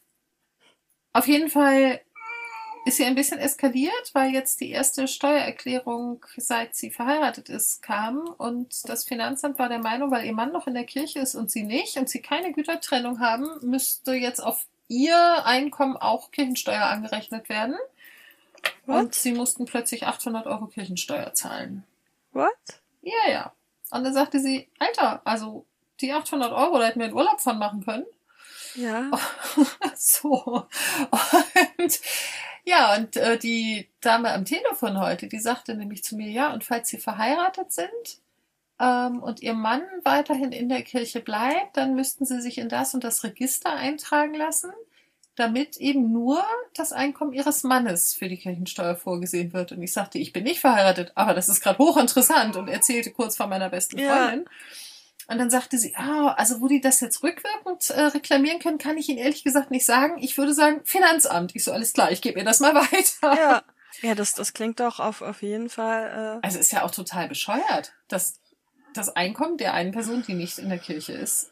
auf jeden Fall ist sie ein bisschen eskaliert, weil jetzt die erste Steuererklärung, seit sie verheiratet ist, kam. Und das Finanzamt war der Meinung, weil ihr Mann noch in der Kirche ist und sie nicht und sie keine Gütertrennung haben, müsste jetzt auf ihr Einkommen auch Kirchensteuer angerechnet werden. What? Und sie mussten plötzlich achthundert Euro Kirchensteuer zahlen. What? Ja, ja. Und dann sagte sie, Alter, also die achthundert Euro, da hätten wir einen Urlaub von machen können. Ja. So. Und ja, und äh, die Dame am Telefon heute, die sagte nämlich zu mir, ja, und falls sie verheiratet sind ähm, und ihr Mann weiterhin in der Kirche bleibt, dann müssten sie sich in das und das Register eintragen lassen, damit eben nur das Einkommen ihres Mannes für die Kirchensteuer vorgesehen wird. Und ich sagte, ich bin nicht verheiratet, aber das ist gerade hochinteressant und erzählte kurz von meiner besten Freundin. Ja. Und dann sagte sie, ah, also wo die das jetzt rückwirkend äh, reklamieren können, kann ich Ihnen ehrlich gesagt nicht sagen. Ich würde sagen Finanzamt. Ich so, alles klar, ich gebe ihr das mal weiter. Ja, ja, das, das klingt doch auf, auf jeden Fall... Äh Also ist ja auch total bescheuert, dass das Einkommen der einen Person, die nicht in der Kirche ist,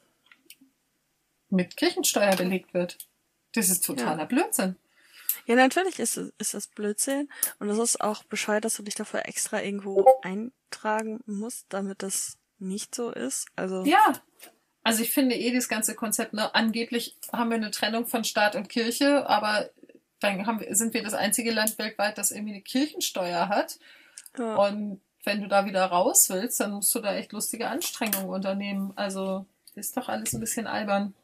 mit Kirchensteuer belegt wird. Das ist totaler ja. Blödsinn. Ja, natürlich ist, ist das Blödsinn. Und es ist auch bescheuert, dass du dich dafür extra irgendwo eintragen musst, damit das nicht so ist. Also ja, also ich finde eh das ganze Konzept, ne, angeblich haben wir eine Trennung von Staat und Kirche, aber dann haben wir, sind wir das einzige Land weltweit, das irgendwie eine Kirchensteuer hat. Ja. Und wenn du da wieder raus willst, dann musst du da echt lustige Anstrengungen unternehmen. Also ist doch alles ein bisschen albern.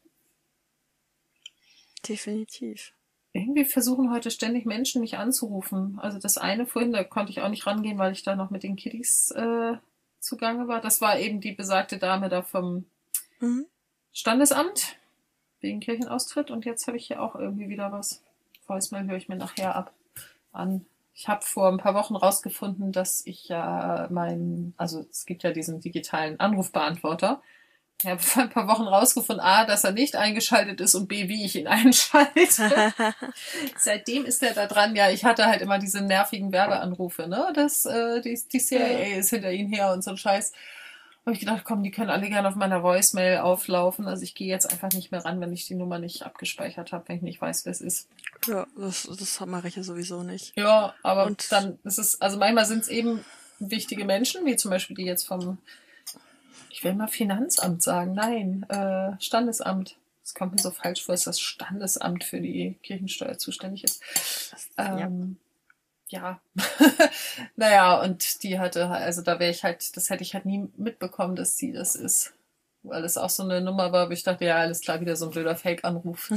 Definitiv. Irgendwie versuchen heute ständig Menschen mich anzurufen. Also das eine vorhin, da konnte ich auch nicht rangehen, weil ich da noch mit den Kiddies äh, zugange war. Das war eben die besagte Dame da vom mhm. Standesamt wegen Kirchenaustritt. Und jetzt habe ich hier auch irgendwie wieder was. Voicemail höre ich mir nachher ab an. Ich habe vor ein paar Wochen rausgefunden, dass ich ja mein, also es gibt ja diesen digitalen Anrufbeantworter. Ich habe vor ein paar Wochen rausgefunden, A, dass er nicht eingeschaltet ist und B, wie ich ihn einschalte. Seitdem ist er da dran. Ja, ich hatte halt immer diese nervigen Werbeanrufe, ne? Das, äh, die, die C I A ist hinter ihnen her und so ein Scheiß. Habe ich gedacht, komm, die können alle gerne auf meiner Voicemail auflaufen. Also ich gehe jetzt einfach nicht mehr ran, wenn ich die Nummer nicht abgespeichert habe, wenn ich nicht weiß, wer es ist. Ja, das, das mache ich ja sowieso nicht. Ja, aber und dann ist es, also manchmal sind es eben wichtige Menschen, wie zum Beispiel die jetzt vom, ich will mal Finanzamt sagen, nein, äh, Standesamt. Das kommt mir so falsch vor, dass das Standesamt für die Kirchensteuer zuständig ist. Ähm, ja. ja. Naja, und die hatte, also da wäre ich halt, das hätte ich halt nie mitbekommen, dass sie das ist. Weil es auch so eine Nummer war, wo ich dachte, ja, alles klar, wieder so ein blöder Fake-Anruf.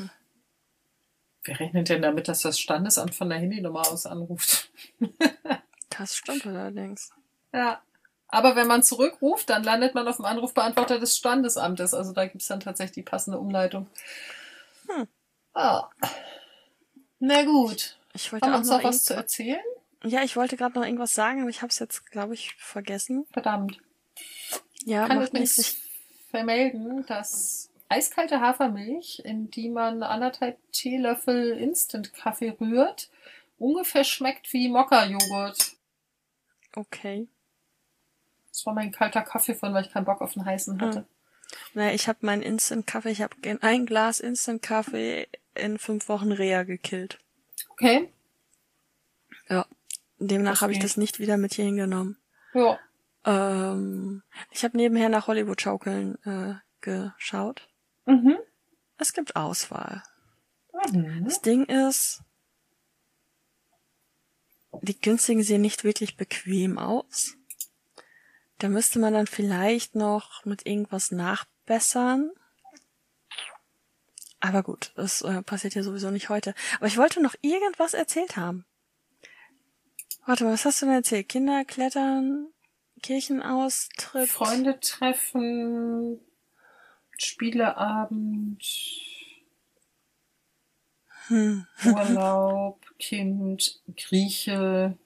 Wer rechnet denn damit, dass das Standesamt von der Handynummer aus anruft? Das stimmt allerdings. Ja. Aber wenn man zurückruft, dann landet man auf dem Anrufbeantworter des Standesamtes. Also da gibt es dann tatsächlich die passende Umleitung. Hm. Ah. Na gut. Ich wollte Haben auch uns noch noch was zu erzählen? Ja, ich wollte gerade noch irgendwas sagen, aber ich habe es jetzt, glaube ich, vergessen. Verdammt. Ja, kann macht übrigens nichts. vermelden, dass eiskalte Hafermilch, in die man anderthalb Teelöffel Instant-Kaffee rührt, ungefähr schmeckt wie Mokka-Joghurt. Okay. Das war mein kalter Kaffee von, weil ich keinen Bock auf einen heißen hatte. Hm. Naja, ich habe meinen Instant-Kaffee, ich habe ein Glas Instant-Kaffee in fünf Wochen Reha gekillt. Okay. Ja. Demnach habe ich das nicht wieder mit hier hingenommen. Ja. Ähm, ich habe nebenher nach Hollywood-Schaukeln äh, geschaut. Mhm. Es gibt Auswahl. Mhm. Das Ding ist, die günstigen sehen nicht wirklich bequem aus. Da müsste man dann vielleicht noch mit irgendwas nachbessern. Aber gut, das äh, passiert ja sowieso nicht heute. Aber ich wollte noch irgendwas erzählt haben. Warte mal, was hast du denn erzählt? Kinder klettern Kirchenaustritt. Freunde treffen, Spieleabend, Hm. Urlaub, Kind, Grieche.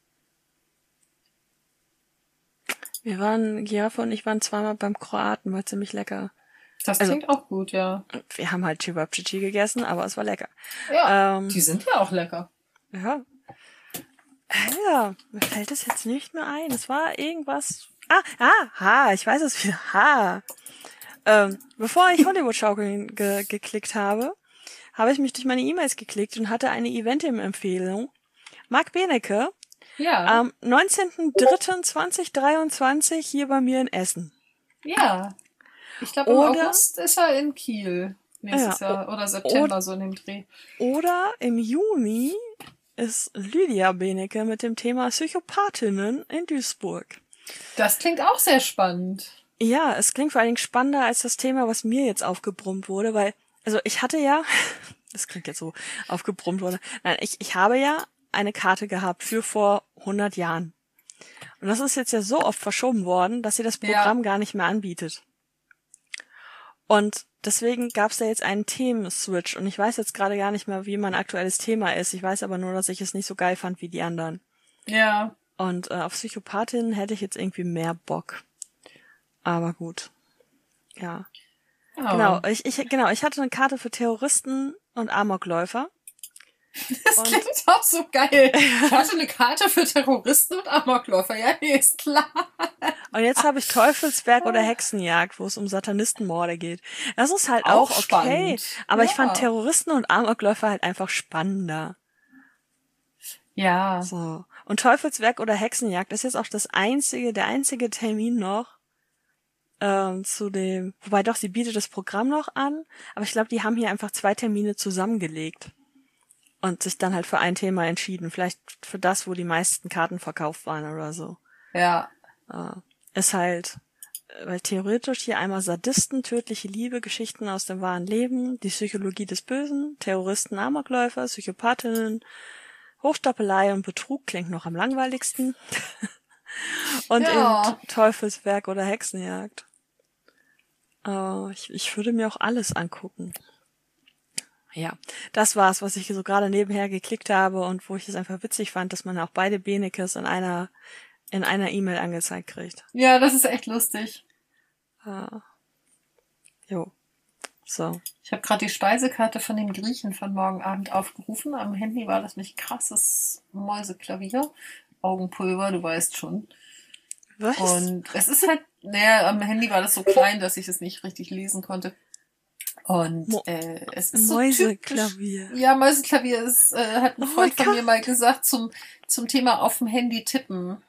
Wir waren, Giraffe und ich waren zweimal beim Kroaten, war ziemlich lecker. Das Also- klingt auch gut, ja. Wir haben halt Cevapcici gegessen, aber es war lecker. Ja, Ähm, die sind ja auch lecker. Ja. Äh, Ja, mir fällt es jetzt nicht mehr ein. Es war irgendwas. Ah, ah, ha, ich weiß es wieder. Ha. Ähm, bevor ich Hollywood-Schaukeln ge geklickt habe, habe ich mich durch meine E-Mails geklickt und hatte eine Event-Empfehlung. Marc Benecke Ja, am neunzehnten dritten zweitausenddreiundzwanzig hier bei mir in Essen. ja. Ich glaube, im Oder- August ist er in Kiel. Nächstes Ja, Jahr. Oder September, so in dem Dreh. Oder im Juni ist Lydia Benecke mit dem Thema Psychopathinnen in Duisburg. Das klingt auch sehr spannend. Ja, es klingt vor allen Dingen spannender als das Thema, was mir jetzt aufgebrummt wurde, weil, also ich hatte ja, das klingt jetzt so, aufgebrummt wurde, nein, ich, ich habe ja eine Karte gehabt für vor hundert Jahren. Und das ist jetzt ja so oft verschoben worden, dass sie das Programm Ja. gar nicht mehr anbietet. Und deswegen gab es da jetzt einen Themen-Switch und ich weiß jetzt gerade gar nicht mehr, wie mein aktuelles Thema ist. Ich weiß aber nur, dass ich es nicht so geil fand wie die anderen. Ja. Und äh, auf Psychopathinnen hätte ich jetzt irgendwie mehr Bock. Aber gut. Ja. ja. Genau, ich, ich, genau, ich hatte eine Karte für Terroristen und Amokläufer. Das Und- klingt auch so geil. Ich hatte eine Karte für Terroristen und Amokläufer. Ja, nee, ist klar. Und jetzt habe ich Teufelsberg oder Hexenjagd, wo es um Satanistenmorde geht. Das ist halt Auch auch, okay. spannend. Aber ich Ja. fand Terroristen und Amokläufer halt einfach spannender. Ja. So. Und Teufelswerk oder Hexenjagd ist jetzt auch das einzige, der einzige Termin noch ähm, zu dem, wobei doch, sie bietet das Programm noch an, aber ich glaube, die haben hier einfach zwei Termine zusammengelegt und sich dann halt für ein Thema entschieden. Vielleicht für das, wo die meisten Karten verkauft waren oder so. Ja. Äh, ist halt, äh, weil theoretisch hier einmal Sadisten, tödliche Liebe, Geschichten aus dem wahren Leben, die Psychologie des Bösen, Terroristen, Amokläufer, Psychopathinnen, Hochstapelei und Betrug klingt noch am langweiligsten. Und Ja. eben Teufelswerk oder Hexenjagd. Äh, ich, ich würde mir auch alles angucken. Ja, das war's, was ich so gerade nebenher geklickt habe und wo ich es einfach witzig fand, dass man auch beide Benekes in einer in einer E-Mail angezeigt kriegt. Ja, das ist echt lustig. Äh, jo. So. Ich habe gerade die Speisekarte von den Griechen von morgen Abend aufgerufen. Am Handy war das nicht krasses Mäuseklavier. Augenpulver, du weißt schon. Was? Und es ist halt, naja, am Handy war das so klein, dass ich es nicht richtig lesen konnte. Und Mo- äh, es ist so typisch. Mäuseklavier. Ja, Mäuseklavier ist, äh, hat ein Oh Freund mein von mir mal gesagt zum, zum Thema auf dem Handy tippen.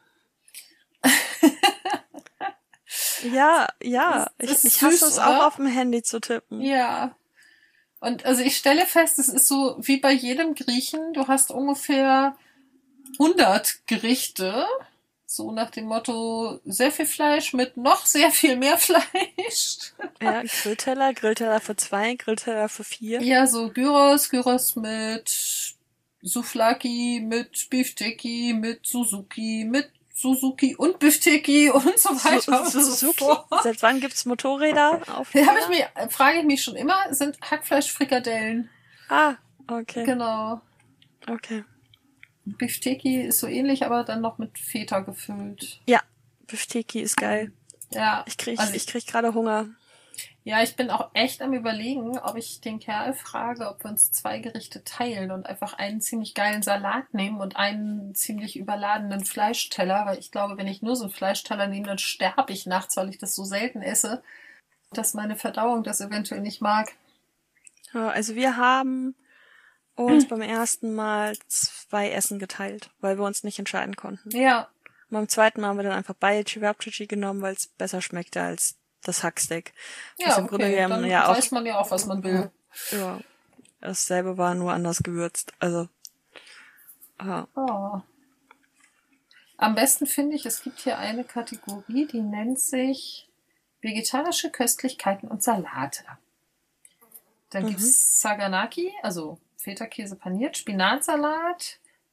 Ja, ja. Das Ich, ist ich hasse süß, es auch oder? auf dem Handy zu tippen. Ja. Und also ich stelle fest, es ist so wie bei jedem Griechen, du hast ungefähr hundert Gerichte, so nach dem Motto, sehr viel Fleisch mit noch sehr viel mehr Fleisch. Ja, Grillteller, Grillteller für zwei, Grillteller für vier. Ja, so Gyros, Gyros mit Souvlaki, mit Beefsteaky, mit Suzuki, mit Suzuki und Beefsteaky und so weiter und so Suzuki? fort. Seit wann gibt's Motorräder auf Da habe Teller? ich mich, frage ich mich schon immer, sind Hackfleischfrikadellen. Ah, okay. Genau. Okay. Beefsteaky ist so ähnlich, aber dann noch mit Feta gefüllt. Ja, Beefsteaky ist geil. Ja, Ich krieg, also ich krieg gerade Hunger. ja, ich bin auch echt am Überlegen, ob ich den Kerl frage, ob wir uns zwei Gerichte teilen und einfach einen ziemlich geilen Salat nehmen und einen ziemlich überladenen Fleischteller, weil ich glaube, wenn ich nur so einen Fleischteller nehme, dann sterbe ich nachts, weil ich das so selten esse, dass meine Verdauung das eventuell nicht mag. Ja, also wir haben uns beim ersten Mal zwei Essen geteilt, weil wir uns nicht entscheiden konnten. Ja, Und beim zweiten Mal haben wir dann einfach beide Cevapcici genommen, weil es besser schmeckte als das Hacksteak. ja, Was im Grunde okay, genommen dann ja auch, weiß man ja auch, was man will. ja, dasselbe war, nur anders gewürzt. Also, ah, Oh. Am besten finde ich, es gibt hier eine Kategorie, die nennt sich vegetarische Köstlichkeiten und Salate. Dann Mhm. gibt's Saganaki, also Feta-Käse paniert, Spinatsalat,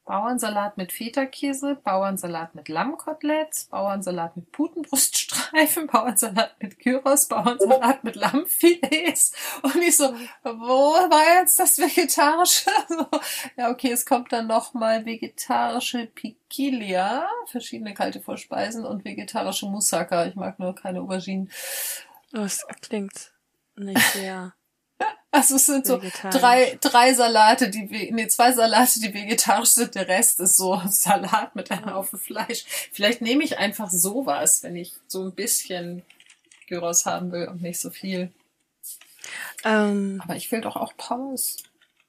Bauernsalat mit Feta-Käse, Bauernsalat mit Lammkoteletts, Bauernsalat mit Putenbruststreifen, Bauernsalat mit Gyros, Bauernsalat mit Lammfilets. Und ich so, wo war jetzt das Vegetarische? So, ja, okay, es kommt dann nochmal vegetarische Piquilia, verschiedene kalte Vorspeisen und vegetarische Moussaka. Ich mag nur keine Auberginen. Das klingt nicht sehr Also es sind so vegetarisch. drei, drei Salate, die, ve- nee, zwei Salate, die vegetarisch sind. Der Rest ist so Salat mit einem Haufen Fleisch. Vielleicht nehme ich einfach sowas, wenn ich so ein bisschen Gyros haben will und nicht so viel. Ähm, Aber ich will doch auch Pommes.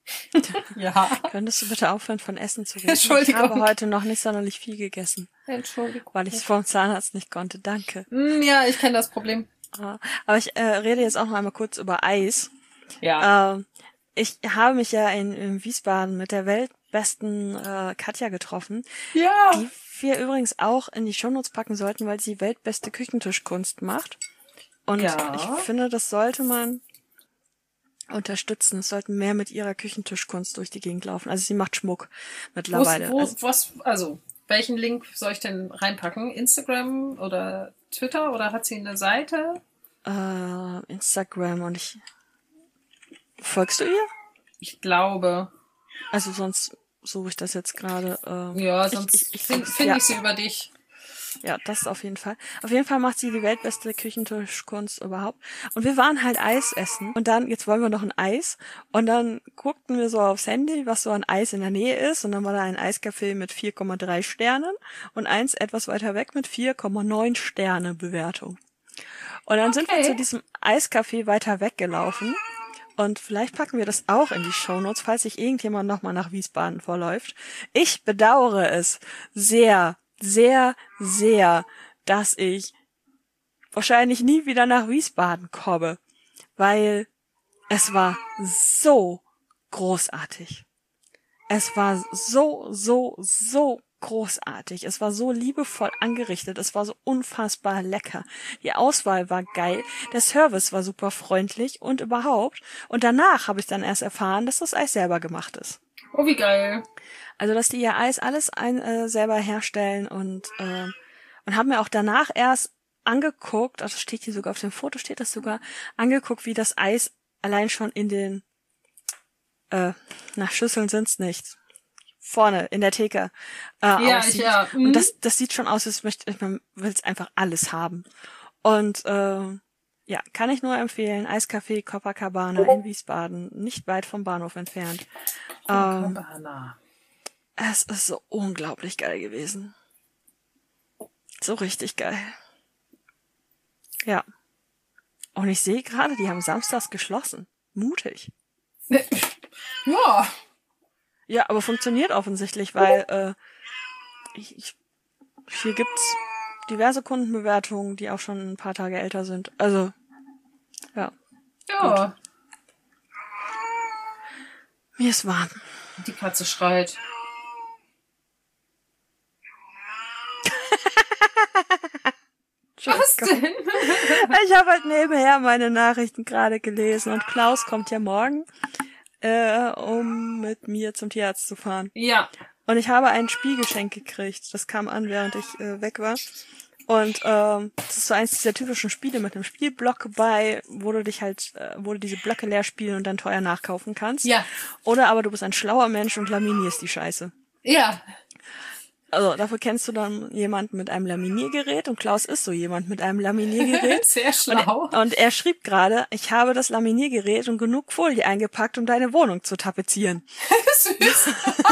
Ja, könntest du bitte aufhören, von Essen zu reden? Entschuldigung. Ich habe heute noch nicht sonderlich viel gegessen, Entschuldigung. weil ich es vom Zahnarzt nicht konnte. Danke. Hm, ja, ich kenne das Problem. Ah, Aber ich äh, rede jetzt auch noch einmal kurz über Eis. Ja. Ähm, ich habe mich ja in, in Wiesbaden mit der weltbesten äh, Katja getroffen, Ja. die wir übrigens auch in die Shownotes packen sollten, weil sie weltbeste Küchentischkunst macht. Und Ja. ich finde, das sollte man unterstützen. Es sollten mehr mit ihrer Küchentischkunst durch die Gegend laufen. Also sie macht Schmuck mittlerweile. Wo, wo, Also, was, also, welchen Link soll ich denn reinpacken? Instagram oder Twitter oder hat sie eine Seite? äh, Instagram und ich... Folgst du ihr? Ich glaube. Also sonst suche ich das jetzt gerade. Ähm, Ja, sonst ich, ich, ich, finde find ja, ich sie über dich. ja, das auf jeden Fall. Auf jeden Fall macht sie die weltbeste Küchentischkunst überhaupt. Und wir waren halt Eis essen. Und dann, jetzt wollen wir noch ein Eis. Und dann guckten wir so aufs Handy, was so an Eis in der Nähe ist. Und dann war da ein Eiscafé mit vier Komma drei Sternen und eins etwas weiter weg mit vier Komma neun Sterne Bewertung. Und dann sind wir Okay. zu diesem Eiscafé weiter weggelaufen. Und vielleicht packen wir das auch in die Shownotes, falls sich irgendjemand nochmal nach Wiesbaden vorläuft. Ich bedauere es sehr, sehr, sehr, dass ich wahrscheinlich nie wieder nach Wiesbaden komme, weil es war so großartig. Es war so, so, so großartig. Es war so liebevoll angerichtet. Es war so unfassbar lecker. Die Auswahl war geil. Der Service war super freundlich und überhaupt. Und danach habe ich dann erst erfahren, dass das Eis selber gemacht ist. Oh, wie geil. Also, dass die ihr Eis alles ein, äh, selber herstellen und, äh, und haben mir auch danach erst angeguckt, also steht hier sogar auf dem Foto, steht das sogar, angeguckt, wie das Eis allein schon in den, äh, na, Schüsseln sind's nicht. Vorne in der Theke äh, Ja, aussieht. ich, ja. Mhm. Und das das sieht schon aus, als möchte man will es einfach alles haben. Und äh, ja, kann ich nur empfehlen. Eiscafé Copacabana in Wiesbaden, nicht weit vom Bahnhof entfernt. Ähm, Cabana. es ist so unglaublich geil gewesen. So richtig geil. Ja. Und ich sehe gerade, die haben samstags geschlossen. Mutig. Ja. Ja, aber funktioniert offensichtlich, weil äh, ich, ich, hier gibt's diverse Kundenbewertungen, die auch schon ein paar Tage älter sind. Also, ja, Ja. mir ist warm. Die Katze schreit. Was denn? Ich habe halt nebenher meine Nachrichten gerade gelesen und Klaus kommt ja morgen, äh, um mit mir zum Tierarzt zu fahren. Ja. Und ich habe ein Spielgeschenk gekriegt. Das kam an, während ich äh, weg war. Und ähm, das ist so eins dieser typischen Spiele mit einem Spielblock bei, wo du dich halt, äh, wo du diese Blöcke leer spielen und dann teuer nachkaufen kannst. Ja. Oder aber du bist ein schlauer Mensch und laminierst die Scheiße. Ja. Also dafür kennst du dann jemanden mit einem Laminiergerät und Klaus ist so jemand mit einem Laminiergerät. Sehr schlau. Und, und er schrieb gerade, ich habe das Laminiergerät und genug Folie eingepackt, um deine Wohnung zu tapezieren. Süß.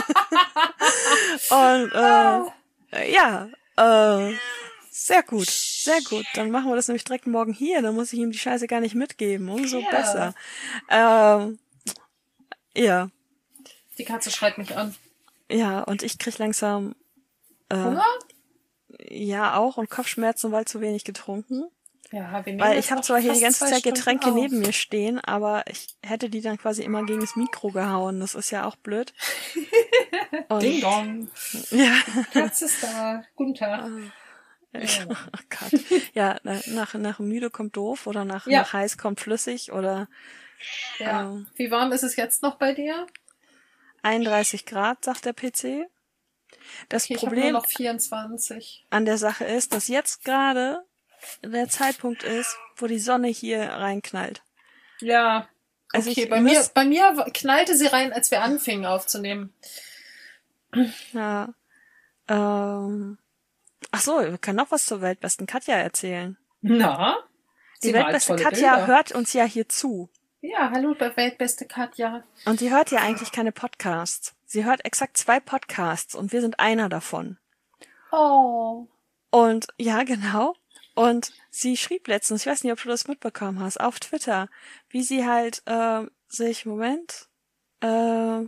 Und äh, ja, äh, sehr gut, sehr gut. Dann machen wir das nämlich direkt morgen hier. Dann muss ich ihm die Scheiße gar nicht mitgeben. Umso Ja. besser. Ähm, ja, Die Katze schreit mich an. ja, und ich krieg langsam äh, Hunger? ja auch und Kopfschmerzen, weil zu wenig getrunken. Ja, wir nehmen Weil jetzt ich habe noch zwar hier die fast ganze zwei Zeit Stunden Getränke auf. neben mir stehen, aber ich hätte die dann quasi immer gegen das Mikro gehauen. Das ist ja auch blöd. Und, Ding dong. ja. Katze ist da. Guten Tag. Oh Gott. Ja, nach, nach müde kommt doof oder nach, Ja. nach heiß kommt flüssig oder Ja. ähm, Wie warm ist es jetzt noch bei dir? einunddreißig Grad, sagt der P C. Das Okay, ich habe nur Problem noch vierundzwanzig. an der Sache ist, dass jetzt gerade der Zeitpunkt ist, wo die Sonne hier reinknallt. Ja, Also okay. ich Bei mir, muss- bei mir knallte sie rein, als wir anfingen aufzunehmen. Ja. Ähm. Ach so, wir können noch was zur weltbesten Katja erzählen. Na? Die Sie malt weltbeste tolle Katja Bilder. hört uns ja hier zu. Ja, hallo, bei Weltbeste Katja. Und sie hört ja eigentlich keine Podcasts. Sie hört exakt zwei Podcasts und wir sind einer davon. Oh. Und ja, genau. Und sie schrieb letztens, ich weiß nicht, ob du das mitbekommen hast, auf Twitter, wie sie halt äh, sich, Moment, äh,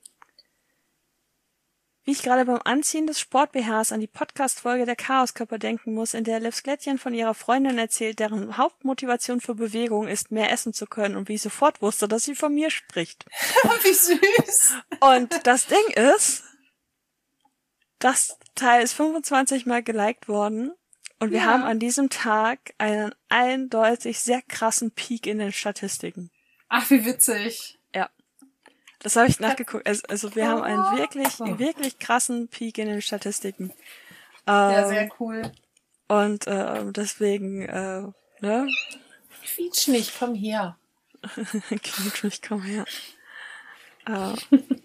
wie ich gerade beim Anziehen des Sport-B Hs an die Podcast-Folge der Chaoskörper denken muss, in der Liv Glättchen von ihrer Freundin erzählt, deren Hauptmotivation für Bewegung ist, mehr essen zu können, und wie ich sofort wusste, dass sie von mir spricht. Wie süß. Und das Ding ist, das Teil ist fünfundzwanzig Mal geliked worden und wir Ja. haben an diesem Tag einen eindeutig sehr krassen Peak in den Statistiken. Ach, wie witzig. Ja. Das habe ich nachgeguckt. Also, also wir haben einen wirklich, Oh. wirklich krassen Peak in den Statistiken. Ja, Ähm, sehr cool. Und äh, deswegen, äh, ne? Quietsch nicht, komm her. Quietsch mich, komm her. Äh, ja,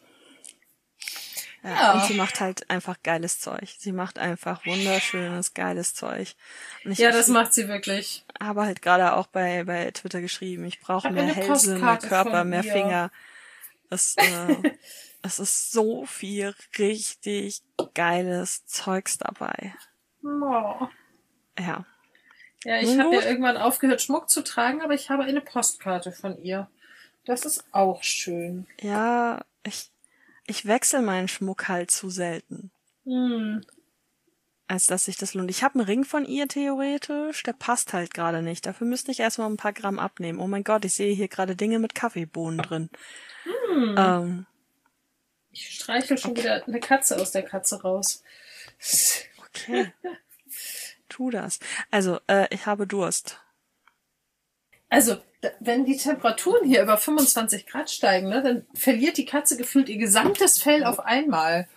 Ja. Und sie macht halt einfach geiles Zeug. Sie macht einfach wunderschönes, geiles Zeug. Und ich, Ja, das ich macht sie wirklich. habe halt gerade auch bei bei Twitter geschrieben, ich brauche hab mehr eine Hälse, mehr Postkarte Körper, von mehr ihr. Finger. Es, äh, es ist so viel richtig geiles Zeugs dabei. Oh. Ja. Ja, ich Nun habe ja gut. irgendwann aufgehört, Schmuck zu tragen, aber ich habe eine Postkarte von ihr. Das ist auch schön. Ja, ich, ich wechsle meinen Schmuck halt zu selten, Hm. als dass sich das lohnt. Ich habe einen Ring von ihr theoretisch, der passt halt gerade nicht. Dafür müsste ich erstmal ein paar Gramm abnehmen. Oh mein Gott, ich sehe hier gerade Dinge mit Kaffeebohnen drin. Hm. Ähm, Ich streichel schon wieder eine Katze aus der Katze raus. okay. Tu das. Also, äh, ich habe Durst. Also, da- wenn die Temperaturen hier über fünfundzwanzig Grad steigen, ne, dann verliert die Katze gefühlt ihr gesamtes Fell auf einmal.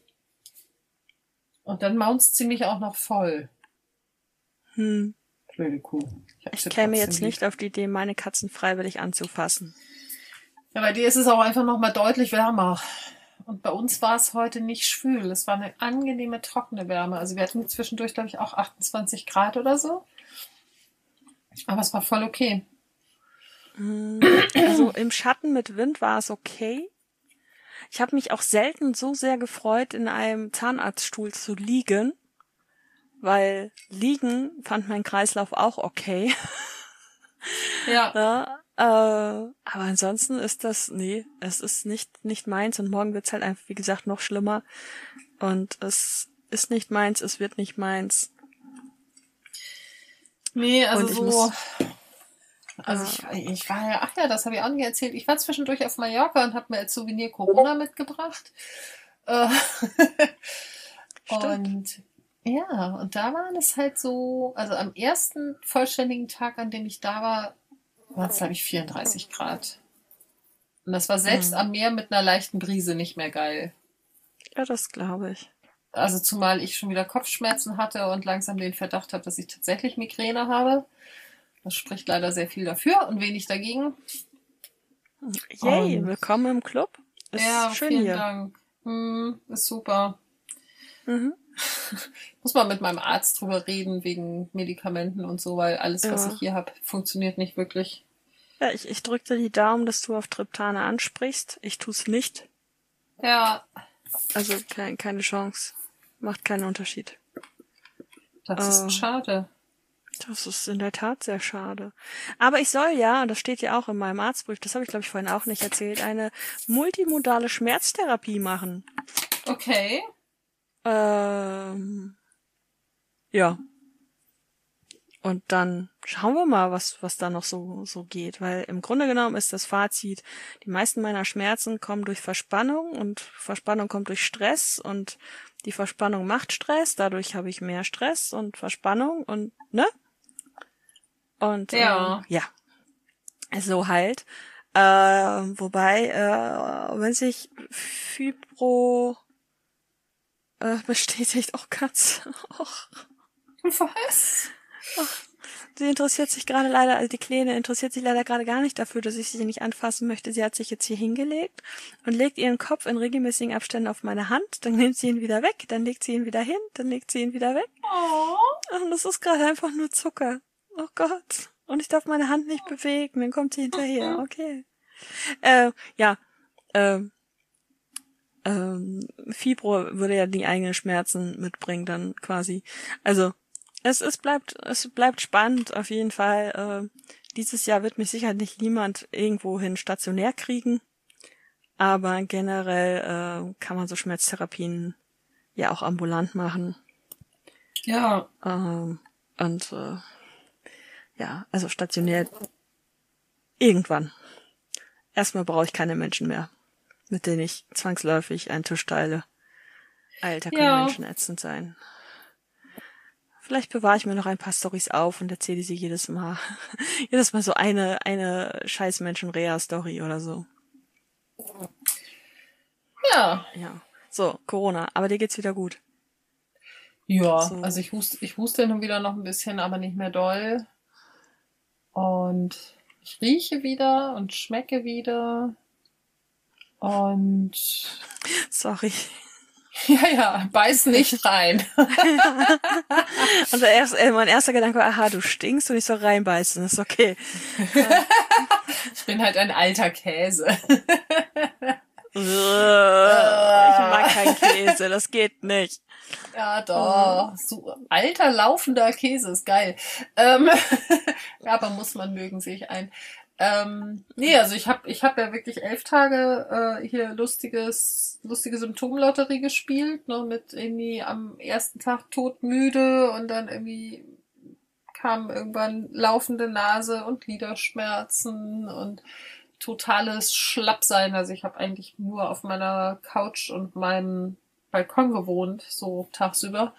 Und dann maunzt sie mich auch noch voll. Hm. Blöde Kuh. hab Ich sie käme trotzdem jetzt lieb. nicht auf die Idee, meine Katzen freiwillig anzufassen. Ja, bei dir ist es auch einfach noch mal deutlich wärmer. Und bei uns war es heute nicht schwül. Es war eine angenehme, trockene Wärme. Also wir hatten zwischendurch, glaube ich, auch achtundzwanzig Grad oder so. Aber es war voll okay. Hm, Also im Schatten mit Wind war es okay. Ich habe mich auch selten so sehr gefreut, in einem Zahnarztstuhl zu liegen, weil liegen fand mein Kreislauf auch okay. Ja. Ja, äh, aber ansonsten ist das, nee, es ist nicht nicht meins und morgen wird's halt einfach, wie gesagt, noch schlimmer. Und es ist nicht meins, es wird nicht meins. Nee, also Und ich so. muss- Also ich, ich war ja, ach ja, das habe ich auch nicht erzählt. Ich war zwischendurch auf Mallorca und habe mir als Souvenir Corona mitgebracht. Äh, Stimmt. und ja, und da waren es halt so, also am ersten vollständigen Tag, an dem ich da war, waren es, glaube ich, vierunddreißig Grad. Und das war selbst Mhm. am Meer mit einer leichten Brise nicht mehr geil. Ja, das glaube ich. Also zumal ich schon wieder Kopfschmerzen hatte und langsam den Verdacht habe, dass ich tatsächlich Migräne habe. Das spricht leider sehr viel dafür und wenig dagegen. Yay, Und- willkommen im Club. Ist ja, schön vielen hier. Dank. Hm, ist super. Mhm. Muss mal mit meinem Arzt drüber reden wegen Medikamenten und so, weil alles, was Ja. ich hier habe, funktioniert nicht wirklich. Ja, ich, ich drück dir die Daumen, dass du auf Triptane ansprichst. Ich tu's nicht. Ja, Also kein, keine Chance. Macht keinen Unterschied. das Oh. ist schade. Das ist in der Tat sehr schade. Aber ich soll ja, und das steht ja auch in meinem Arztbrief, das habe ich glaube ich vorhin auch nicht erzählt, eine multimodale Schmerztherapie machen. Okay. Ähm, ja. Und dann schauen wir mal, was was da noch so so geht, weil im Grunde genommen ist das Fazit, die meisten meiner Schmerzen kommen durch Verspannung und Verspannung kommt durch Stress und die Verspannung macht Stress, dadurch habe ich mehr Stress und Verspannung und ne? Und Ja. äh, ja. So halt. Äh, wobei, äh, wenn sich Fibro äh, bestätigt. Oh Gott. Och. Was? Sie interessiert sich gerade leider, also die Kleine interessiert sich leider gerade gar nicht dafür, dass ich sie nicht anfassen möchte. Sie hat sich jetzt hier hingelegt und legt ihren Kopf in regelmäßigen Abständen auf meine Hand. Dann nimmt sie ihn wieder weg, dann legt sie ihn wieder hin, dann legt sie ihn wieder weg. Oh. Und das ist gerade einfach nur Zucker. Oh Gott. Und ich darf meine Hand nicht bewegen, dann kommt sie hinterher. Okay. Äh, ja. Ähm. Ähm, Fibro würde ja die eigenen Schmerzen mitbringen dann quasi. Also es es bleibt es bleibt spannend auf jeden Fall. Äh, dieses Jahr wird mich sicher nicht niemand irgendwohin stationär kriegen, aber generell äh, kann man so Schmerztherapien ja auch ambulant machen. Ja. Ähm, und äh, ja, also stationär irgendwann. Erstmal brauche ich keine Menschen mehr, mit denen ich zwangsläufig einen Tisch teile. Alter, können Ja. Menschen ätzend sein. Vielleicht bewahre ich mir noch ein paar Storys auf und erzähle sie jedes Mal. jedes Mal so eine, eine scheiß Menschen-Rea-Story oder so. Ja. Ja. So, Corona. Aber dir geht's wieder gut. Ja, So. also ich huste, ich huste nun wieder noch ein bisschen, aber nicht mehr doll. Und ich rieche wieder und schmecke wieder. Und Sorry. ja, ja, beiß nicht rein. Und der erste, äh, mein erster Gedanke war, aha, du stinkst und ich soll reinbeißen. Das ist okay. Ich bin halt ein alter Käse. Ich mag keinen Käse, das geht nicht. Ja, doch. So, alter, laufender Käse ist geil. Ähm, ja, aber muss man mögen, sehe ich ein. Ähm, nee, also ich habe ich hab ja wirklich elf Tage äh, hier lustiges, lustige Symptomlotterie gespielt, ne, mit irgendwie am ersten Tag todmüde und dann irgendwie kam irgendwann laufende Nase und Gliederschmerzen und totales Schlappsein. Also ich habe eigentlich nur auf meiner Couch und meinem Balkon gewohnt, so tagsüber.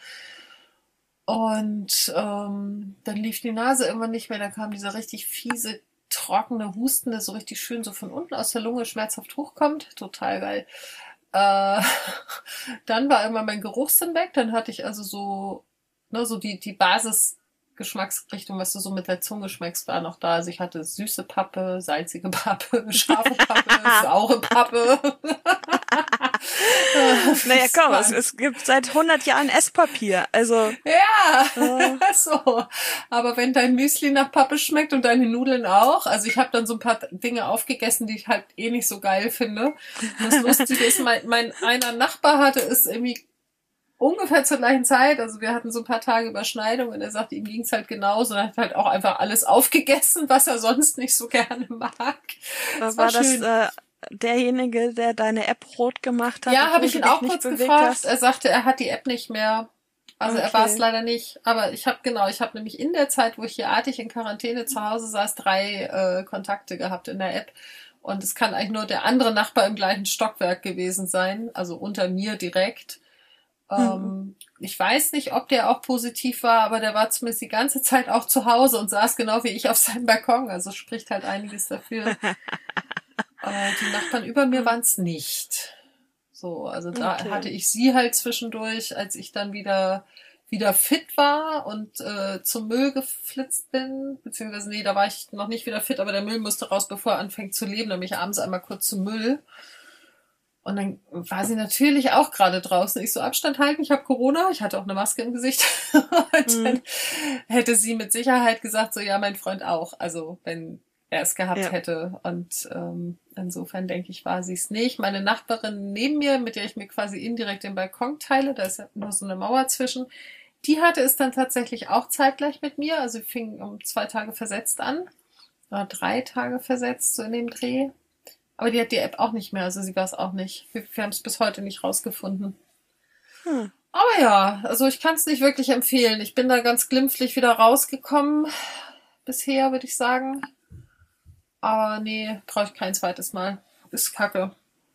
Und ähm, dann lief die Nase irgendwann nicht mehr, dann kam dieser richtig fiese, trockene Husten, der so richtig schön so von unten aus der Lunge schmerzhaft hochkommt. Total geil. Äh, dann war irgendwann mein Geruchssinn weg, dann hatte ich also so, ne, so die, die Basisgeschmacksrichtung, was du so mit der Zunge schmeckst, war noch da. Also ich hatte süße Pappe, salzige Pappe, scharfe Pappe, saure Pappe. Naja, komm, es, es gibt seit hundert Jahren Esspapier, also... Ja, äh. so. Aber wenn dein Müsli nach Pappe schmeckt und deine Nudeln auch, also ich habe dann so ein paar Dinge aufgegessen, die ich halt eh nicht so geil finde. Und das Lustige ist, mein, mein einer Nachbar hatte es irgendwie ungefähr zur gleichen Zeit, also wir hatten so ein paar Tage Überschneidung und er sagte, ihm ging's halt genauso und er hat halt auch einfach alles aufgegessen, was er sonst nicht so gerne mag. Das war war das schön. äh, derjenige, der deine App rot gemacht hat? Ja, obwohl habe ich du ihn dich auch nicht kurz bewegt gefragt. hast? Er sagte, er hat die App nicht mehr. Also Okay. er war es leider nicht. Aber ich habe genau, ich habe nämlich in der Zeit, wo ich hier artig in Quarantäne zu Hause saß, drei äh, Kontakte gehabt in der App. Und es kann eigentlich nur der andere Nachbar im gleichen Stockwerk gewesen sein, also unter mir direkt. Ähm, ich weiß nicht, ob der auch positiv war, aber der war zumindest die ganze Zeit auch zu Hause und saß genau wie ich auf seinem Balkon. Also spricht halt einiges dafür. äh, die Nachbarn über mir waren es nicht. So, also da Okay. hatte ich sie halt zwischendurch, als ich dann wieder wieder fit war und äh, zum Müll geflitzt bin, beziehungsweise nee, da war ich noch nicht wieder fit, aber der Müll musste raus, bevor er anfängt zu leben, nämlich abends einmal kurz zum Müll. Und dann war sie natürlich auch gerade draußen. Ich so, Abstand halten, ich habe Corona, ich hatte auch eine Maske im Gesicht. Und Mhm. dann hätte sie mit Sicherheit gesagt, so ja, mein Freund auch. Also wenn er es gehabt Ja. hätte. Und ähm, insofern denke ich, war sie es nicht. Meine Nachbarin neben mir, mit der ich mir quasi indirekt den Balkon teile, da ist ja nur so eine Mauer zwischen, die hatte es dann tatsächlich auch zeitgleich mit mir. Also fing um zwei Tage versetzt an. Oder drei Tage versetzt, so in dem Dreh. Aber die hat die App auch nicht mehr, also sie war es auch nicht. Wir, wir haben es bis heute nicht rausgefunden. Hm. Aber ja, also ich kann es nicht wirklich empfehlen. Ich bin da ganz glimpflich wieder rausgekommen. Bisher, würde ich sagen. Aber nee, brauche ich kein zweites Mal. Ist kacke.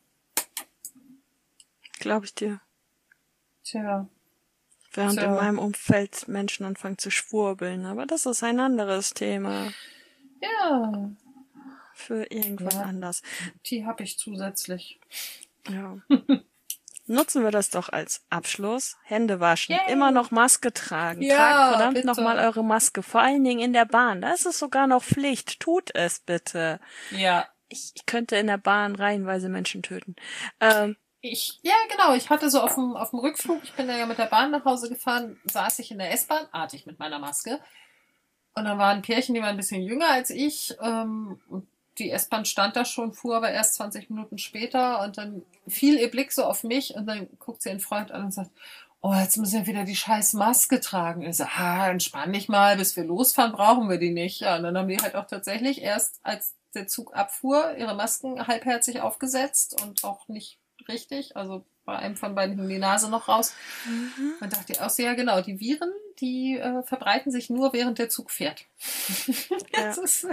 Glaube ich dir. Tja. Während Tja. in meinem Umfeld Menschen anfangen zu schwurbeln. Aber das ist ein anderes Thema. Ja, Für irgendwann Ja. anders. die habe ich zusätzlich. Ja. nutzen wir das doch als Abschluss. Hände waschen, Yay. immer noch Maske tragen. Ja, Tragt verdammt bitte. nochmal eure Maske, vor allen Dingen in der Bahn. Da ist es sogar noch Pflicht. Tut es bitte. Ja. Ich, ich könnte in der Bahn reihenweise Menschen töten. Ähm, Ich, ja, genau. Ich hatte so auf dem, auf dem Rückflug, ich bin da ja mit der Bahn nach Hause gefahren, saß ich in der S-Bahn, artig mit meiner Maske. Und dann waren ein Pärchen, die waren ein bisschen jünger als ich. Ähm, und die S-Bahn stand da schon, fuhr aber erst zwanzig Minuten später. Und dann fiel ihr Blick so auf mich und dann guckt sie ihren Freund an und sagt, oh, jetzt müssen wir wieder die scheiß Maske tragen. Ich so, ah, entspann dich mal, bis wir losfahren, brauchen wir die nicht. Ja, und dann haben die halt auch tatsächlich erst, als der Zug abfuhr, ihre Masken halbherzig aufgesetzt und auch nicht richtig, also bei einem von beiden hing die Nase noch raus. mhm. Man dachte auch so, ja genau, die Viren, die äh, verbreiten sich nur, während der Zug fährt. Ja. Das ist,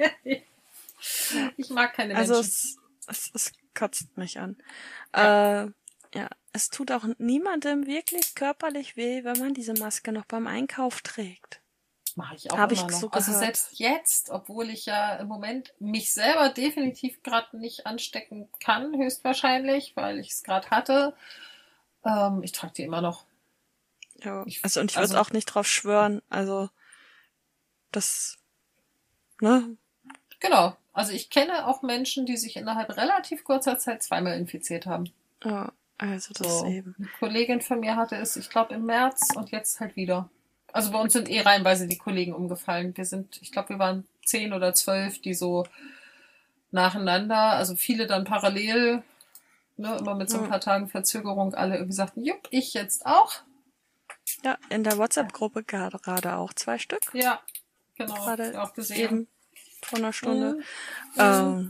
ich mag keine Also Menschen. es, es, es kotzt mich an. Ja. Äh, ja, es tut auch niemandem wirklich körperlich weh, wenn man diese Maske noch beim Einkauf trägt. Mache ich auch Hab immer ich noch. so Also gehört. selbst jetzt, obwohl ich ja im Moment mich selber definitiv gerade nicht anstecken kann, höchstwahrscheinlich, weil ich es gerade hatte, ähm, ich trage die immer noch. Ja. Ich- Also und ich würde also- auch nicht drauf schwören. Also das, ne? Genau. Also ich kenne auch Menschen, die sich innerhalb relativ kurzer Zeit zweimal infiziert haben. Ja, also das So. eben. Eine Kollegin von mir hatte es, ich glaube, im März und jetzt halt wieder. Also bei uns sind eh reihenweise die Kollegen umgefallen. Wir sind, ich glaube, wir waren zehn oder zwölf, die so nacheinander, also viele dann parallel, ne, immer mit so ein Ja. paar Tagen Verzögerung, alle irgendwie sagten, jupp, ich jetzt auch. Ja, in der WhatsApp-Gruppe gerade gerade auch zwei Stück. Ja, genau, Gerade hab ich auch gesehen. eben vor einer Stunde. Mhm. Ähm,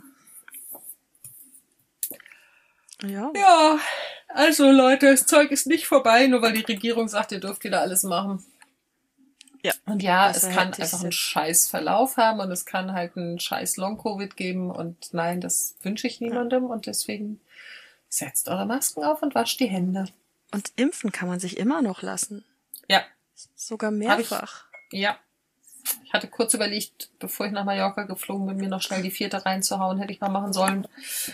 ja. Ja, also Leute, das Zeug ist nicht vorbei, nur weil die Regierung sagt, ihr dürft wieder alles machen. Ja. Und ja, Besser es kann hätte ich's einfach einen jetzt. scheiß Verlauf haben und es kann halt einen scheiß Long-Covid geben und nein, das wünsche ich niemandem und deswegen setzt eure Masken auf und wascht die Hände. Und impfen kann man sich immer noch lassen. Ja, Sogar Hab ich- mehrfach. ja. Ich hatte kurz überlegt, bevor ich nach Mallorca geflogen bin, mir noch schnell die vierte reinzuhauen, hätte ich mal machen sollen.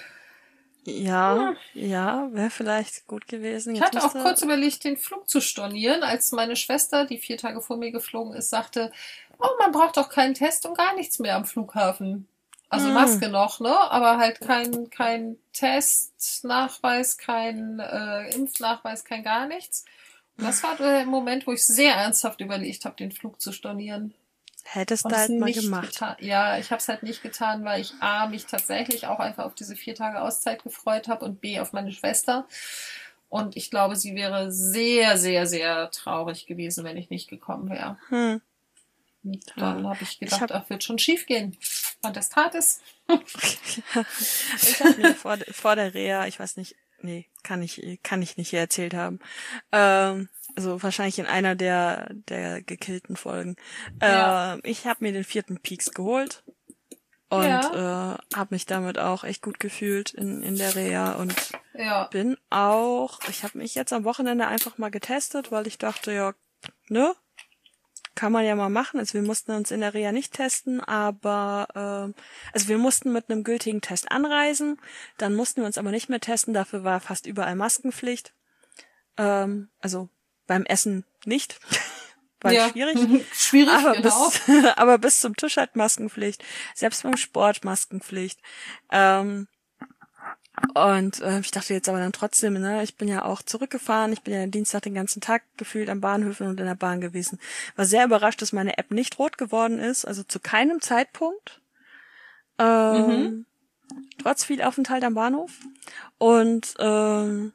Ja, ja, wäre vielleicht gut gewesen. Ich Jetzt hatte auch musste- kurz überlegt, den Flug zu stornieren, als meine Schwester, die vier Tage vor mir geflogen ist, sagte, oh, man braucht doch keinen Test und gar nichts mehr am Flughafen. Also Hm. Maske noch, ne? Aber halt kein, kein Testnachweis, kein äh, Impfnachweis, kein gar nichts. Und das war der Moment, wo ich sehr ernsthaft überlegt habe, den Flug zu stornieren. Hättest Und du es halt mal nicht gemacht. getan. Ja, ich habe es halt nicht getan, weil ich A, mich tatsächlich auch einfach auf diese vier Tage Auszeit gefreut habe und B, auf meine Schwester. Und ich glaube, sie wäre sehr, sehr, sehr traurig gewesen, wenn ich nicht gekommen wäre. Hm. Und dann habe ich gedacht, Ich hab- ach, wird schon schief gehen. Und das tat es. Ich habe mir vor, vor der Reha, ich weiß nicht, nee, kann ich, kann ich nicht hier erzählt haben. Ähm, also wahrscheinlich in einer der der gekillten Folgen. Ja. Ähm, ich habe mir den vierten Peaks geholt und Ja. äh, habe mich damit auch echt gut gefühlt in in der Reha und Ja. bin auch, ich habe mich jetzt am Wochenende einfach mal getestet, weil ich dachte, ja, ne, kann man ja mal machen. Also wir mussten uns in der Reha nicht testen, aber ähm, also wir mussten mit einem gültigen Test anreisen, dann mussten wir uns aber nicht mehr testen, dafür war fast überall Maskenpflicht. Ähm, also beim Essen nicht, war ja. schwierig. schwierig, Aber genau. bis, aber bis zum Tisch halt Maskenpflicht. Selbst beim Sport Maskenpflicht. Ähm, und äh, ich dachte jetzt aber dann trotzdem, ne, ich bin ja auch zurückgefahren, ich bin ja Dienstag den ganzen Tag gefühlt an Bahnhöfen und in der Bahn gewesen. War sehr überrascht, dass meine App nicht rot geworden ist, also zu keinem Zeitpunkt. Ähm, Mhm. Trotz viel Aufenthalt am Bahnhof. Und ähm,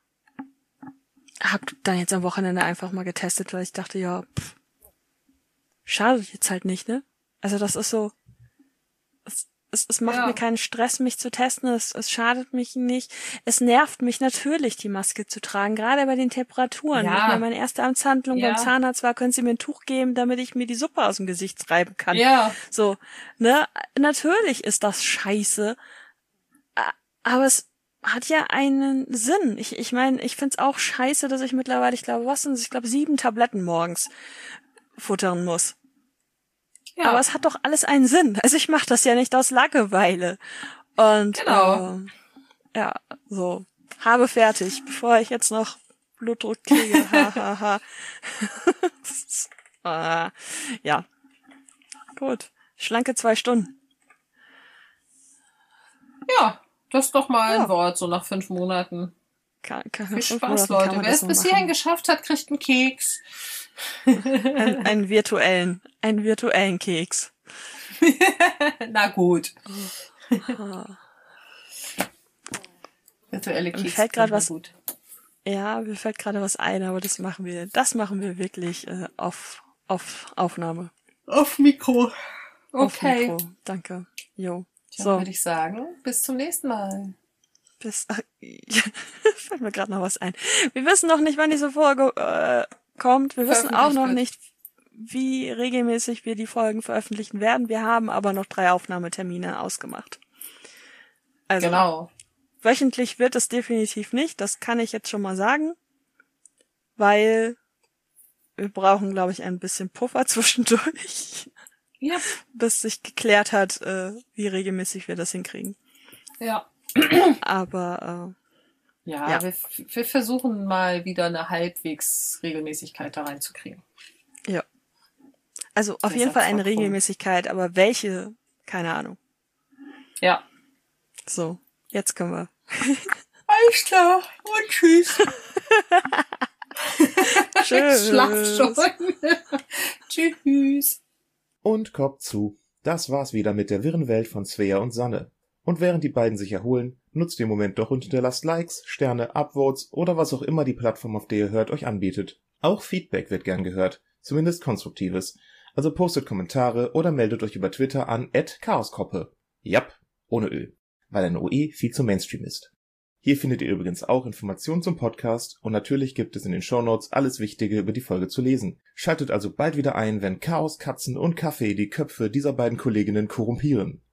hab dann jetzt am Wochenende einfach mal getestet, weil ich dachte, ja, pff, schadet jetzt halt nicht, ne? Also das ist so, es, es, es macht Ja. mir keinen Stress, mich zu testen, es, es schadet mich nicht. Es nervt mich natürlich, die Maske zu tragen, gerade bei den Temperaturen. Ja. Ich meine, meine erste Amtshandlung Ja. beim Zahnarzt war, können Sie mir ein Tuch geben, damit ich mir die Suppe aus dem Gesicht reiben kann. Ja. So, ne? Natürlich ist das scheiße, a- aber es hat ja einen Sinn. Ich ich meine, ich find's auch scheiße, dass ich mittlerweile, ich glaube, was sind, ich glaube, sieben Tabletten morgens futtern muss. Ja. Aber es hat doch alles einen Sinn. Also ich mache das ja nicht aus Langeweile. Und Genau. ähm, ja, so. habe fertig, bevor ich jetzt noch Blutdruck kriege. Ha, ha, ha. ah, ja. Gut. Schlanke zwei Stunden. Ja, das ist doch mal Ja. ein Wort, so nach fünf Monaten. Kann, kann, Viel fünf Spaß, Monaten kann Leute. man Wer das es noch bis machen. hierhin geschafft hat, kriegt einen Keks. Einen, einen virtuellen, einen virtuellen Keks. Na gut. Ah. Virtuelle Mir Keks. fällt grad klingt mal was- Gut. Ja, mir fällt gerade was ein, aber das machen wir, das machen wir wirklich äh, auf, auf Aufnahme. Auf Mikro. Auf Okay. Mikro. Danke. Jo. Dann So, würde ich sagen, bis zum nächsten Mal. bis, ach, fällt mir gerade noch was ein. Wir wissen noch nicht, wann diese Folge äh, kommt. Wir wissen auch Veröffentlicht noch wird. nicht, wie regelmäßig wir die Folgen veröffentlichen werden. Wir haben aber noch drei Aufnahmetermine ausgemacht. Also, Genau. wöchentlich wird es definitiv nicht, das kann ich jetzt schon mal sagen, weil wir brauchen, glaube ich, ein bisschen Puffer zwischendurch, Ja. bis sich geklärt hat, äh, wie regelmäßig wir das hinkriegen. Ja. Aber Ja, Ja. Wir, wir versuchen mal wieder eine halbwegs Regelmäßigkeit da reinzukriegen. äh, ja. Also auf Der jeden Fall eine Satzverkrung. Regelmäßigkeit, aber welche, keine Ahnung. Ja. So, jetzt können wir. Alles klar. Und tschüss. Tschüss. Schlaf schon. Tschüss. Und Kopf zu. Das war's wieder mit der wirren Welt von Svea und Sanne. Und während die beiden sich erholen, nutzt den Moment doch und hinterlasst Likes, Sterne, Upvotes oder was auch immer die Plattform, auf der ihr hört, euch anbietet. Auch Feedback wird gern gehört, zumindest konstruktives. Also postet Kommentare oder meldet euch über Twitter an at chaoskoppe. Japp, ohne Ö, weil ein O E viel zu Mainstream ist. Hier findet ihr übrigens auch Informationen zum Podcast und natürlich gibt es in den Shownotes alles Wichtige über die Folge zu lesen. Schaltet also bald wieder ein, wenn Chaos, Katzen und Kaffee die Köpfe dieser beiden Kolleginnen korrumpieren.